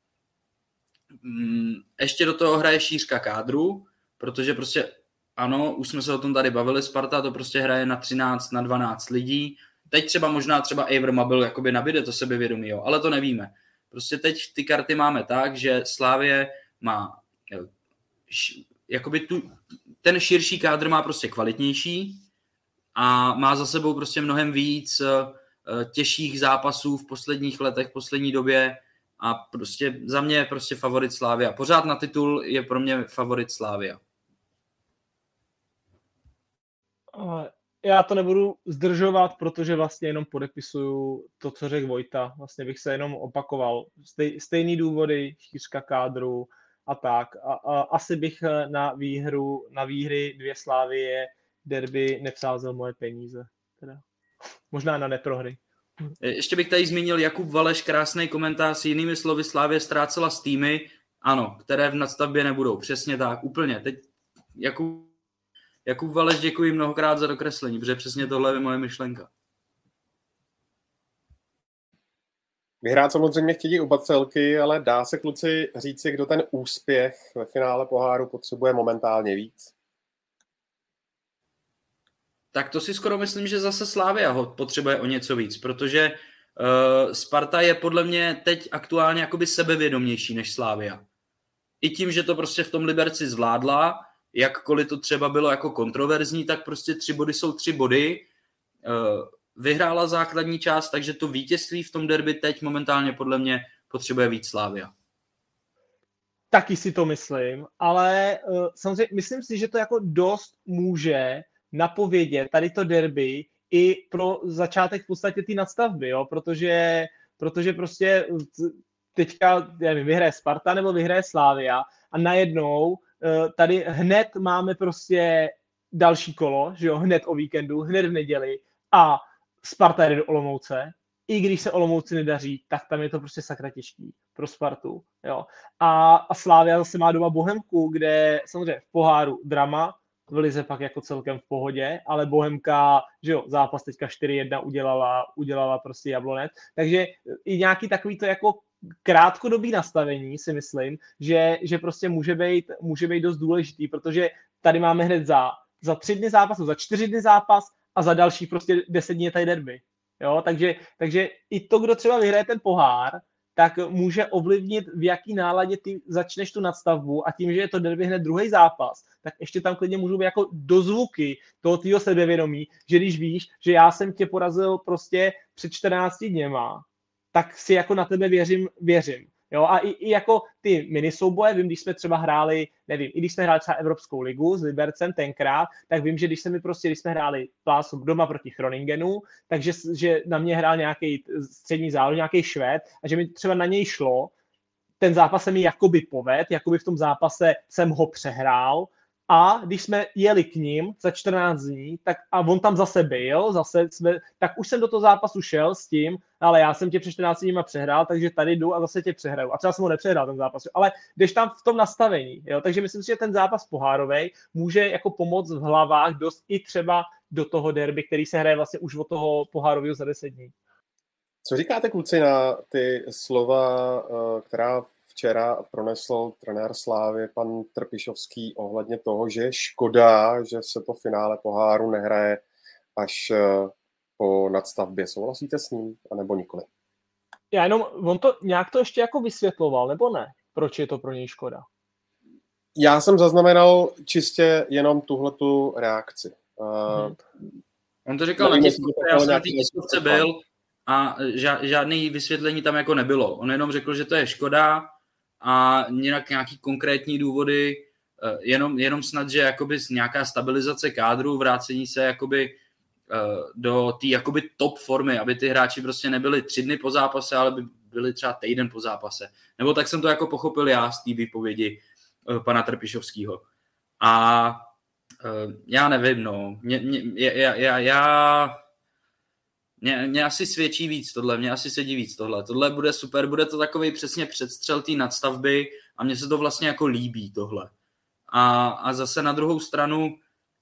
Um, ještě do toho hraje šířka kádru, protože prostě ano, už jsme se o tom tady bavili, Sparta to prostě hraje na třináct, na dvanáct lidí. Teď třeba možná třeba Averma byl jakoby nabíde to sebevědomí, jo, ale to nevíme. Prostě teď ty karty máme tak, že Slavie má jakoby tu, ten širší kádr má prostě kvalitnější a má za sebou prostě mnohem víc těžších zápasů v posledních letech, v poslední době a prostě za mě je prostě favorit Slavia. Pořád na titul je pro mě favorit Slavia. Já to nebudu zdržovat, protože vlastně jenom podepisuju to, co řekl Vojta. Vlastně bych se jenom opakoval. Stej, stejný důvody, šířka kádru a tak. A, a asi bych na výhru, na výhry dvě Slavie derby nevsázel moje peníze. Teda. Možná na neprohry. Ještě bych tady zmínil Jakub Valeš, krásný komentář. Jinými slovy, Slavie ztrácela s týmy, ano, které v nadstavbě nebudou. Přesně tak, úplně. Teď Jakub Jakub Valeš, děkuji mnohokrát za dokreslení, protože přesně tohle je moje myšlenka. Vyhrát samozřejmě chtějí oba celky, ale dá se, kluci, říci, kdo ten úspěch ve finále poháru potřebuje momentálně víc? Tak to si skoro myslím, že zase Slavia ho potřebuje o něco víc, protože uh, Sparta je podle mě teď aktuálně jakoby sebevědomější než Slavia. I tím, že to prostě v tom Liberci zvládla, jakkoliv to třeba bylo jako kontroverzní, tak prostě tři body jsou tři body. Vyhrála základní část, takže to vítězství v tom derby teď momentálně podle mě potřebuje víc Slavia. Taky si to myslím, ale samozřejmě myslím si, že to jako dost může napovědět tady to derby i pro začátek v podstatě ty nadstavby, jo? Protože, protože prostě teďka nevím, vyhraje Sparta nebo vyhraje Slavia a najednou tady hned máme prostě další kolo, že jo, hned o víkendu, hned v neděli a Sparta jde do Olomouce. I když se Olomouci nedaří, tak tam je to prostě sakra těžký pro Spartu, jo. A, a Slavia zase má doma Bohemku, kde samozřejmě v poháru drama, v lize pak jako celkem v pohodě, ale Bohemka, že jo, zápas teďka čtyři jedna udělala, udělala prostě Jablonec, takže i nějaký takový to jako krátkodobý nastavení si myslím, že, že prostě může být, může být dost důležitý, protože tady máme hned za, za tři dny zápas, za čtyři dny zápas a za další prostě deset dní je tady derby. Jo? Takže, takže i to, kdo třeba vyhraje ten pohár, tak může ovlivnit, v jaký náladě ty začneš tu nadstavbu a tím, že je to derby hned druhý zápas, tak ještě tam klidně můžou být jako dozvuky toho tvýho sebevědomí, že když víš, že já jsem tě porazil prostě před čtrnácti dněma, tak si jako na tebe věřím, věřím. Jo, a i, i jako ty minisouboje, vím, když jsme třeba hráli, nevím, i když jsme hráli třeba Evropskou ligu s Libercem tenkrát, tak vím, že když se mi prostě, když jsme hráli Plásu doma proti Chroningenu, takže že na mě hrál nějaký střední zálož, nějaký Švéd a že mi třeba na něj šlo, ten zápas se mi jakoby poved, jakoby v tom zápase jsem ho přehrál, a když jsme jeli k ním za čtrnáct dní, tak a on tam zase byl, zase jsme, tak už jsem do toho zápasu šel s tím, ale já jsem tě před čtrnácti dníma přehrál, takže tady jdu a zase tě přehraju. A třeba jsem ho nepřehrál ten zápas, ale jdeš tam v tom nastavení. Jo? Takže myslím si, že ten zápas pohárovej může jako pomoct v hlavách dost i třeba do toho derby, který se hraje vlastně už od toho pohárového za deset dní. Co říkáte, kluci, na ty slova, která včera pronesl trenér Slávy pan Trpišovský ohledně toho, že je škoda, že se to finále poháru nehraje až po nadstavbě. Souhlasíte s ním, anebo nikoli? Já jenom, on to nějak to ještě jako vysvětloval, nebo ne? Proč je to pro něj škoda? Já jsem zaznamenal čistě jenom tuhletu reakci. Hmm. On to říkal na tiskovce, já jsem na té tiskovce byl a žádný vysvětlení tam jako nebylo. On jenom řekl, že to je škoda a jinak nějaký konkrétní důvody, jenom, jenom snad, že jakoby nějaká stabilizace kádru, vrácení se jakoby do té jakoby top formy, aby ty hráči prostě nebyli tři dny po zápase, ale by byli třeba týden po zápase. Nebo tak jsem to jako pochopil já z té výpovědi pana Trpišovského. A já nevím, no. Mě, mě, já, já, já, mě, mě asi svědčí víc tohle, mě asi sedí víc tohle. Tohle bude super, bude to takovej přesně předstřel té nadstavby a mně se to vlastně jako líbí tohle. A, a zase na druhou stranu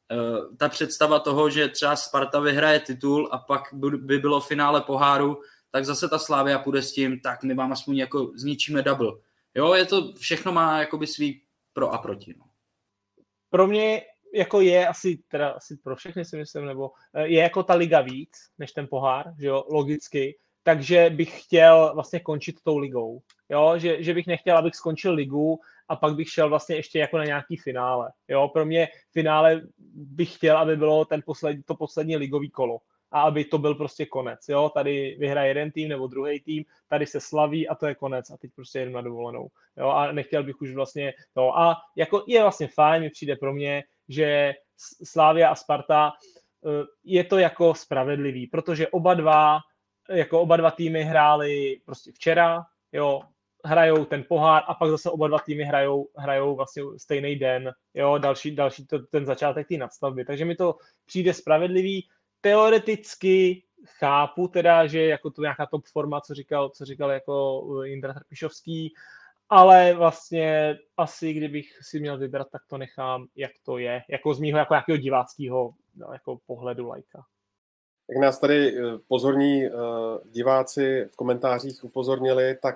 ta představa toho, že třeba Sparta vyhraje titul a pak by bylo finále poháru, tak zase ta Slavia půjde s tím, tak my vám aspoň jako zničíme double. Jo, je to, všechno má jakoby svý pro a proti. No. Pro mě jako je asi, teda asi pro všechny si myslím, nebo je jako ta liga víc, než ten pohár, že jo, logicky, takže bych chtěl vlastně končit tou ligou, jo, že, že bych nechtěl, abych skončil ligu a pak bych šel vlastně ještě jako na nějaký finále, jo, pro mě finále bych chtěl, aby bylo ten poslední, to poslední ligový kolo a aby to byl prostě konec, jo, tady vyhraje jeden tým nebo druhý tým, tady se slaví a to je konec a teď prostě jedu na dovolenou, jo, a nechtěl bych už vlastně to a jako je vlastně fajn, mi přijde pro mě, že Slavia a Sparta je to jako spravedlivý, protože oba dva, jako oba dva týmy hráli prostě včera, jo, hrajou ten pohár a pak zase oba dva týmy hrajou, hrajou vlastně stejný den, jo, další, další to, ten začátek té nadstavby, takže mi to přijde spravedlivý. Teoreticky chápu teda, že jako to nějaká top forma, co říkal, co říkal jako Jindra Trpišovský, ale vlastně asi, kdybych si měl vybrat, tak to nechám, jak to je, jako z mýho jako nějakého diváckého jako pohledu lajka. Jak nás tady pozorní diváci v komentářích upozornili, tak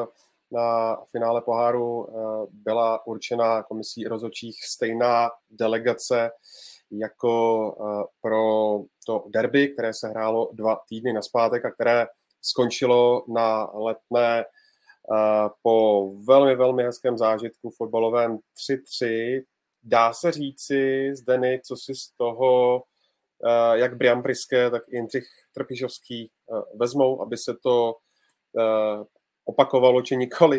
na finále poháru byla určena komisí rozhodčích stejná delegace jako pro to derby, které se hrálo dva týdny nazpátek a které skončilo na Letné po velmi, velmi hezkém zážitku fotbalovém tři tři. Dá se říci, Zdeny, co si z toho jak Brian Priske, tak i Jindřich Trpišovský vezmou, aby se to opakovalo, či nikoli?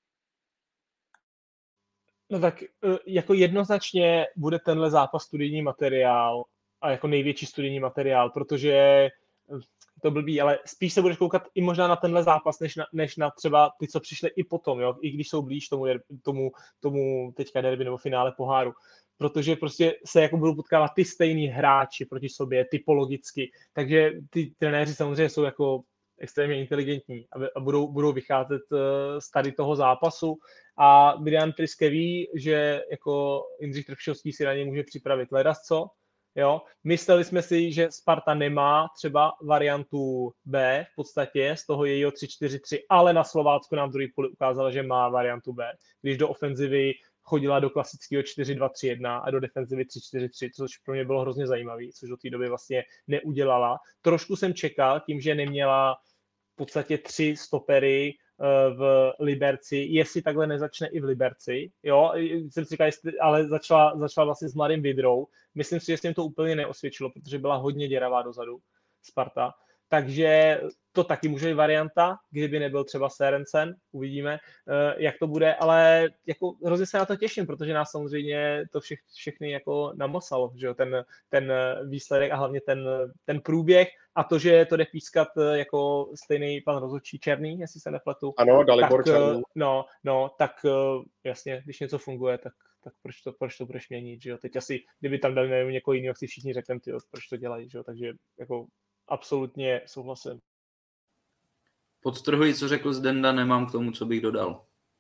No tak jako jednoznačně bude tenhle zápas studijní materiál a jako největší studijní materiál, protože to blbý, ale spíš se budeš koukat i možná na tenhle zápas, než na, než na třeba ty, co přišly i potom, jo? I když jsou blíž tomu, tomu, tomu teďka derby nebo finále poháru. Protože prostě se jako budou potkávat ty stejný hráči proti sobě, typologicky. Takže ty trenéři samozřejmě jsou jako extrémně inteligentní a budou, budou vycházet z tady toho zápasu. A Brian Priske ví, že jako Jindřich Trpišovský si na něj může připravit ledasco. Jo? Mysleli jsme si, že Sparta nemá třeba variantu B v podstatě z toho jejího tři čtyři tři, ale na Slovácku nám v druhé půli ukázala, že má variantu B. Když do ofenzivy chodila do klasického čtyři dva tři jedna a do defenzivy tři čtyři tři, což pro mě bylo hrozně zajímavé, což do té doby vlastně neudělala. Trošku jsem čekal tím, že neměla v podstatě tři stopery v Liberci, jestli takhle nezačne i v Liberci, jo, jsem si říkal, ale začala, začala vlastně s mladým Vidrou. Myslím si, že se jim to úplně neosvědčilo, protože byla hodně děravá dozadu Sparta. takže to taky může být varianta, kdyby nebyl třeba Sørensen, uvidíme, jak to bude, ale jako hrozně se na to těším, protože nás samozřejmě to vše, všechny jako namosalo, že jo, ten, ten výsledek a hlavně ten, ten průběh a to, že to jde pískat jako stejný pan rozhodčí Černý, jestli se nepletu. Ano, Dalibor tak, Černý. No, no, tak jasně, když něco funguje, tak, tak proč, to, proč to budeš měnit, že jo, teď asi, kdyby tam dali nevím, někoho jiného, si všichni řekneme, tyjo, proč to dělají, že jo, takže jako absolutně souhlasím. Podtrhuji, co řekl Zdenda, nemám k tomu, co bych dodal.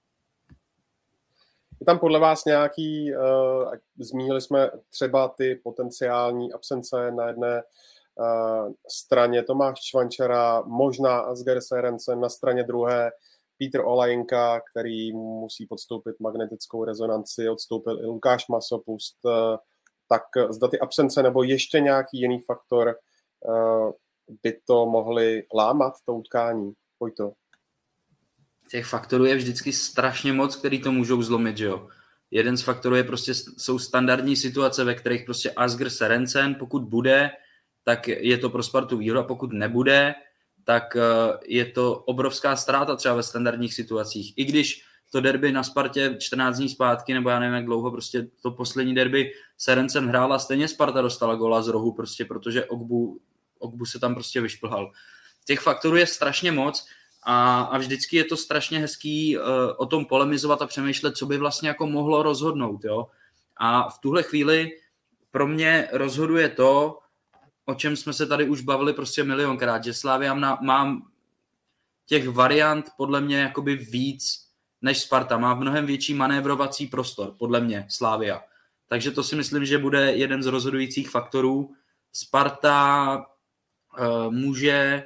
Je tam podle vás nějaký, uh, zmínili jsme třeba ty potenciální absence na jedné uh, straně Tomáš Čvančara, možná Asger Sørensen, na straně druhé Petr Olajinka, který musí podstoupit magnetickou rezonanci, odstoupil i Lukáš Masopust, uh, tak zda ty absence nebo ještě nějaký jiný faktor uh, by to mohli lámat, to utkání. Pojď to. Těch faktorů je vždycky strašně moc, který to můžou zlomit, že jo. Jeden z faktorů je prostě, jsou standardní situace, ve kterých prostě Asger Sørensen, pokud bude, tak je to pro Spartu výhoda, pokud nebude, tak je to obrovská ztráta třeba ve standardních situacích. I když to derby na Spartě čtrnáct dní zpátky, nebo já nevím jak dlouho, prostě to poslední derby Sørensen hrál a stejně Sparta dostala góla z rohu, prostě protože Ogbu, Ogbu se tam prostě vyšplhal. Těch faktorů je strašně moc a, a vždycky je to strašně hezký uh, o tom polemizovat a přemýšlet, co by vlastně jako mohlo rozhodnout. Jo? A v tuhle chvíli pro mě rozhoduje to, o čem jsme se tady už bavili prostě milionkrát, že Slavia má těch variant podle mě jakoby víc než Sparta. Má mnohem větší manévrovací prostor, podle mě, Slavia. Takže to si myslím, že bude jeden z rozhodujících faktorů. Sparta uh, může...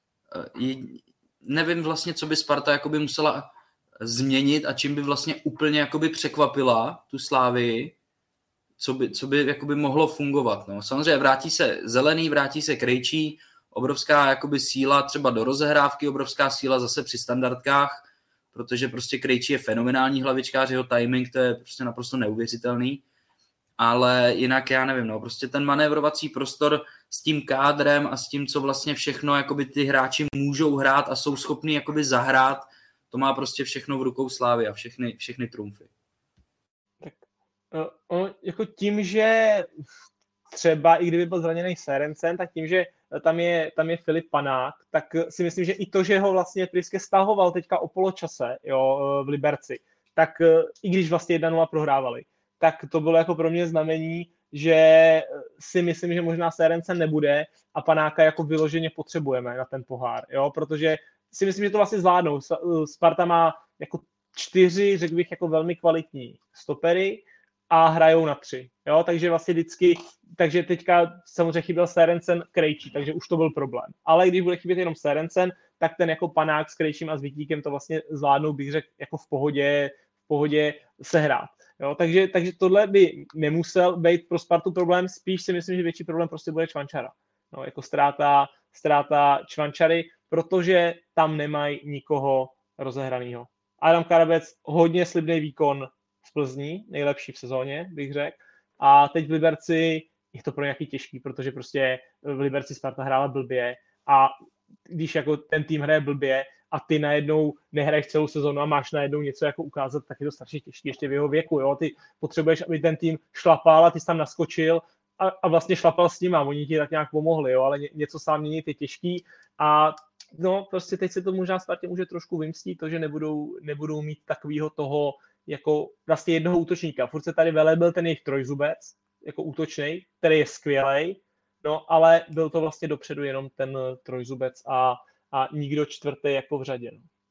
Nevím vlastně, co by Sparta jakoby musela změnit a čím by vlastně úplně jakoby překvapila tu Slávii, co by, co by jakoby mohlo fungovat. No. Samozřejmě vrátí se Zelený, vrátí se Krejčí, obrovská jakoby síla třeba do rozehrávky, obrovská síla zase při standardkách, protože prostě Krejčí je fenomenální hlavičkář, jeho timing, to je prostě naprosto neuvěřitelný. Ale jinak já nevím, no, prostě ten manévrovací prostor s tím kádrem a s tím, co vlastně všechno jakoby ty hráči můžou hrát a jsou schopní jakoby zahrát, to má prostě všechno v rukou Slávy a všechny, všechny trumfy. Tak on, jako tím, že třeba i kdyby byl zraněný Sørensen, tak tím, že tam je, tam je Filip Panák, tak si myslím, že i to, že ho vlastně Priske stahoval teďka o poločase, jo, v Liberci, tak i když vlastně jedna nula prohrávali, tak to bylo jako pro mě znamení, že si myslím, že možná Sørensen nebude a Panáka jako vyloženě potřebujeme na ten pohár, jo, protože si myslím, že to vlastně zvládnou. Sparta má jako čtyři, řekl bych, jako velmi kvalitní stopery a hrajou na tři, jo, takže vlastně vždycky, takže teďka samozřejmě chyběl Sørensen, Krejčí, takže už to byl problém. Ale když bude chybět jenom Sørensen, tak ten jako Panák s Krejčím a s Vítíkem to vlastně zvládnou, bych řekl, jako v pohodě, v pohodě sehrát. Jo, takže, takže tohle by nemusel být pro Spartu problém, spíš si myslím, že větší problém prostě bude Čvančara. No, jako ztráta, ztráta Čvančary, protože tam nemají nikoho rozehraného. Adam Karabec, hodně slibný výkon v Plzni, nejlepší v sezóně, bych řekl. A teď v Liberci je to pro nějaký těžký, protože prostě v Liberci Sparta hrála blbě a když jako ten tým hraje blbě a ty najednou nehraješ celou sezónu a máš najednou něco jako ukázat, tak je to strašně těžké ještě v jeho věku. Jo? Ty potřebuješ, aby ten tým šlapal a ty jsi tam naskočil a, a vlastně šlapal s ním a oni ti tak nějak pomohli, jo? Ale ně, něco sám měnit je těžký a no prostě teď se to možná Spartě může trošku vymstít, to, že nebudou, nebudou mít takového toho jako vlastně jednoho útočníka. Furt se tady velebil ten jejich trojzubec, jako útočnej, který je skvělej, no ale byl to vlastně dopředu jenom ten trojzubec a a nikdo čtvrtý jako v řadě.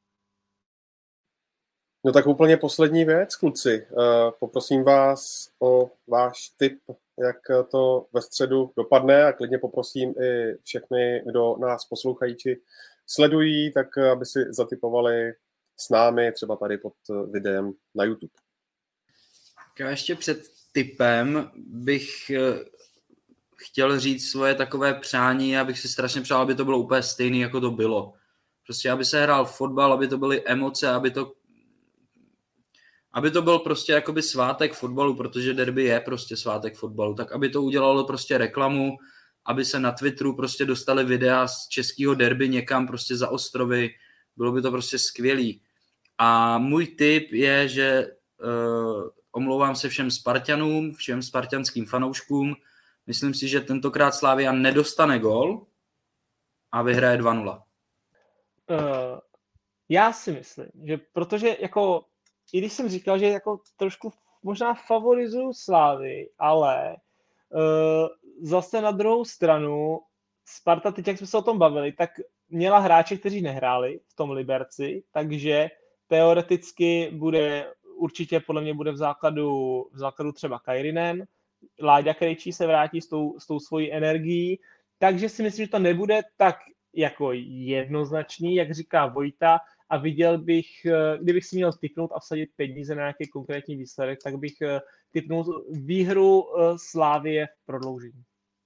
No tak úplně poslední věc, kluci. Poprosím vás o váš tip, jak to ve středu dopadne a klidně poprosím i všechny, kdo nás poslouchají či sledují, tak aby si zatipovali s námi třeba tady pod videem na YouTube. Já ještě před tipem bych chtěl říct svoje takové přání, abych si strašně přál, aby to bylo úplně stejné, jako to bylo. Prostě, aby se hrál fotbal, aby to byly emoce, aby to aby to byl prostě jakoby svátek fotbalu, protože derby je prostě svátek fotbalu, tak aby to udělalo prostě reklamu, aby se na Twitteru prostě dostali videa z českého derby někam prostě za ostrovy. Bylo by to prostě skvělý. A můj tip je, že uh, omlouvám se všem Spartanům, všem spartanským fanouškům. Myslím si, že tentokrát Slavia nedostane gól a vyhraje dva nula. Uh, já si myslím, že protože jako, i když jsem říkal, že jako trošku možná favorizuju Slavii, ale uh, zase na druhou stranu Sparta, teď jak jsme se o tom bavili, tak měla hráče, kteří nehráli v tom Liberci, takže teoreticky bude, určitě podle mě bude v základu, v základu třeba Kairinen, Láďa Krejčí se vrátí s tou, s tou svojí energií, takže si myslím, že to nebude tak jako jednoznačný, jak říká Vojta, a viděl bych, kdybych si měl tipnout a vsadit peníze na nějaký konkrétní výsledek, tak bych tipnul výhru Slavie v prodloužení.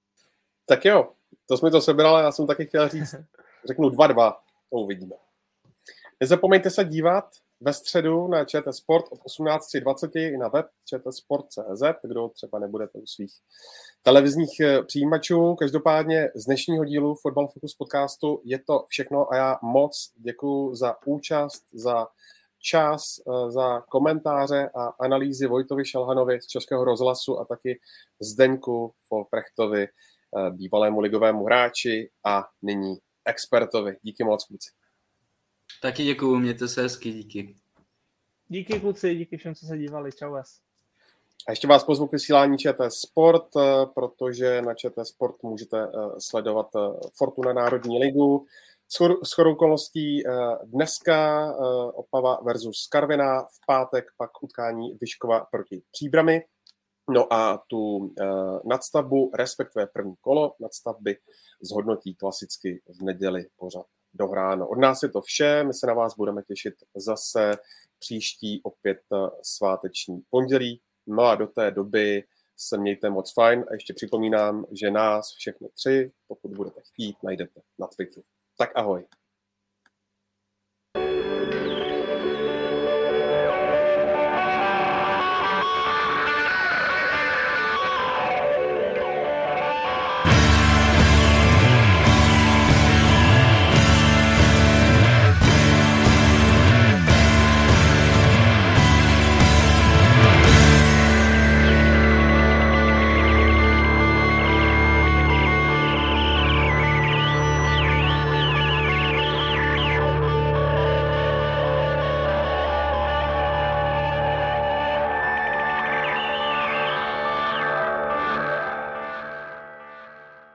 Tak jo, to jsme to sebral, já jsem taky chtěl říct, řeknu dva dva, to uvidíme. Nezapomeňte se dívat ve středu na ČT Sport od osmnáct dvacet i na web čtsport tečka cé zet, kdo třeba nebudete u svých televizních přijímačů. Každopádně z dnešního dílu Fotbal Focus podcastu je to všechno a já moc děkuju za účast, za čas, za komentáře a analýzy Vojtovi Šelhanovi z Českého rozhlasu a taky Zdeňku Folprechtovi, bývalému ligovému hráči a nyní expertovi. Díky moc, kluci. Taky děkuju, mějte se hezky, díky. Díky kluci, díky všem, co se dívali, čau vás. A ještě vás pozvu k vysílání ČT Sport, protože na ČT Sport můžete sledovat Fortuna Národní ligu. Shodou okolností dneska Opava versus Karviná, v pátek pak utkání Vyškova proti Příbrami. No a tu nadstavbu, respektive první kolo nadstavby, zhodnotí klasicky v neděli pořad dohráno. Od nás je to vše, my se na vás budeme těšit zase příští opět sváteční pondělí. No a do té doby se mějte moc fajn a ještě připomínám, že nás všechny tři, pokud budete chtít, najdete na Twitteru. Tak ahoj.